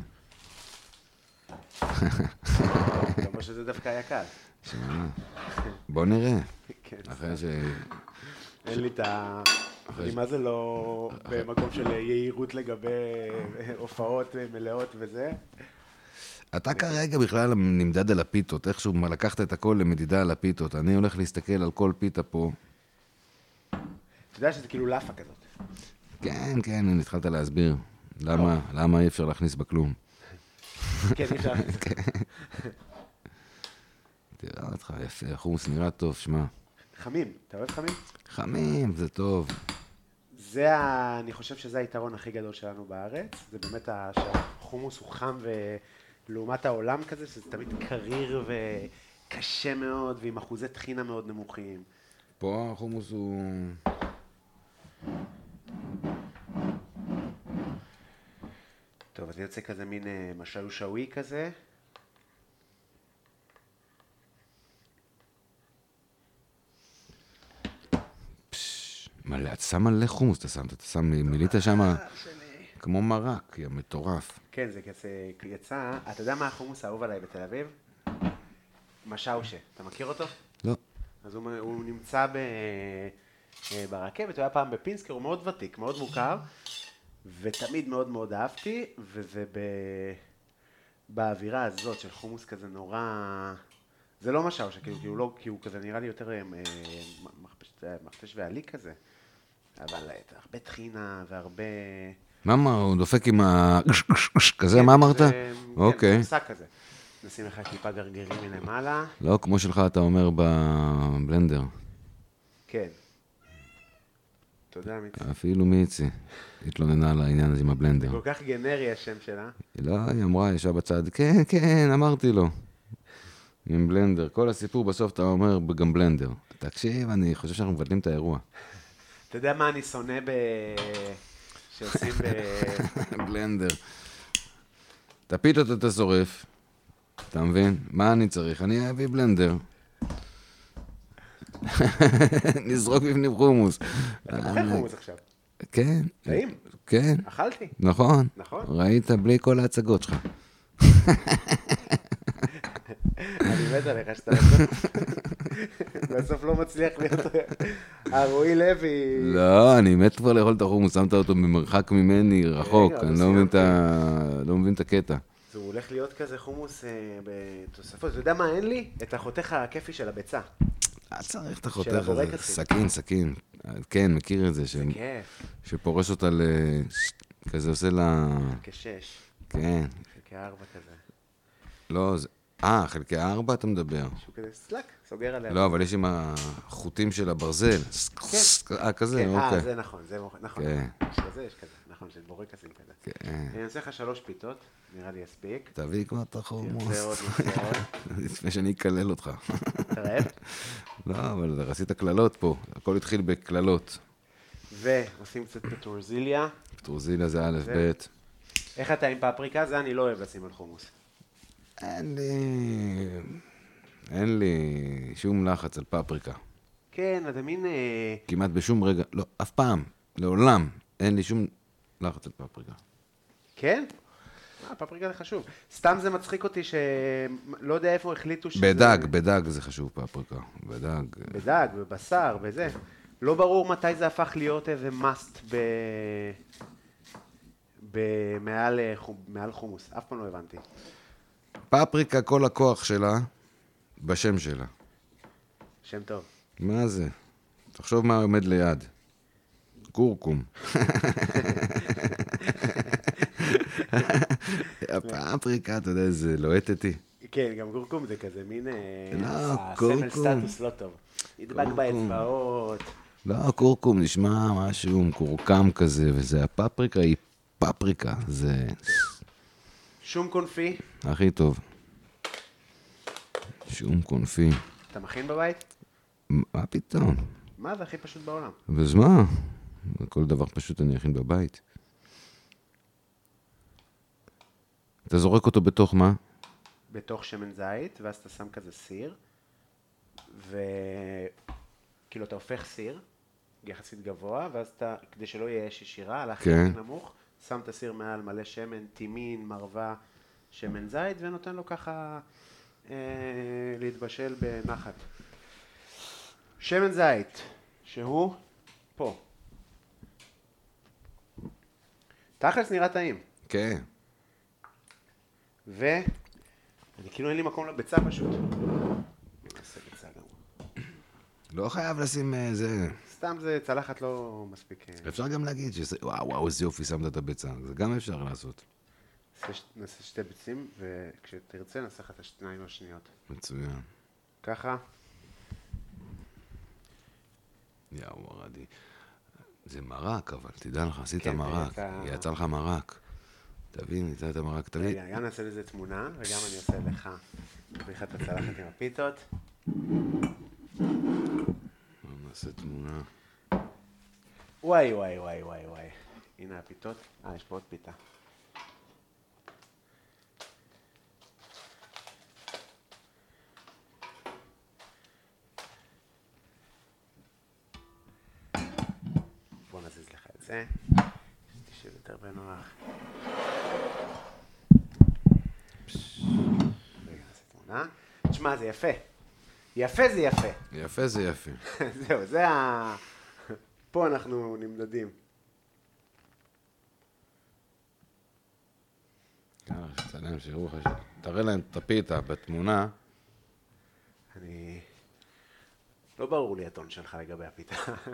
כמו שזה דווקא היה קל. בוא נראה. כן. אחרי ש... אין לי את ה... אני מה זה לא במקום של יהירות לגבי הופעות מלאות וזה. אתה כרגע בכלל נמדד על הפיתות, איכשהו לקחת את הכל למדידה על הפיתות. אני הולך להסתכל על כל פיתה פה. אתה יודע שזה כאילו לאפה כזאת. כן, הנה, התחלת להסביר. למה אי אפשר להכניס בה כלום? כן, אי אפשר להכניס. תראה אותך, יפה, חומוס נראה טוב, שמע. חמים, אתה אוהב חמים? חמים, זה טוב. אני חושב שזה היתרון הכי גדול שלנו בארץ. זה באמת שהחומוס הוא חם ולעומת העולם כזה, שזה תמיד קריר וקשה מאוד ועם אחוזי טחינה מאוד נמוכים. פה החומוס הוא... טוב, אז אני יוצא כזה מין משאושאווי כזה. מלא, אתה שם מלא חומוס, אתה שם, מילית שם כמו מרק, יא מטורף. כן, זה כזה יצא, אתה יודע מה החומוס האהוב עליי בתל אביב? משאושה, אתה מכיר אותו? לא. אז הוא נמצא ברכבת, הוא היה פעם בפינסקר, הוא מאוד ותיק, מאוד מוכר, ותמיד מאוד מאוד אהבתי, וזה באווירה הזאת של חומוס כזה נורא... זה לא משאושה, כי הוא כזה נראה לי יותר מכפש ועלי כזה, אבל הרבה טחינה והרבה... מה, הוא דופק עם כזה, מה אמרת? אוקיי. כן, משחק כזה. נשים לך טיפה גרגירים מלמעלה. לא, כמו שלך אתה אומר בבלנדר. כן. תודה, מיצי. אפילו מיצי. התלוננה על העניין הזה עם הבלנדר. כל כך גנרי השם שלה. לא, היא אמרה, ישב בצד, כן, אמרתי לו. עם בלנדר. כל הסיפור בסוף אתה אומר גם בלנדר. תקשיב, אני חושב שאנחנו מבטלים את האירוע. אתה יודע מה אני שונא שעושים בלנדר. את הפיתות אתה שורף. אתה מבין? מה אני צריך? אני אביא בלנדר. נזרוק בפנים חומוס. אתה בוחר חומוס עכשיו. כן. טעים. כן. אכלתי. נכון. נכון. ראית בלי כל ההצגות שלך. אני מת עליך שאתה בסוף לא מצליח להיות הרועי לוי. לא, אני מת כבר לאכול את החומוס, שמת אותו במרחק ממני רחוק, אני לא מבין את הקטע. זה הולך להיות כזה חומוס בתוספות, אתה יודע מה אין לי? את החותך הכיפי של הביצה. צריך את החותך הזה, סכין. כן, מכיר את זה. זה כיף. שפורש אותה כזה עושה לה... כשש. כן. כארבע כזה. לא, חלקי 4 אתה מדבר. משהו כזה סלק, סוגר עליה. לא, אבל יש עם החוטים של הברזל. כזה, אוקיי. זה נכון, זה נכון. כן. יש כזה, יש כזה, נכון, של בורקסים כזה. כן. אני אעשה לך 3 פיתות, נראה לי יספיק. תביא כבר את החומוס. זה עוד. לפני שאני אקלל אותך. אתה רעב? לא, אבל רצית קללות פה. הכל התחיל בקללות. ועושים קצת פטרוזיליה. פטרוזיליה זה א' ב'. איך אתה עם פפריקה? זה אני לא אוהב לשים על חומוס. אין לי שום לחץ על פפריקה. כן, אתה מין... כמעט בשום רגע, לא, אף פעם, לעולם, אין לי שום לחץ על פפריקה. כן? פפריקה זה חשוב. סתם זה מצחיק אותי שלא יודע איפה החליטו שזה... בדג זה חשוב פפריקה. בדג, בבשר, בזה. לא ברור מתי זה הפך להיות איזה מאסט מעל חומוס. אף פעם לא הבנתי. פפריקה, כל הכוח שלה, בשם שלה. שם טוב. מה זה? תחשוב מה עומד ליד. קורקום. הפפריקה, אתה יודע, זה לוהט אותי. כן, גם קורקום זה כזה מין... קורקום. סמל סטטוס לא טוב. נדבק באצבעות. לא, קורקום נשמע משהו מקורקם כזה, וזה הפפריקה היא פפריקה, זה... שום קונפי. הכי טוב. שום קונפי. אתה מכין בבית? מה פתאום? מה זה הכי פשוט בעולם? אז מה? כל דבר פשוט אני אכין בבית. אתה זורק אותו בתוך מה? בתוך שמן זית, ואז אתה שם כזה סיר, וכאילו אתה הופך סיר, יחסית גבוה, ואז אתה, כדי שלא יהיה אש ישירה, על הכי נמוך, שם את הסיר מעל מלא שמן, טימין, מרווה, שמן זית, ונותן לו ככה להתבשל בנחת. שמן זית, שהוא פה. תכלס נראה טעים. כן. ואני כאילו אין לי מקום לביצה פשוט. נעשה ביצה גם. לא חייב לשים זה. סתם זה צלחת לא מספיק. אפשר גם להגיד שזה, וואו, איזה יופי שמת את הביצה. זה גם אפשר לעשות. נעשה 2 ביצים, וכשתרצה נעשה לך את 2 השניות. מצוין. ככה. יאו, מרדי. זה מרק, אבל תדע לך, עשית כן, מרק. יצא לך מרק. תבין, יצא את המרק, תבין. רגע, גם נעשה לזה תמונה, וגם אני עושה לך. נביא לך את הצלחת עם הפיתות. נעשה תמונה. וואי, וואי, וואי, וואי, וואי. הנה הפיתות. יש פה עוד פיתה. בוא נזיז לך את זה. תשב יותר בנוח. רגע, נעשה תמונה. תשמע, זה יפה. יפה זה יפה. יפה זה יפה. זהו, זה ה... פה אנחנו נמדדים. צלם, שיראו לך, תראה להם את הפיתה בתמונה. אני... לא ברור לי הטון שלך לגבי הפיתה.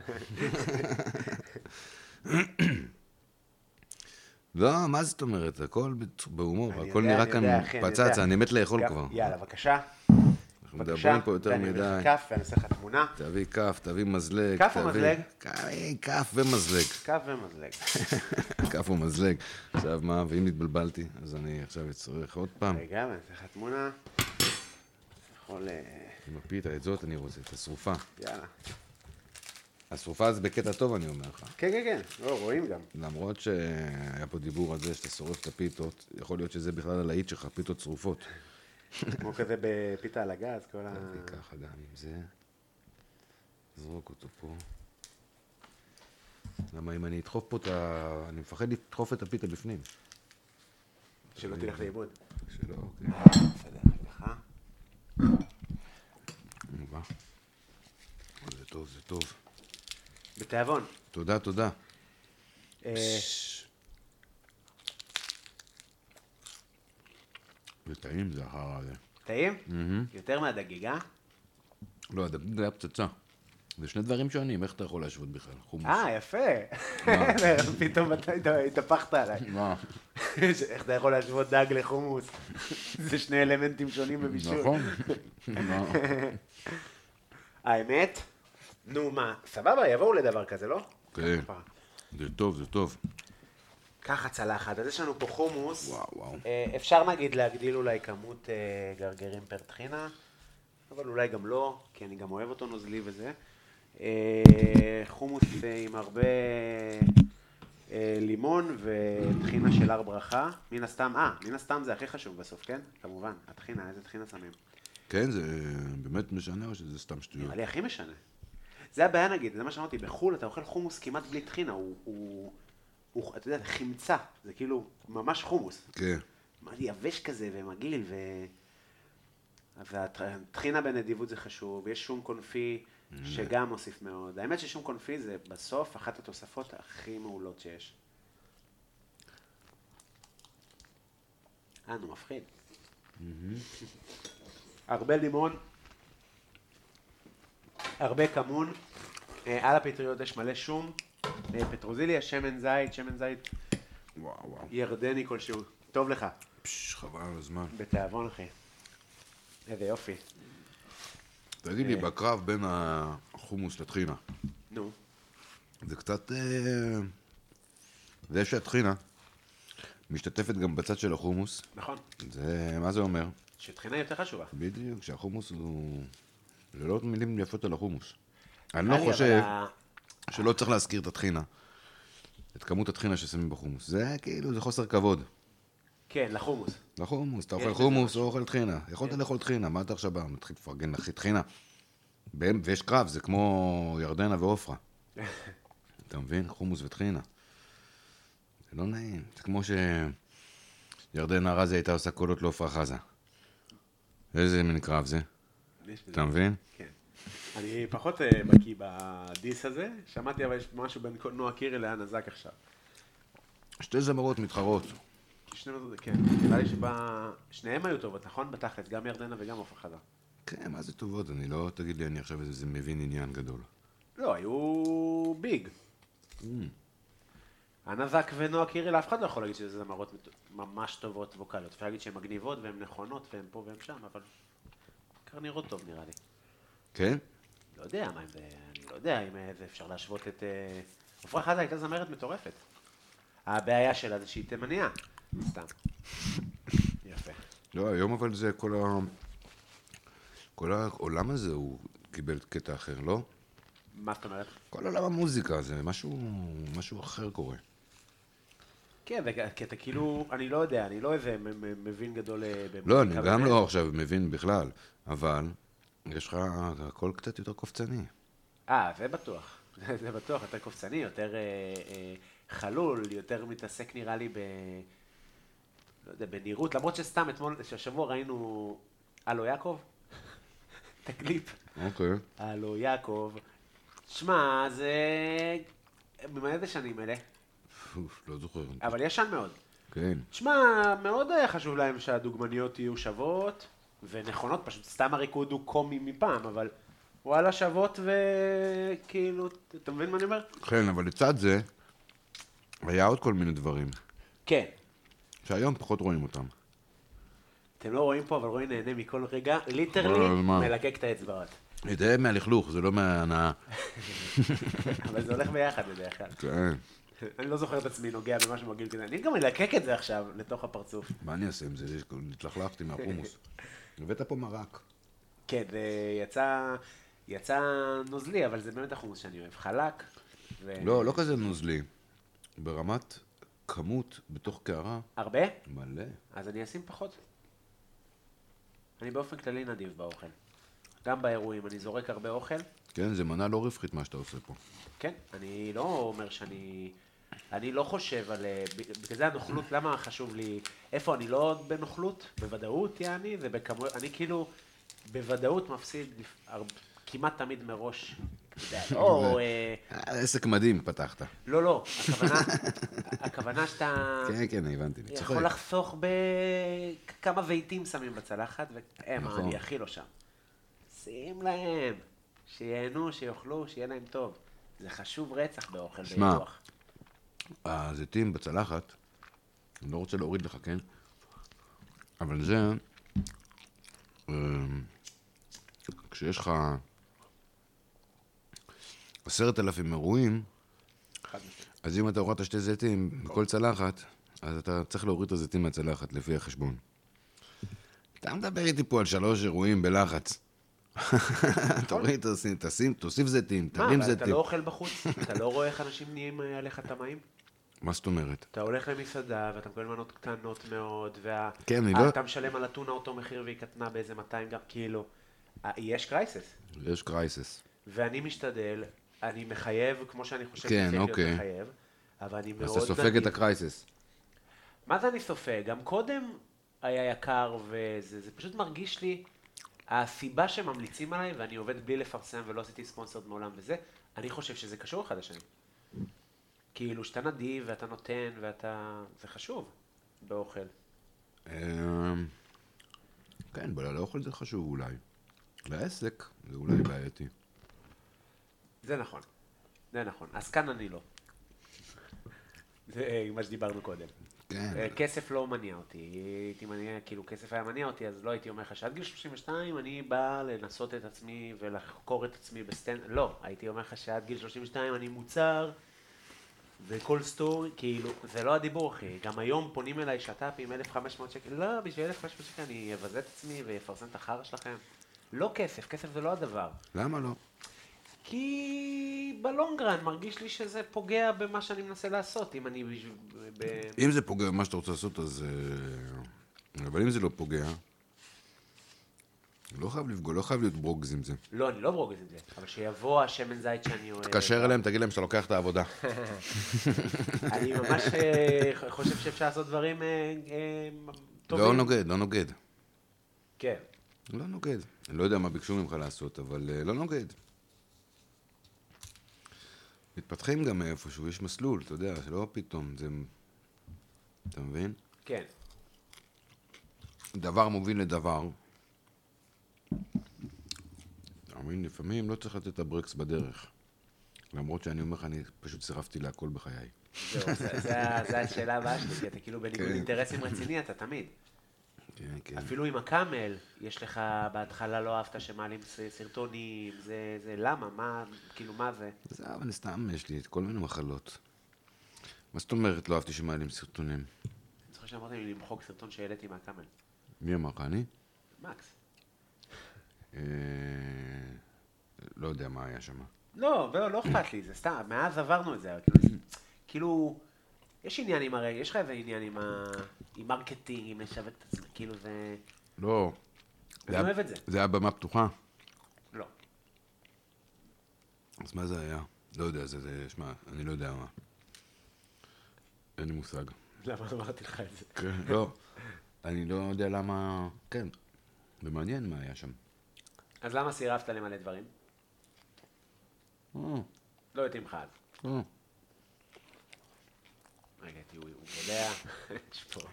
לא, מה זאת אומרת? הכל בהומור, הכל נראה כאן פצץ, אני מת לאכול כבר. יאללה, בבקשה. אנחנו מדברים פה יותר מדי. ואני אביא לך כף ואני אעשה לך תמונה. תביא כף, תביא מזלג. כף או מזלג? כף ומזלג. כף ומזלג. כף ומזלג. עכשיו מה, ואם התבלבלתי, אז אני עכשיו אצטרך עוד פעם. רגע, ואני אעשה לך תמונה. יכול... עם הפיתה, את זאת אני רוצה, את השרופה. יאללה. השרופה זה בקטע טוב, אני אומר לך. כן, כן, כן. לא, רואים גם. למרות שהיה פה דיבור על זה שאתה שורף את הפיתות, יכול להיות שזה בכלל הלהיט שלך, פיתות שרופות. כמו כזה בפיתה על הגז, כל ה... ככה גם עם זה. זרוק אותו פה. למה אם אני אדחוף פה את ה... אני מפחד לדחוף את הפיתה בפנים. שלא תלך לאיבוד. שלא, אוקיי. בסדר, ככה. זה טוב, זה טוב. בתיאבון. תודה, תודה. זה טעים, זה אחר הזה. טעים? יותר מהדגיגה? לא, הדגיגה היה פצצה. זה 2 דברים שונים, איך אתה יכול להשוות בכלל? חומוס. יפה. פתאום אתה התהפכת עליי. מה? איך אתה יכול להשוות דג לחומוס? זה שני אלמנטים שונים בבישול. נכון. האמת? נו מה, סבבה, יבואו לדבר כזה, לא? כן, זה טוב, זה טוב. ככה צלחת, אז יש לנו פה חומוס. וואו. אפשר נגיד להגדיל אולי כמות גרגרים פר טחינה, אבל אולי גם לא, כי אני גם אוהב אותו נוזלי וזה. חומוס עם הרבה לימון וטחינה של הר ברכה. מן הסתם זה הכי חשוב בסוף, כן? כמובן, הטחינה, איזה טחינה שמים. כן, זה באמת משנה או שזה סתם שטויות? נראה לי הכי משנה. זה הבעיה נגיד, זה מה שאמרתי, בחול אתה אוכל חומוס כמעט בלי טחינה, אתה יודע, זה חמצה, זה כאילו ממש חומוס. כן. יבש כזה ומגעיל אז הטחינה בנדיבות זה חשוב, יש שום קונפי שגם מוסיף מאוד. האמת ששום קונפי זה בסוף אחת התוספות הכי מעולות שיש. נו, מפחיד. הרבה לימון, הרבה כמון, על הפטריות יש מלא שום, פטרוזיליה, שמן זית וואו. ירדני כלשהו. טוב לך. חבל על הזמן. בתיאבון אחי. איזה יופי. תגיד לי, בקרב בין החומוס לטחינה, נו. זה קצת... זה שהטחינה משתתפת גם בצד של החומוס. נכון. מה זה אומר? שטחינה יותר חשובה. בדיוק, שהחומוס הוא... זה לא מילים יפות על החומוס. אני לא חושב שלא צריך להזכיר את הטחינה. את כמות הטחינה ששמים בחומוס. זה כאילו, זה חוסר כבוד. כן, לחומוס. לחומוס, אתה אוכל חומוס או אוכל טחינה. יכולת לאכול טחינה, מה אתה עכשיו בא? מתחיל לפרגן אחי טחינה. ויש קרב, זה כמו ירדנה ועופרה. אתה מבין? חומוס וטחינה. זה לא נעים. זה כמו שירדנה רזי הייתה עושה קולות לעופרה חזה. איזה מין קרב זה? אתה מבין? כן. אני פחות בקיא בדיס הזה. שמעתי אבל יש משהו בין נועה קירי לאן נזק עכשיו. שתי זמרות מתחרות. כן, נראה לי ששניהם היו טובות, נכון? בתכלת, גם ירדנה וגם עופרה חזה. כן, מה זה טובות? אני לא, תגיד לי, אני עכשיו איזה מבין עניין גדול. לא, היו ביג. הנזק ונועה קירי, לאף אחד לא יכול להגיד שזה זמרות ממש טובות ווקליות. אפשר להגיד שהן מגניבות והן נכונות והן פה והן שם, אבל בעיקר נראות טוב נראה לי. כן? לא יודע מה, אני לא יודע אם זה אפשר להשוות את... עופרה חזה הייתה זמרת מטורפת. הבעיה שלה זה שהיא תימניה. סתם. יפה. לא, היום אבל זה כל העולם הזה הוא קיבל קטע אחר, לא? מה זאת אומרת? כל עולם המוזיקה זה משהו אחר קורה. כן, כי אתה כאילו, אני לא יודע, אני לא איזה מבין גדול במוזיקה. לא, אני גם לא עכשיו מבין בכלל, אבל יש לך הכל קצת יותר קופצני. זה בטוח. זה בטוח, יותר קופצני, יותר חלול, יותר מתעסק נראה לי לא יודע, בנראות, למרות שסתם אתמול, שהשבוע ראינו אלו יעקב, את הקליפ. אוקיי. אלו יעקב. שמע, זה... מאיזה שנים אלה? לא זוכר. אבל ישן מאוד. כן. שמע, מאוד חשוב להם שהדוגמניות יהיו שוות ונכונות, פשוט סתם הריקוד הוא קומי מפעם, אבל וואלה שוות וכאילו, אתה מבין מה אני אומר? כן, אבל לצד זה, היה עוד כל מיני דברים. כן. שהיום פחות רואים אותם. אתם לא רואים פה, אבל רואי נהנה מכל רגע, ליטרלי, מלקק את האצבעות. זה מהלכלוך, זה לא מההנאה. אבל זה הולך ביחד בדרך כלל. כן. אני לא זוכר את עצמי נוגע במשהו מגעיל כזה, אני גם מלקק את זה עכשיו לתוך הפרצוף. מה אני אעשה עם זה? התלכלכתי מהחומוס. הבאת פה מרק. כן, זה יצא נוזלי, אבל זה באמת החומוס שאני אוהב. חלק. לא כזה נוזלי. ברמת כמות בתוך קערה. הרבה? מלא. אז אני אשים פחות. אני באופן כללי נדיב באוכל. גם באירועים, אני זורק הרבה אוכל. כן, זה מנה לא רווחית מה שאתה עושה פה. כן, אני לא אומר אני לא חושב על... בגלל זה הנוכלות, למה חשוב לי... איפה אני לא בנוכלות? בוודאות, יעני, ובכמות... אני כאילו בוודאות מפסיד כמעט תמיד מראש. או... עסק מדהים פתחת. לא, הכוונה שאתה... כן, הבנתי, אני צוחק. יכול לחסוך בכמה זיתים שמים בצלחת, אני הכי לא שם. שים להם, שיהנו, שיאכלו, שיהיה להם טוב. זה חשוב רצח באוכל ביטוח. הזיתים בצלחת, אני לא רוצה להוריד לך, כן? אבל זה, כשיש לך 10,000 אירועים, אז אם אתה הורדת 2 זיתים בכל צלחת, אז אתה צריך להוריד את הזיתים מהצלחת, לפי החשבון. אתה מדבר איתי פה על 3 אירועים בלחץ. תוריד, תוסיף זיתים, תרים מה, זיתים. אתה לא אוכל בחוץ? אתה לא רואה איך אנשים נהיים עליך טמאים? מה זאת אומרת? אתה הולך למסעדה ואתה מקבל מנות קטנות מאוד, כן, אני לא... אתה משלם על אתונה אותו מחיר והיא קטנה באיזה 200 גם, כאילו, יש קרייסס. יש קרייסס. ואני משתדל, אני מחייב כמו שאני חושב כן, שצריך אוקיי. להיות מחייב, אבל אני מאוד אז אתה סופג את הקרייסס. מה זה אני סופג? גם קודם היה יקר וזה פשוט מרגיש לי, הסיבה שממליצים עליי, ואני עובד בלי לפרסם ולא עשיתי ספונסר מעולם וזה, אני חושב שזה קשור אחד לשני. כאילו שאתה נדיב ואתה נותן ואתה... זה חשוב באוכל. כן, אבל לאוכל זה חשוב אולי. לעסק זה אולי בעייתי. זה נכון. זה נכון. אז כאן אני לא. זה מה שדיברנו קודם. כן. כסף לא מניע אותי. הייתי מניע, כאילו כסף היה מניע אותי, אז לא הייתי אומר לך שעד גיל 32 אני בא לנסות את עצמי ולחקור את עצמי בסטנד... לא, הייתי אומר לך שעד גיל 32 אני מוצר וכל סטורי, כאילו, זה לא הדיבור אחי. גם היום פונים אליי שטאפים 1,500 שקל. לא, בשביל 1,500 שקל אני אבזה את עצמי ויפרסם את החרא שלכם. לא כסף, כסף זה לא הדבר. למה לא? כי בלונגרן מרגיש לי שזה פוגע במה שאני מנסה לעשות, אם אני... אם זה פוגע במה שאתה רוצה לעשות, אז... אבל אם זה לא פוגע, לא חייב לפגוע, לא חייב להיות ברוגז עם זה. לא, אני לא ברוגז עם זה, אבל שיבוא השמן זית שאני אוהב. תקשר אליהם, תגיד להם שאתה לוקח את העבודה. אני ממש חושב שאפשר לעשות דברים טובים. לא נוגד, לא נוגד. כן. לא נוגד. אני לא יודע מה ביקשו ממך לעשות, אבל לא נוגד. מתפתחים גם מאיפשהו, יש מסלול, אתה יודע, שלא פתאום, זה... אתה מבין? כן. דבר מוביל לדבר. אתה מבין, לפעמים לא צריך לתת את הברקס בדרך. למרות שאני אומר לך, אני פשוט צירפתי להכל בחיי. זהו, זה השאלה הבאה שלי, כי אתה כאילו בניגוד אינטרסים רציני, אתה תמיד. כן, כן. אפילו עם הקאמל, יש לך בהתחלה לא אהבת שמעלים סרטונים, זה למה, מה, כאילו מה זה? זה אבל סתם יש לי את כל מיני מחלות. מה זאת אומרת לא אהבתי שמעלים סרטונים? אני זוכר שאמרתי לי למחוק סרטון שהעליתי מהקאמל. מי אמר לך, אני? מקס. לא יודע מה היה שם. לא אכפת לי, זה סתם, מאז עברנו את זה, כאילו, יש עניין הרי, יש לך איזה עניין עם מרקטינג, עם לשווק את עצמי, כאילו זה... לא. אני אוהב את זה. זה היה במה פתוחה? לא. אז מה זה היה? לא יודע, שמע, אני לא יודע מה. אין לי מושג. למה אמרתי לך את זה? כן, לא. אני לא יודע למה... כן. זה מעניין מה היה שם. אז למה סירבת למלא דברים? לא התאים לך אז. רגע, הוא גולע, יש פה.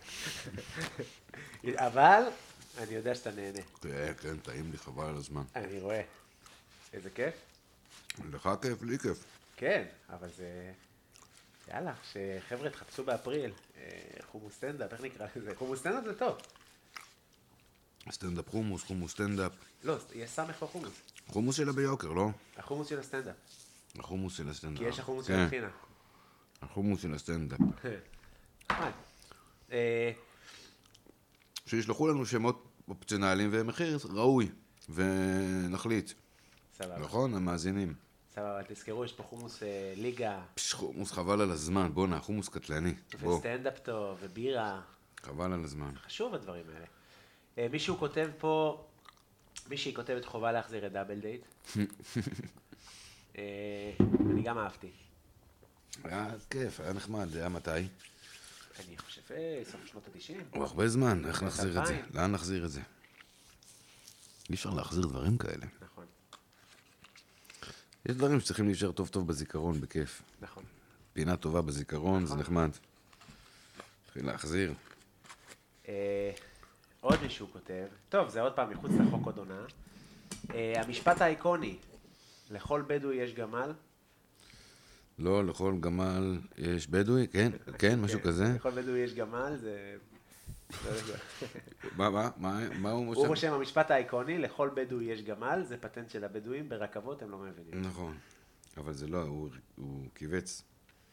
אבל אני יודע שאתה נהנה. כן, טעים לי, חבל על הזמן. אני רואה. איזה כיף. לך כיף, לי כיף. כן, אבל זה... יאללה, שחבר'ה תחפשו באפריל, חומוס סטנדאפ, איך נקרא לזה? חומוס סטנדאפ זה טוב. סטנדאפ חומוס, חומוס סטנדאפ. לא, יש סמך בחומוס. חומוס שלה ביוקר, לא? החומוס של הסטנדאפ. החומוס של הסטנדאפ. כי יש החומוס של הטחינה. החומוס של הסטנדאפ. שישלחו לנו שמות אופציונליים ומחיר ראוי, ונחליט. סבבה. נכון? המאזינים. סבבה, תזכרו, יש פה חומוס ליגה. חומוס חבל על הזמן, בוא חומוס קטלני. בוא. וסטנדאפ טוב, ובירה. חבל על הזמן. חשוב הדברים האלה. מישהו כותב פה, מישהי כותבת חובה להחזיר את דאבל דייט. אני גם אהבתי. היה כיף, היה נחמד, זה היה מתי? אני חושב, סוף שנות ה-90. הוא הרבה זמן, איך נחזיר את זה? לאן נחזיר את זה? אי אפשר להחזיר דברים כאלה. נכון. יש דברים שצריכים להישאר טוב טוב בזיכרון, בכיף. נכון. פינה טובה בזיכרון, זה נחמד. צריכים להחזיר. עוד מישהו כותב, טוב, זה עוד פעם מחוץ לחוק עוד עונה. המשפט האיקוני, לכל בדואי יש גמל. לא, לכל גמל יש בדואי, כן, כן, משהו כזה. לכל בדואי יש גמל, זה... מה הוא הוא רושם, המשפט העקרוני, לכל בדואי יש גמל, זה פטנט של הבדואים, ברכבות הם לא מבינים. נכון, אבל זה לא, הוא קיבץ.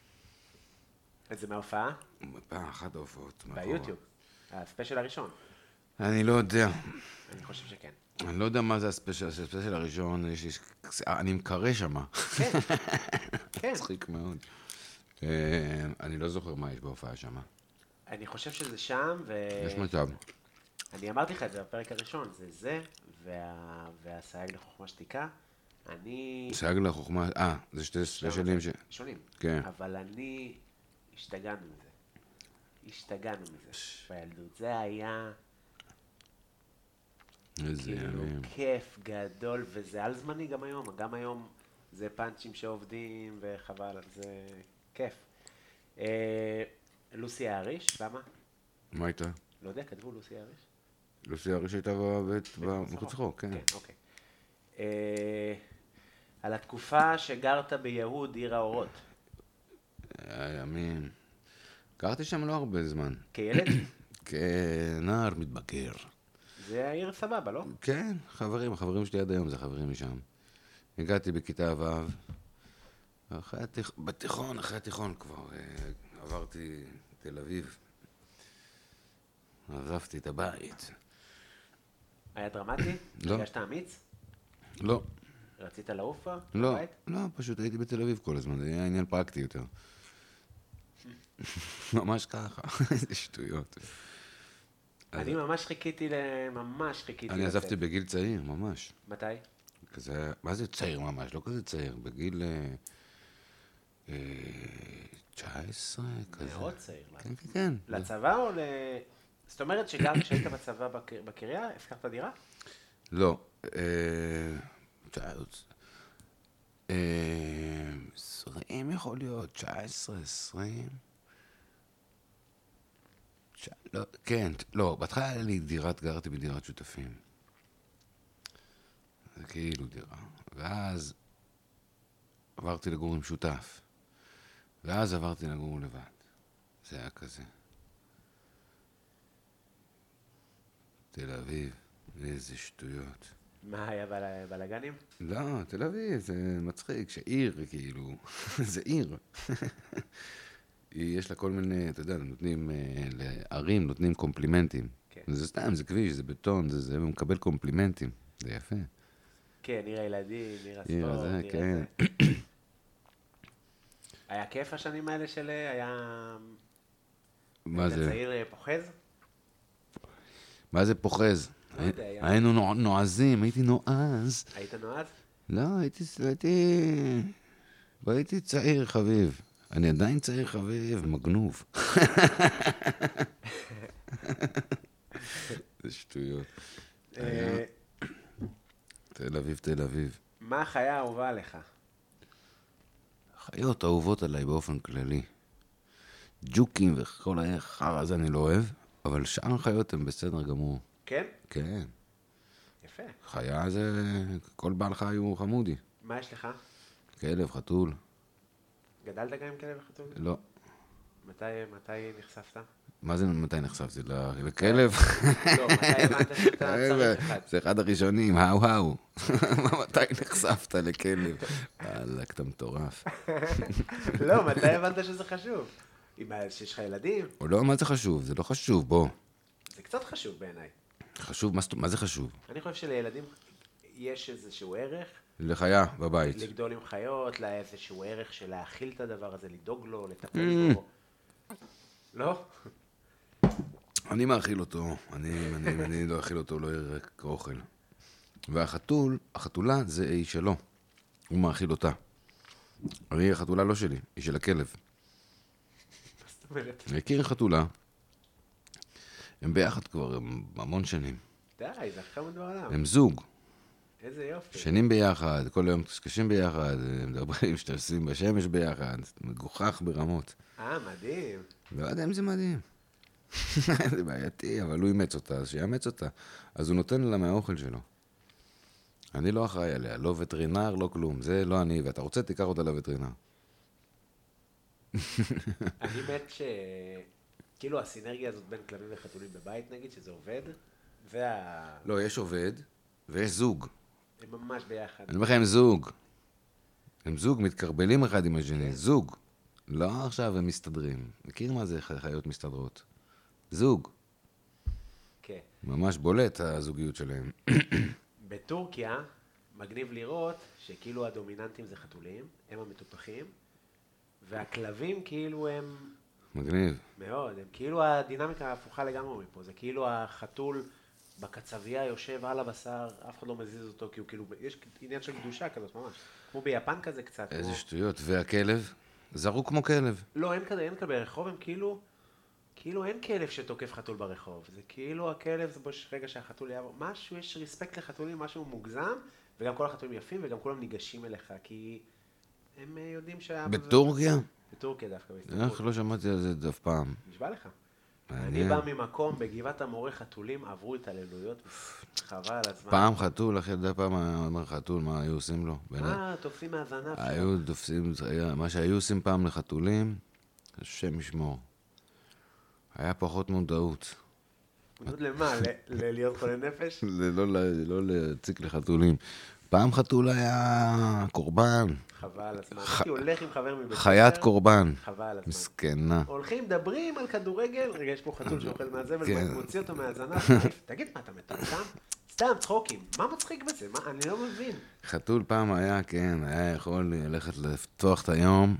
זה מההופעה? פעם אחת ההופעות. ביוטיוב, הספיישל הראשון. אני לא יודע. אני חושב שכן. אני לא יודע מה זה הספיישל הראשון, אני מקרא שמה. כן, כן. מצחיק מאוד. אני לא זוכר מה יש בהופעה שמה. אני חושב שזה שם, יש מצב. אני אמרתי לך את זה בפרק הראשון, זה, והסייג לחוכמה שתיקה. סייג לחוכמה, זה שתי ספיישלים שונים. כן. אבל השתגענו מזה. בילדות. זה היה... כאילו כיף גדול, וזה על זמני גם היום. גם היום זה פאנצ'ים שעובדים, וחבל על זה כיף. לוסי האריש, למה? מה הייתה? לא יודע, כתבו לוסי האריש. לוסי האריש הייתה מחוץ לחוק, כן. כן, אוקיי. על התקופה שגרת ביהוד, עיר האורות. ימין. גרתי שם לא הרבה זמן. כילד? כנער מתבגר. זה העיר סבבה, לא? כן, החברים שלי עד היום זה חברים משם. הגעתי בכיתה ו', אחרי התיכון כבר עברתי תל אביב. עזבתי את הבית. היה דרמטי? לא. הרגשת אמיץ? לא. רצית לעוף כבר? לא, לא, פשוט הייתי בתל אביב כל הזמן, זה היה עניין פרקטי יותר. ממש ככה, איזה שטויות. אני ממש חיכיתי אני עזבתי בגיל צעיר, ממש. מתי? כזה, מה זה צעיר ממש? לא כזה צעיר, בגיל 19 כזה. מאוד צעיר. כן, כן, כן. לצבא או זאת אומרת שהיית בצבא בקריה, הפקרת דירה? לא. 20 יכול להיות, 19, 20. לא, כן, לא, בהתחלה היה לי גרתי בדירת שותפים. זה כאילו דירה. ואז עברתי לגור עם שותף. ואז עברתי לגור לבד. זה היה כזה. תל אביב, איזה שטויות. מה היה בלגנים? לא, תל אביב, זה מצחיק, שעיר, כאילו, זה עיר. יש לה כל מיני, אתה יודע, נותנים לערים, נותנים קומפלימנטים. כן. זה סתם, זה כביש, זה בטון, זה מקבל קומפלימנטים. זה יפה. כן, עיר הילדים, עיר הספורט, עיר הזה, כן. היה כיף השנים האלה של היה... מה זה? צעיר פוחז? מה זה פוחז? לא יודע, היינו נועזים, הייתי נועז. היית נועז? לא, הייתי צעיר חביב. אני עדיין צעיר חביב, מגנוב. זה שטויות. תל אביב. מה החיה האהובה עליך? חיות אהובות עליי באופן כללי. ג'וקים וכל החרא הזה אני לא אוהב, אבל שאר החיות הן בסדר גמור. כן? כן. יפה. חיה זה, כל בעל חי הוא חמודי. מה יש לך? כלב, חתול. גדלת גם עם כלב וחתול? לא. מתי נחשפת? מה זה מתי נחשפתי? לכלב? לא, מתי הבנת שאתה צריך אחד? זה אחד הראשונים, האו. מתי נחשפת לכלב? וואלק, אתה מטורף. לא, מתי הבנת שזה חשוב? שיש לך ילדים? או לא, מה זה חשוב? זה לא חשוב, בוא. זה קצת חשוב בעיניי. חשוב? מה זה חשוב? אני חושב שלילדים יש איזשהו ערך. לחיה בבית. לגדול עם חיות, לאיזשהו ערך של להאכיל את הדבר הזה, לדאוג לו, לטפל בו. לא? אני מאכיל אותו, אני לא אכיל אותו, לא ירק אוכל. החתולה זה היא שלו. הוא מאכיל אותה. החתולה לא שלי, היא של הכלב. מה זאת אומרת? אני מכיר חתולה. הם ביחד כבר המון שנים. די, זה הכי חמוד בעולם. הם זוג. איזה יופי. שנים ביחד, כל היום קשקשים ביחד, מדברים שתעשים בשמש ביחד, מגוחך ברמות. מדהים. לא יודע אם זה מדהים. זה בעייתי, אבל הוא אימץ אותה, אז שיאמץ אותה. אז הוא נותן לה מהאוכל שלו. אני לא אחראי עליה, לא וטרינר, לא כלום. זה לא אני, ואתה רוצה, תיקח אותה לווטרינר. אני מת כאילו הסינרגיה הזאת בין כלבים וחתולים בבית נגיד, שזה עובד, לא, יש עובד ויש זוג. הם ממש ביחד. אני אומר לך, הם זוג. הם זוג, מתקרבלים אחד עם השני. זוג. לא עכשיו הם מסתדרים. מכיר מה זה חיות מסתדרות? זוג. כן. ממש בולט הזוגיות שלהם. בטורקיה מגניב לראות שכאילו הדומיננטים זה חתולים, הם המטופחים, והכלבים כאילו הם מגניב. מאוד, הם כאילו הדינמיקה הפוכה לגמרי מפה, זה כאילו החתול בקצבייה יושב על הבשר, אף אחד לא מזיז אותו, כי הוא כאילו, יש עניין של קדושה כזאת ממש, כמו ביפן כזה קצת. איזה כמו... שטויות. והכלב? זרוק כמו כלב. לא, אין כזה ברחוב, הם כאילו אין כלב שתוקף חתול ברחוב, זה כאילו הכלב, זה רגע שהחתול יעבור, משהו, יש ריספקט לחתולים, משהו מוגזם, וגם כל החתולים יפים, וגם כולם ניגשים אליך, כי הם יודעים בטורקיה? בטורקיה דווקא, איך לא שמעתי על זה אף פעם. נשבע לך. מעניין. אני בא ממקום, בגבעת המורה חתולים עברו התעללויות, חבל על הזמן. פעם חתול, אחרי די פעם אומר חתול, מה היו עושים לו? תופסים מהזנב. היו תופסים, מה שהיו עושים פעם לחתולים, השם ישמור. היה פחות מודעות. מודעות למה? להיות חולה נפש? לא להציק לחתולים. פעם חתול היה קורבן. חבל על הזמן. הייתי הולך עם חבר מבית ספר. חיית קורבן. חבל על הזמן. מסכנה. הולכים, מדברים על כדורגל, רגע, יש פה חתול שאוכל מהזבל, מוציא אותו מהזנב. תגיד, מה, אתה מטומטם? סתם, צחוקים. מה מצחיק בזה? אני לא מבין. חתול פעם היה, כן, היה יכול ללכת לפתוח את היום.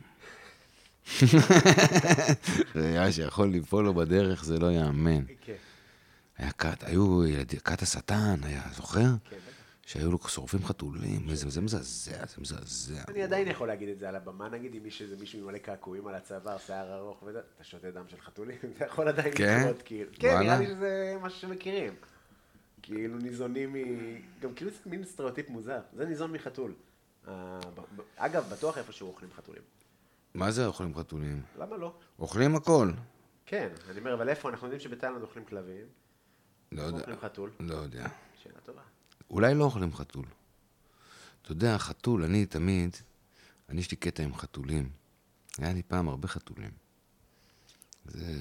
היה שיכול ליפול לו בדרך, זה לא יאמן. כן. היה כת השטן, היה, זוכר? כן. שהיו לו שורפים חתולים, זה מזעזע, זה מזעזע. אני עדיין יכול להגיד את זה על הבמה, נגיד אם מישהו עם מלא קעקועים על הצוואר, שיער ארוך וזה, אתה שותה דם של חתולים, אתה יכול עדיין לקרות כאילו. כן, נראה לי שזה משהו שמכירים. כאילו ניזונים גם כאילו זה מין סטריאוטיפ מוזר, זה ניזון מחתול. אגב, בטוח איפשהו אוכלים חתולים. מה זה אוכלים חתולים? למה לא? אוכלים הכל. כן, אני אומר, אבל איפה? אנחנו יודעים שבתאילנד אוכלים כלבים. לא יודע. אוכלים חתול. לא יודע. שאלה טובה. אולי לא אוכלים חתול. אתה יודע, חתול, אני יש לי קטע עם חתולים. היה לי פעם הרבה חתולים. זה...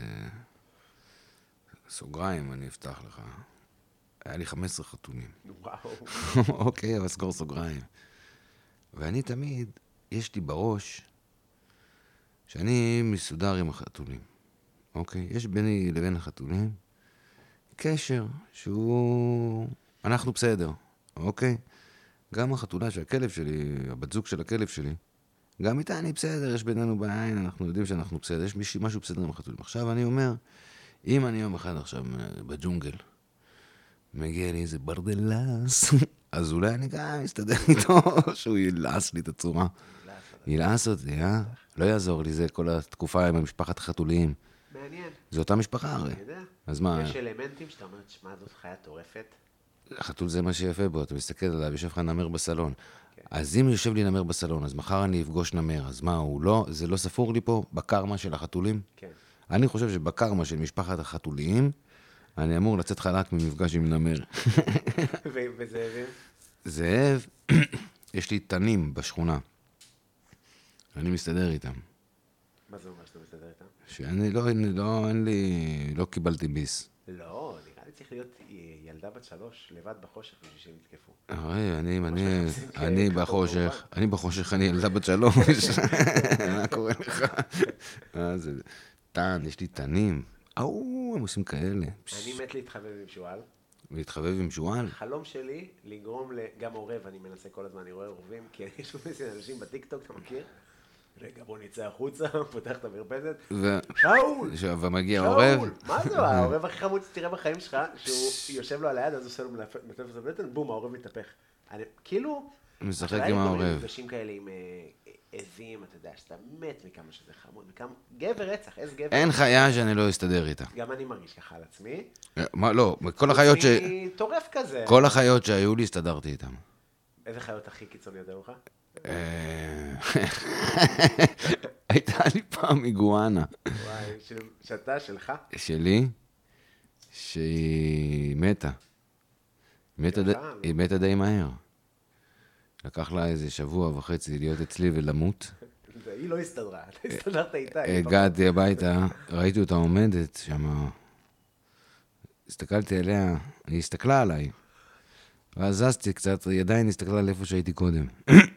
סוגריים, אני אפתח לך. היה לי 15 חתולים. וואו. אוקיי, אבל סגור סוגריים. ואני תמיד, יש לי בראש, שאני מסודר עם החתולים. אוקיי? יש ביני לבין החתולים קשר שהוא... אנחנו בסדר, אוקיי? גם החתולה של הכלב שלי, הבת זוג של הכלב שלי, גם איתה אני בסדר, יש בינינו בעין, אנחנו יודעים שאנחנו בסדר, יש משהו בסדר עם החתולים. עכשיו אני אומר, אם אני יום אחד עכשיו בג'ונגל, מגיע לי איזה ברדלס, אז אולי אני גם אסתדר איתו, שהוא ילעס לי את הצורה. ילעס אותי, לא יעזור לי, זה כל התקופה עם המשפחת החתוליים. מעניין. זו אותה משפחה הרי. אני יודע. אז מה? יש אלמנטים שאתה אומר, שמע, זאת חיה טורפת. החתול זה מה שיפה בו, אתה מסתכל עליו, יושב לך נמר בסלון. אז אם יושב לי נמר בסלון, אז מחר אני אפגוש נמר, אז מה, זה לא ספור לי פה בקרמה של החתולים? כן. אני חושב שבקרמה של משפחת החתוליים, אני אמור לצאת חלק ממפגש עם נמר. וזאבים? זאב, יש לי תנים בשכונה. אני מסתדר איתם. מה זה אומר שאתה מסתדר איתם? שאני לא קיבלתי ביס. לא, נראה לי צריך להיות ילדה בת 3 לבד בחושך בשביל שהם יתקפו. הרי, אני בחושך, אני ילדה בת 3. מה קורה לך? יש לי תנים. הם עושים כאלה. אני מת להתחבב עם שועל. להתחבב עם שועל? החלום שלי לגרום גם עורב, אני מנסה כל הזמן, אני רואה עורבים, כי יש לו אנשים בטיקטוק, אתה מכיר? רגע, בוא נצא החוצה, פותח את המרפסת. שאול! ומגיע עורב. מה זה? העורב הכי חמוד שתראה בחיים שלך, שהוא יושב לו על היד, אז הוא עושה לו מלטף את הבטן, בום, העורב מתהפך. כאילו... משחק עם העורב. אני מפגשים כאלה עם עזים, אתה יודע, שאתה מת מכמה שזה חמוד, גבר רצח, איזה גבר. אין חיה שאני לא אסתדר איתה. גם אני מרגיש ככה על עצמי. מה, לא, כל החיות טורף כזה. כל החיות שהיו לי, הסתדרתי איתן. איזה חיות הכי קיצוניות היו לך? הייתה לי פעם איגואנה. וואי, שאתה, שלך? שלי, שהיא מתה. היא מתה די מהר. לקח לה איזה 1.5 שבוע להיות אצלי ולמות. היא לא הסתדרה, אתה הסתדרת איתה. הגעתי הביתה, ראיתי אותה עומדת שם, הסתכלתי עליה, היא הסתכלה עליי, ואז זזתי קצת, היא עדיין הסתכלה על איפה שהייתי קודם.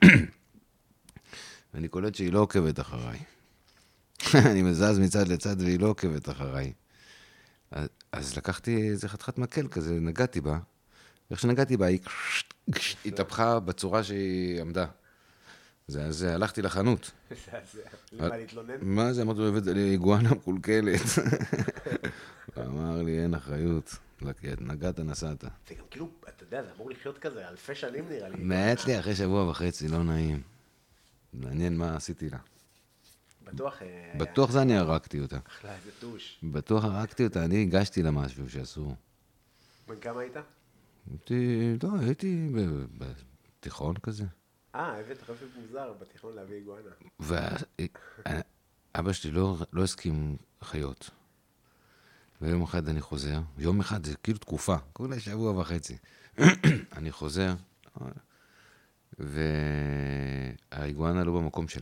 ואני קולט שהיא לא עוקבת אחריי. אני מזז מצד לצד והיא לא עוקבת אחריי. אז לקחתי איזה חתיכת מקל כזה, נגעתי בה, ואיך שנגעתי בה, היא התהפכה בצורה שהיא עמדה. אז הלכתי לחנות. למה להתלונן? מה זה? אמרתי לו, הבאת לי איגואנה מקולקלת. הוא אמר לי, אין אחריות. נגעת, נסעת. זה גם כאילו, אתה יודע, זה אמור לחיות כזה, אלפי שנים נראה לי. מעט לי אחרי שבוע וחצי, לא נעים. מעניין מה עשיתי לה. בטוח... בטוח זה אני הרגתי אותה. אחלה, איזה טוש. בטוח הרגתי אותה, אני הגשתי לה משהו שאסור. בן כמה היית? הייתי בתיכון כזה. הבאת חפף מוזר בתיכון להביא איגואנה. ואבא שלי לא הסכים חיות. ויום אחד אני חוזר, יום אחד זה כאילו תקופה, כולה שבוע וחצי. אני חוזר, והאיגואנה לא במקום שלה.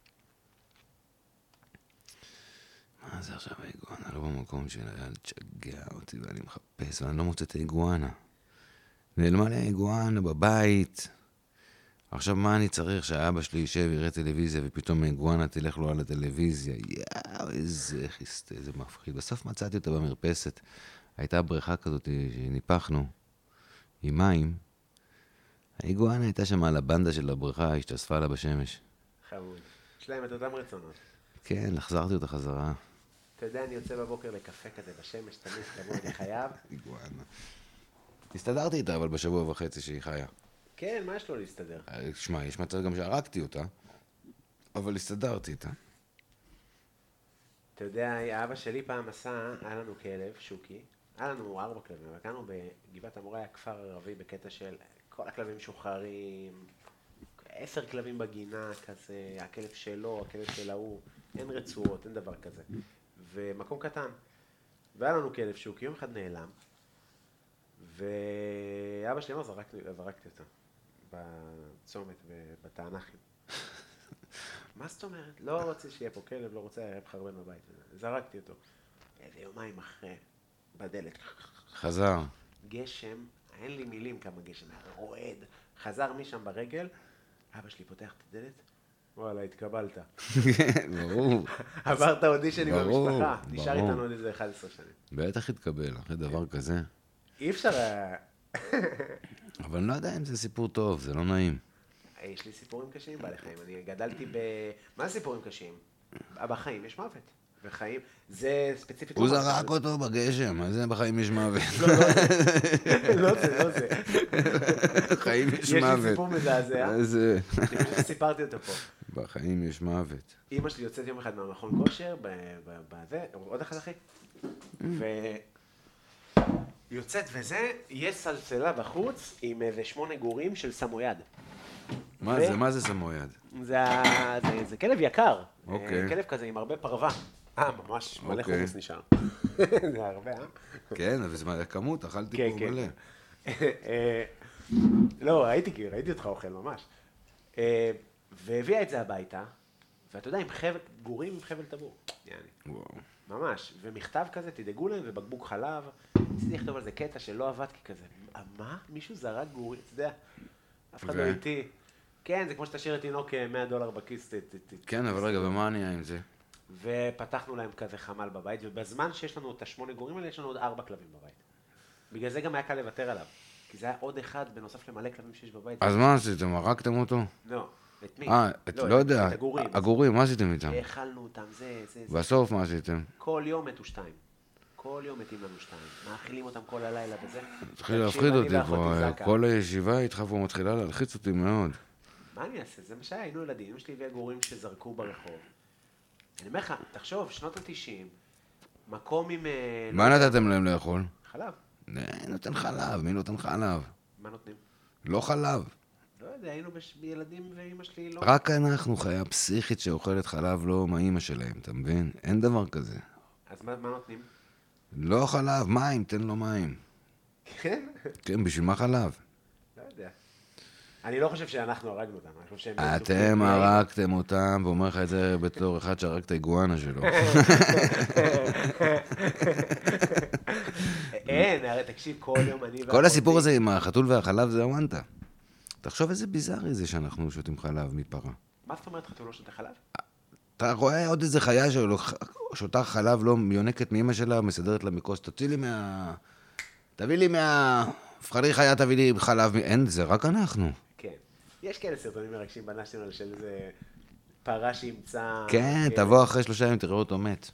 מה זה עכשיו האיגואנה לא במקום שלה? היה תשגע אותי ואני מחפש ואני לא מוצא את האיגואנה. נעלמה לי האיגואנה בבית. עכשיו מה אני צריך שהאבא שלי יישב, יראה טלוויזיה ופתאום האיגואנה תלך לו על הטלוויזיה? יאו, איזה חיסטה, איזה מפחיד. בסוף מצאתי אותה במרפסת. הייתה בריכה כזאת שניפחנו עם מים. האיגואנה הייתה שם על הבנדה של הבריכה, השתספה לה בשמש. חמוד. יש להם את אותם רצונות. כן, החזרתי אותה חזרה. אתה יודע, אני יוצא בבוקר לקפה כזה בשמש, תמיד תבוא, אני חייב. איגואנה. הסתדרתי איתה, אבל בשבוע וחצי שהיא חיה. כן, מה יש לו להסתדר? שמע, יש מצב גם שהרגתי אותה, אבל הסתדרתי איתה. אתה יודע, אבא שלי פעם היה לנו כלב, שוקי, היה לנו 4 כלבים, אבל קראנו בגבעת המורה, היה כפר ערבי בקטע של כל הכלבים משוחררים, 10 כלבים בגינה כזה, הכלב שלו, הכלב של ההוא, אין רצועות, אין דבר כזה. ומקום קטן. והיה לנו כלב שוקי, יום אחד נעלם, ואבא שלי אמר, זרקתי אותו בצומת, בתענכים. מה זאת אומרת? לא רוצה שיהיה פה כלב, לא רוצה, היה בחרבן בבית. זרקתי אותו. איזה יומיים אחרי, בדלת. חזר. גשם, אין לי מילים כמה גשם, היה רועד. חזר משם ברגל, אבא שלי פותח את הדלת, וואלה, התקבלת. ברור. עברת אודישנים במשפחה, נשאר איתנו עוד איזה 11 שנים. בטח התקבל, אחרי דבר כזה. אי אפשר... אבל אני לא יודע אם זה סיפור טוב, זה לא נעים. יש לי סיפורים קשים בעלי חיים, אני גדלתי מה זה סיפורים קשים? בחיים יש מוות, וחיים, זה ספציפית... הוא זרק אותו בגשם, מה זה בחיים יש מוות? לא זה. בחיים יש יש מוות. לי סיפור מזעזע, אני חושב שסיפרתי אותו פה. בחיים יש מוות. אמא שלי יוצאת יום אחד מהמכון כושר, בזה, עוד אחד אחי, ויוצאת וזה, יש סלסלה בחוץ עם איזה 8 גורים של סמויד. מה זה סמויד? זה כלב יקר, אוקיי. כלב כזה עם הרבה פרווה. ממש מלא חומוס נשאר. זה הרבה, כן, אבל זה כמות, אכלתי פה מלא. לא, ראיתי אותך אוכל ממש. והביאה את זה הביתה, ואתה יודע, עם גורים עם חבל טבור. וואו. ממש, ומכתב כזה, תדאגו להם, ובקבוק חלב. רציתי לכתוב על זה קטע שלא עבד כזה. מה? מישהו זרק גורים, אתה יודע, אף אחד לא איתי. כן, זה כמו שתשאיר את תינוק $100 בכיס. כן, אבל רגע, ומה נהיה עם זה? ופתחנו להם כזה חמל בבית, ובזמן שיש לנו את 8 גורים האלה, יש לנו עוד 4 כלבים בבית. בגלל זה גם היה קל לוותר עליו. כי זה היה עוד אחד בנוסף למלא כלבים שיש בבית. אז מה עשיתם? הרגתם אותו? לא. את מי? לא יודע. את הגורים. הגורים, מה עשיתם איתם? האכלנו אותם, זה. בסוף מה עשיתם? כל יום מתו 2. כל יום מתים לנו 2. מאכילים אותם כל הלילה וזה. התחיל להפחיד אותי פה, כל הישיבה איתך פה מתחילה להלחיץ אותי מאוד. מה אני אעשה? זה מה שהיה, היינו ילדים, יש לי הביאה גורים שזרקו ברחוב. אני אומר לך, תחשוב, שנות ה-90, מקום עם... מה נתתם להם לאכול? חלב. נותן חלב, מי נותן חלב? מה נותנים? לא חלב. לא יודע, היינו ילדים ואמא שלי לא... רק אנחנו חיה פסיכית שאוכלת חלב לא מאמא שלהם, אתה מבין? אין דבר כזה. אז מה נותנים? לא חלב, מים, תן לו מים. כן? כן, בשביל מה חלב? לא יודע. אני לא חושב שאנחנו הרגנו אותם, אני חושב שהם... אתם הרגתם אותם, ואומר לך את זה בתור אחד שהרג את האיגואנה שלו. אין, הרי תקשיב, כל יום אני... כל הסיפור הזה עם החתול והחלב זה הוונטה. תחשוב איזה ביזארי זה שאנחנו שותים חלב מפרה. מה זאת אומרת חתול לא שותה חלב? אתה רואה עוד איזה חיה שותה חלב לא יונקת מאמא שלה, מסדרת לה מכוס, תביא לי פחרי חיה, תביא לי חלב, אין, זה רק אנחנו. כן. יש כאלה סרטונים מרגשים בנאשונל של איזה פרה שימצא... כן, תבוא אחרי 3 ימים, תראה אותו מת.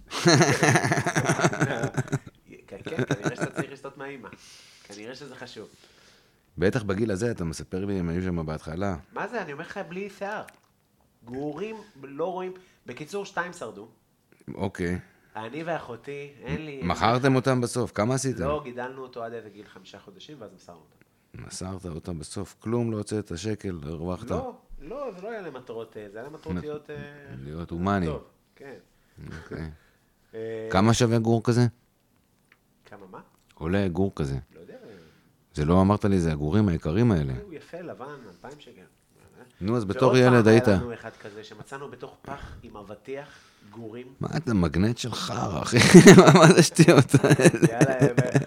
כן, כנראה שאתה צריך לשתות מהאמא. כנראה שזה חשוב. בטח בגיל הזה, אתה מספר לי, הם היו שם בהתחלה. מה זה? אני אומר לך בלי שיער. גרורים לא רואים... בקיצור, 2 שרדו. אוקיי. אני ואחותי, אין לי... מכרתם אותם בסוף, כמה עשיתם? לא, גידלנו אותו עד איזה גיל 5 חודשים, ואז מסרנו אותם. מסרת אותם בסוף, כלום לא הוצאת השקל, הרווחת. לא, זה לא היה למטרות, זה היה למטרות להיות הומני. טוב, כן. אוקיי. כמה שווה גור כזה? כמה מה? עולה גור כזה. לא יודע. זה לא אמרת לי, זה הגורים היקרים האלה. הוא יפה, לבן, 2,000 שקל. נו, אז בתור ילד היית... ועוד פעם היה לנו אחד כזה, שמצאנו בתוך פח עם אבטיח, גורים. מה אתה מגנט של חרא, אחי? מה זה שטויות האלה? יאללה,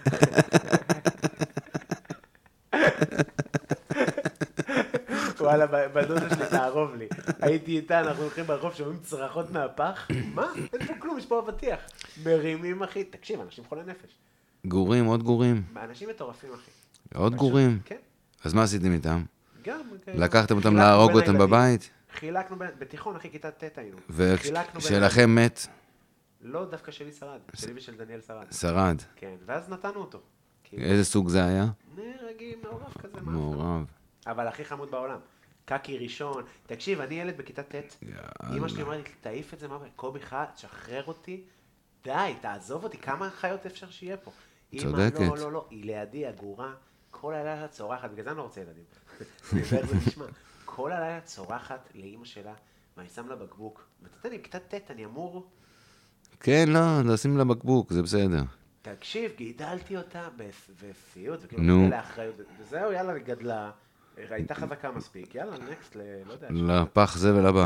וואלה, בדודה שלי תערוב לי. הייתי איתה, אנחנו הולכים ברחוב, שומעים צרחות מהפח. מה? אין פה כלום, יש פה אבטיח. מרימים, אחי. תקשיב, אנשים חולי נפש. גורים, עוד גורים. אנשים מטורפים, אחי. עוד גורים? כן. אז מה עשיתם איתם? גם. לקחתם אותם להרוג אותם בבית? חילקנו בתיכון, אחי, כיתה ט' היינו. ושלכם מת? לא, דווקא שלי שרד. שלי ושל דניאל שרד. שרד. כן, ואז נתנו אותו. איזה סוג זה היה? רגיל, מעורב כזה. מעורב. אבל הכי חמוד בעולם. קקי ראשון. תקשיב, אני ילד בכיתה ט', אמא שלי אומרת לי, תעיף את זה, קובי חד, תשחרר אותי, די, תעזוב אותי, כמה חיות אפשר שיהיה פה? צודקת. אמא, לא, היא לידי, הגורה, כל הלילה צורחת, בגלל זה אני לא רוצה ילדים. ואיך זה נשמע. כל הלילה צורחת לאמא שלה, ואני שם לה בקבוק, ואתה יודע, בכיתה ט' אני אמור... כן, לא, לשים לה בקבוק, זה בסדר. תקשיב, גידלתי אותה בסיוט, נו. וזהו, יאללה, גדלה, הייתה חזקה מספיק, יאללה, נקסט, לא יודע. לפח זבל הבא.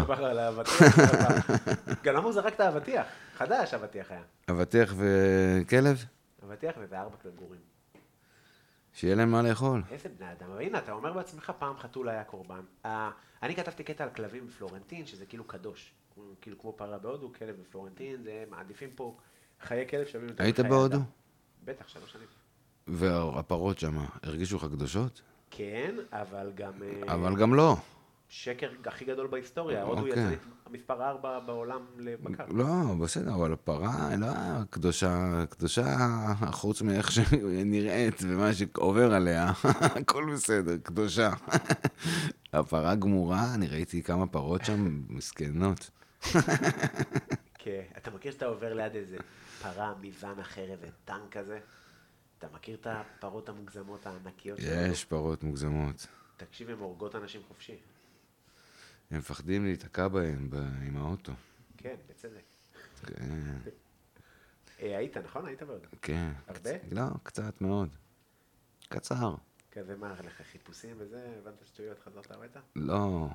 גם למה הוא זרק את האבטיח? חדש אבטיח היה. אבטיח וכלב? אבטיח ו4 גורים. שיהיה להם מה לאכול. איזה בני אדם, אבל הנה, אתה אומר בעצמך, פעם חתול היה קורבן. אני כתבתי קטע על כלבים בפלורנטין, שזה כאילו קדוש. כאילו כמו פרה בהודו, כלב בפלורנטין, זה מעדיפים פה חיי כלב שווים יותר. היית בהודו? בטח, 3 שנים. והפרות שם, הרגישו לך קדושות? כן, אבל גם... אבל גם לא. שקר הכי גדול בהיסטוריה, הודו יצא מספר 4 בעולם לבקר. לא, בסדר, אבל הפרה לא קדושה, חוץ מאיך שהיא נראית ומה שעובר עליה, הכל בסדר, קדושה. הפרה גמורה, אני ראיתי כמה פרות שם מסכנות. כן, אתה מכיר שאתה עובר ליד איזה פרה, מיוון אחרת וטנק כזה? אתה מכיר את הפרות המוגזמות הענקיות שלנו? יש פרות מוגזמות. תקשיב, הן הורגות אנשים חופשי. הם מפחדים להתעקע בהם עם האוטו. כן, בצדק. כן. היית, נכון? היית בהודו? כן. הרבה? לא, קצת מאוד. קצר. כזה מה, לך חיפושים וזה? הבנת שטויות, חזרת הביתה? לא.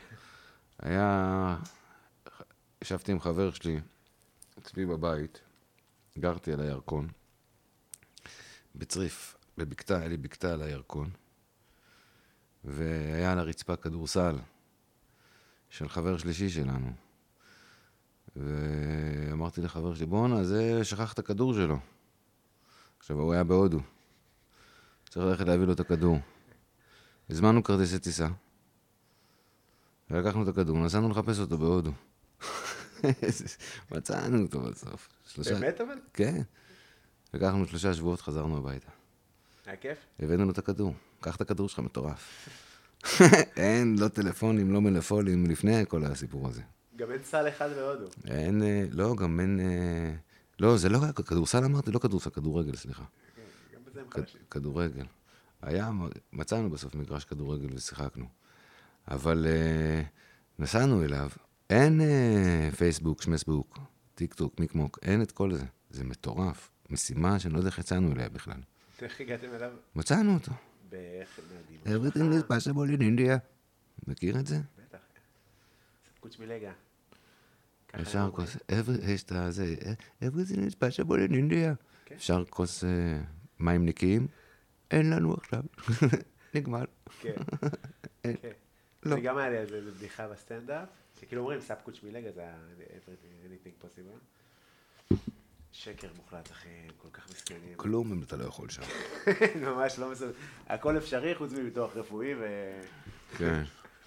ישבתי עם חבר שלי, אצלי בבית, גרתי על הירקון, בצריף, בבקתה, היה לי בקתה על הירקון, והיה על הרצפה כדורסל של חבר שלישי שלנו. ואמרתי לחבר שלי, בואנה, זה שכח את הכדור שלו. עכשיו, הוא היה בהודו. צריך ללכת להביא לו את הכדור. הזמנו כרטיסי טיסה. ולקחנו את הכדור, נסענו לחפש אותו בהודו. מצאנו אותו בסוף. באמת אבל? כן. לקחנו 3 שבועות, חזרנו הביתה. היה כיף? הבאנו לו את הכדור. קח את הכדור שלך, מטורף. אין, לא טלפונים, לא מלאפונים, לפני כל הסיפור הזה. גם אין סל אחד בהודו. אין, לא, גם אין... לא, זה לא היה כדורסל, אמרתי, לא כדורסל, כדורגל, סליחה. גם בזה הם חלשים. כדורגל. מצאנו בסוף מגרש כדורגל ושיחקנו. אבל נסענו אליו, אין פייסבוק, שמסבוק, טיק טוק, מיקמוק, אין את כל זה. זה מטורף. משימה שאני לא יודע איך יצאנו אליה בכלל. איך הגעתם אליו? מצאנו אותו. באיך מדהים. Everything is possible in India. מכיר את זה? בטח. ספקוץ' מלגה. אפשר כוס, יש את הזה, everything is possible in India. אפשר כוס מים נקיים? אין לנו עכשיו. נגמר. כן. לא. זה גם היה לי איזה בדיחה בסטנדאפ, שכאילו אומרים ספקוץ' מלגה זה anything possible. שקר מוחלט, אחי, כל כך מסכנים. כלום אם אתה לא יכול שם. ממש לא מסוים. הכל אפשרי חוץ מביטוח רפואי כן.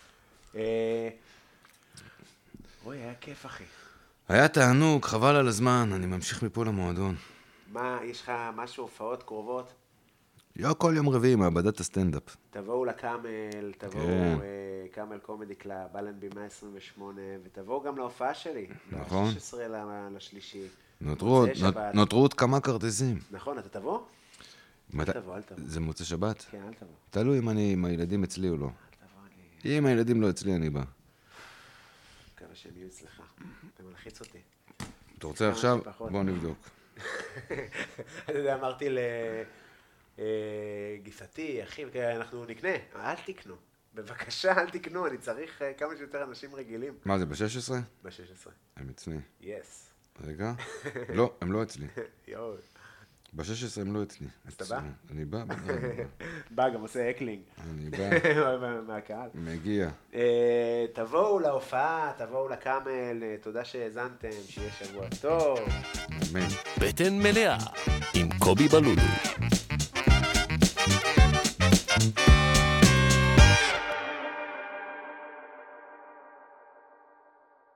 אוי, היה כיף, אחי. היה תענוג, חבל על הזמן, אני ממשיך מפה למועדון. מה, יש לך משהו, הופעות קרובות? כל יום רביעי, מעבדת הסטנדאפ. תבואו לקאמל, תבואו קאמל קומדי קלאב, אלנבי 128, ותבואו גם להופעה שלי. נכון. ב-16 לשלישי. נותרו עוד כמה כרטיסים. נכון, אתה תבוא? אל תבוא. זה מוצא שבת? כן, אל תבוא. תלוי אם הילדים אצלי או לא. אל תבוא, אני... אם הילדים לא אצלי, אני בא. מקווה שהם יהיו אצלך. אתה מלחיץ אותי. אתה רוצה עכשיו? בוא נבדוק. אתה יודע, אמרתי לגיסתי, אחי, אנחנו נקנה. אל תקנו. בבקשה, אל תקנו. אני צריך כמה שיותר אנשים רגילים. מה זה, ב-16? ב-16. הם אצלי. יס. רגע. לא, הם לא אצלי. יואו. ב-16 הם לא אצלי. אז אתה בא? אני בא. בא, גם עושה אקלינג. אני בא. מהקהל. מגיע. תבואו להופעה, תבואו לקאמל, תודה שהאזנתם, שיהיה שבוע טוב. אמן. בטן מלאה עם קובי בלולו.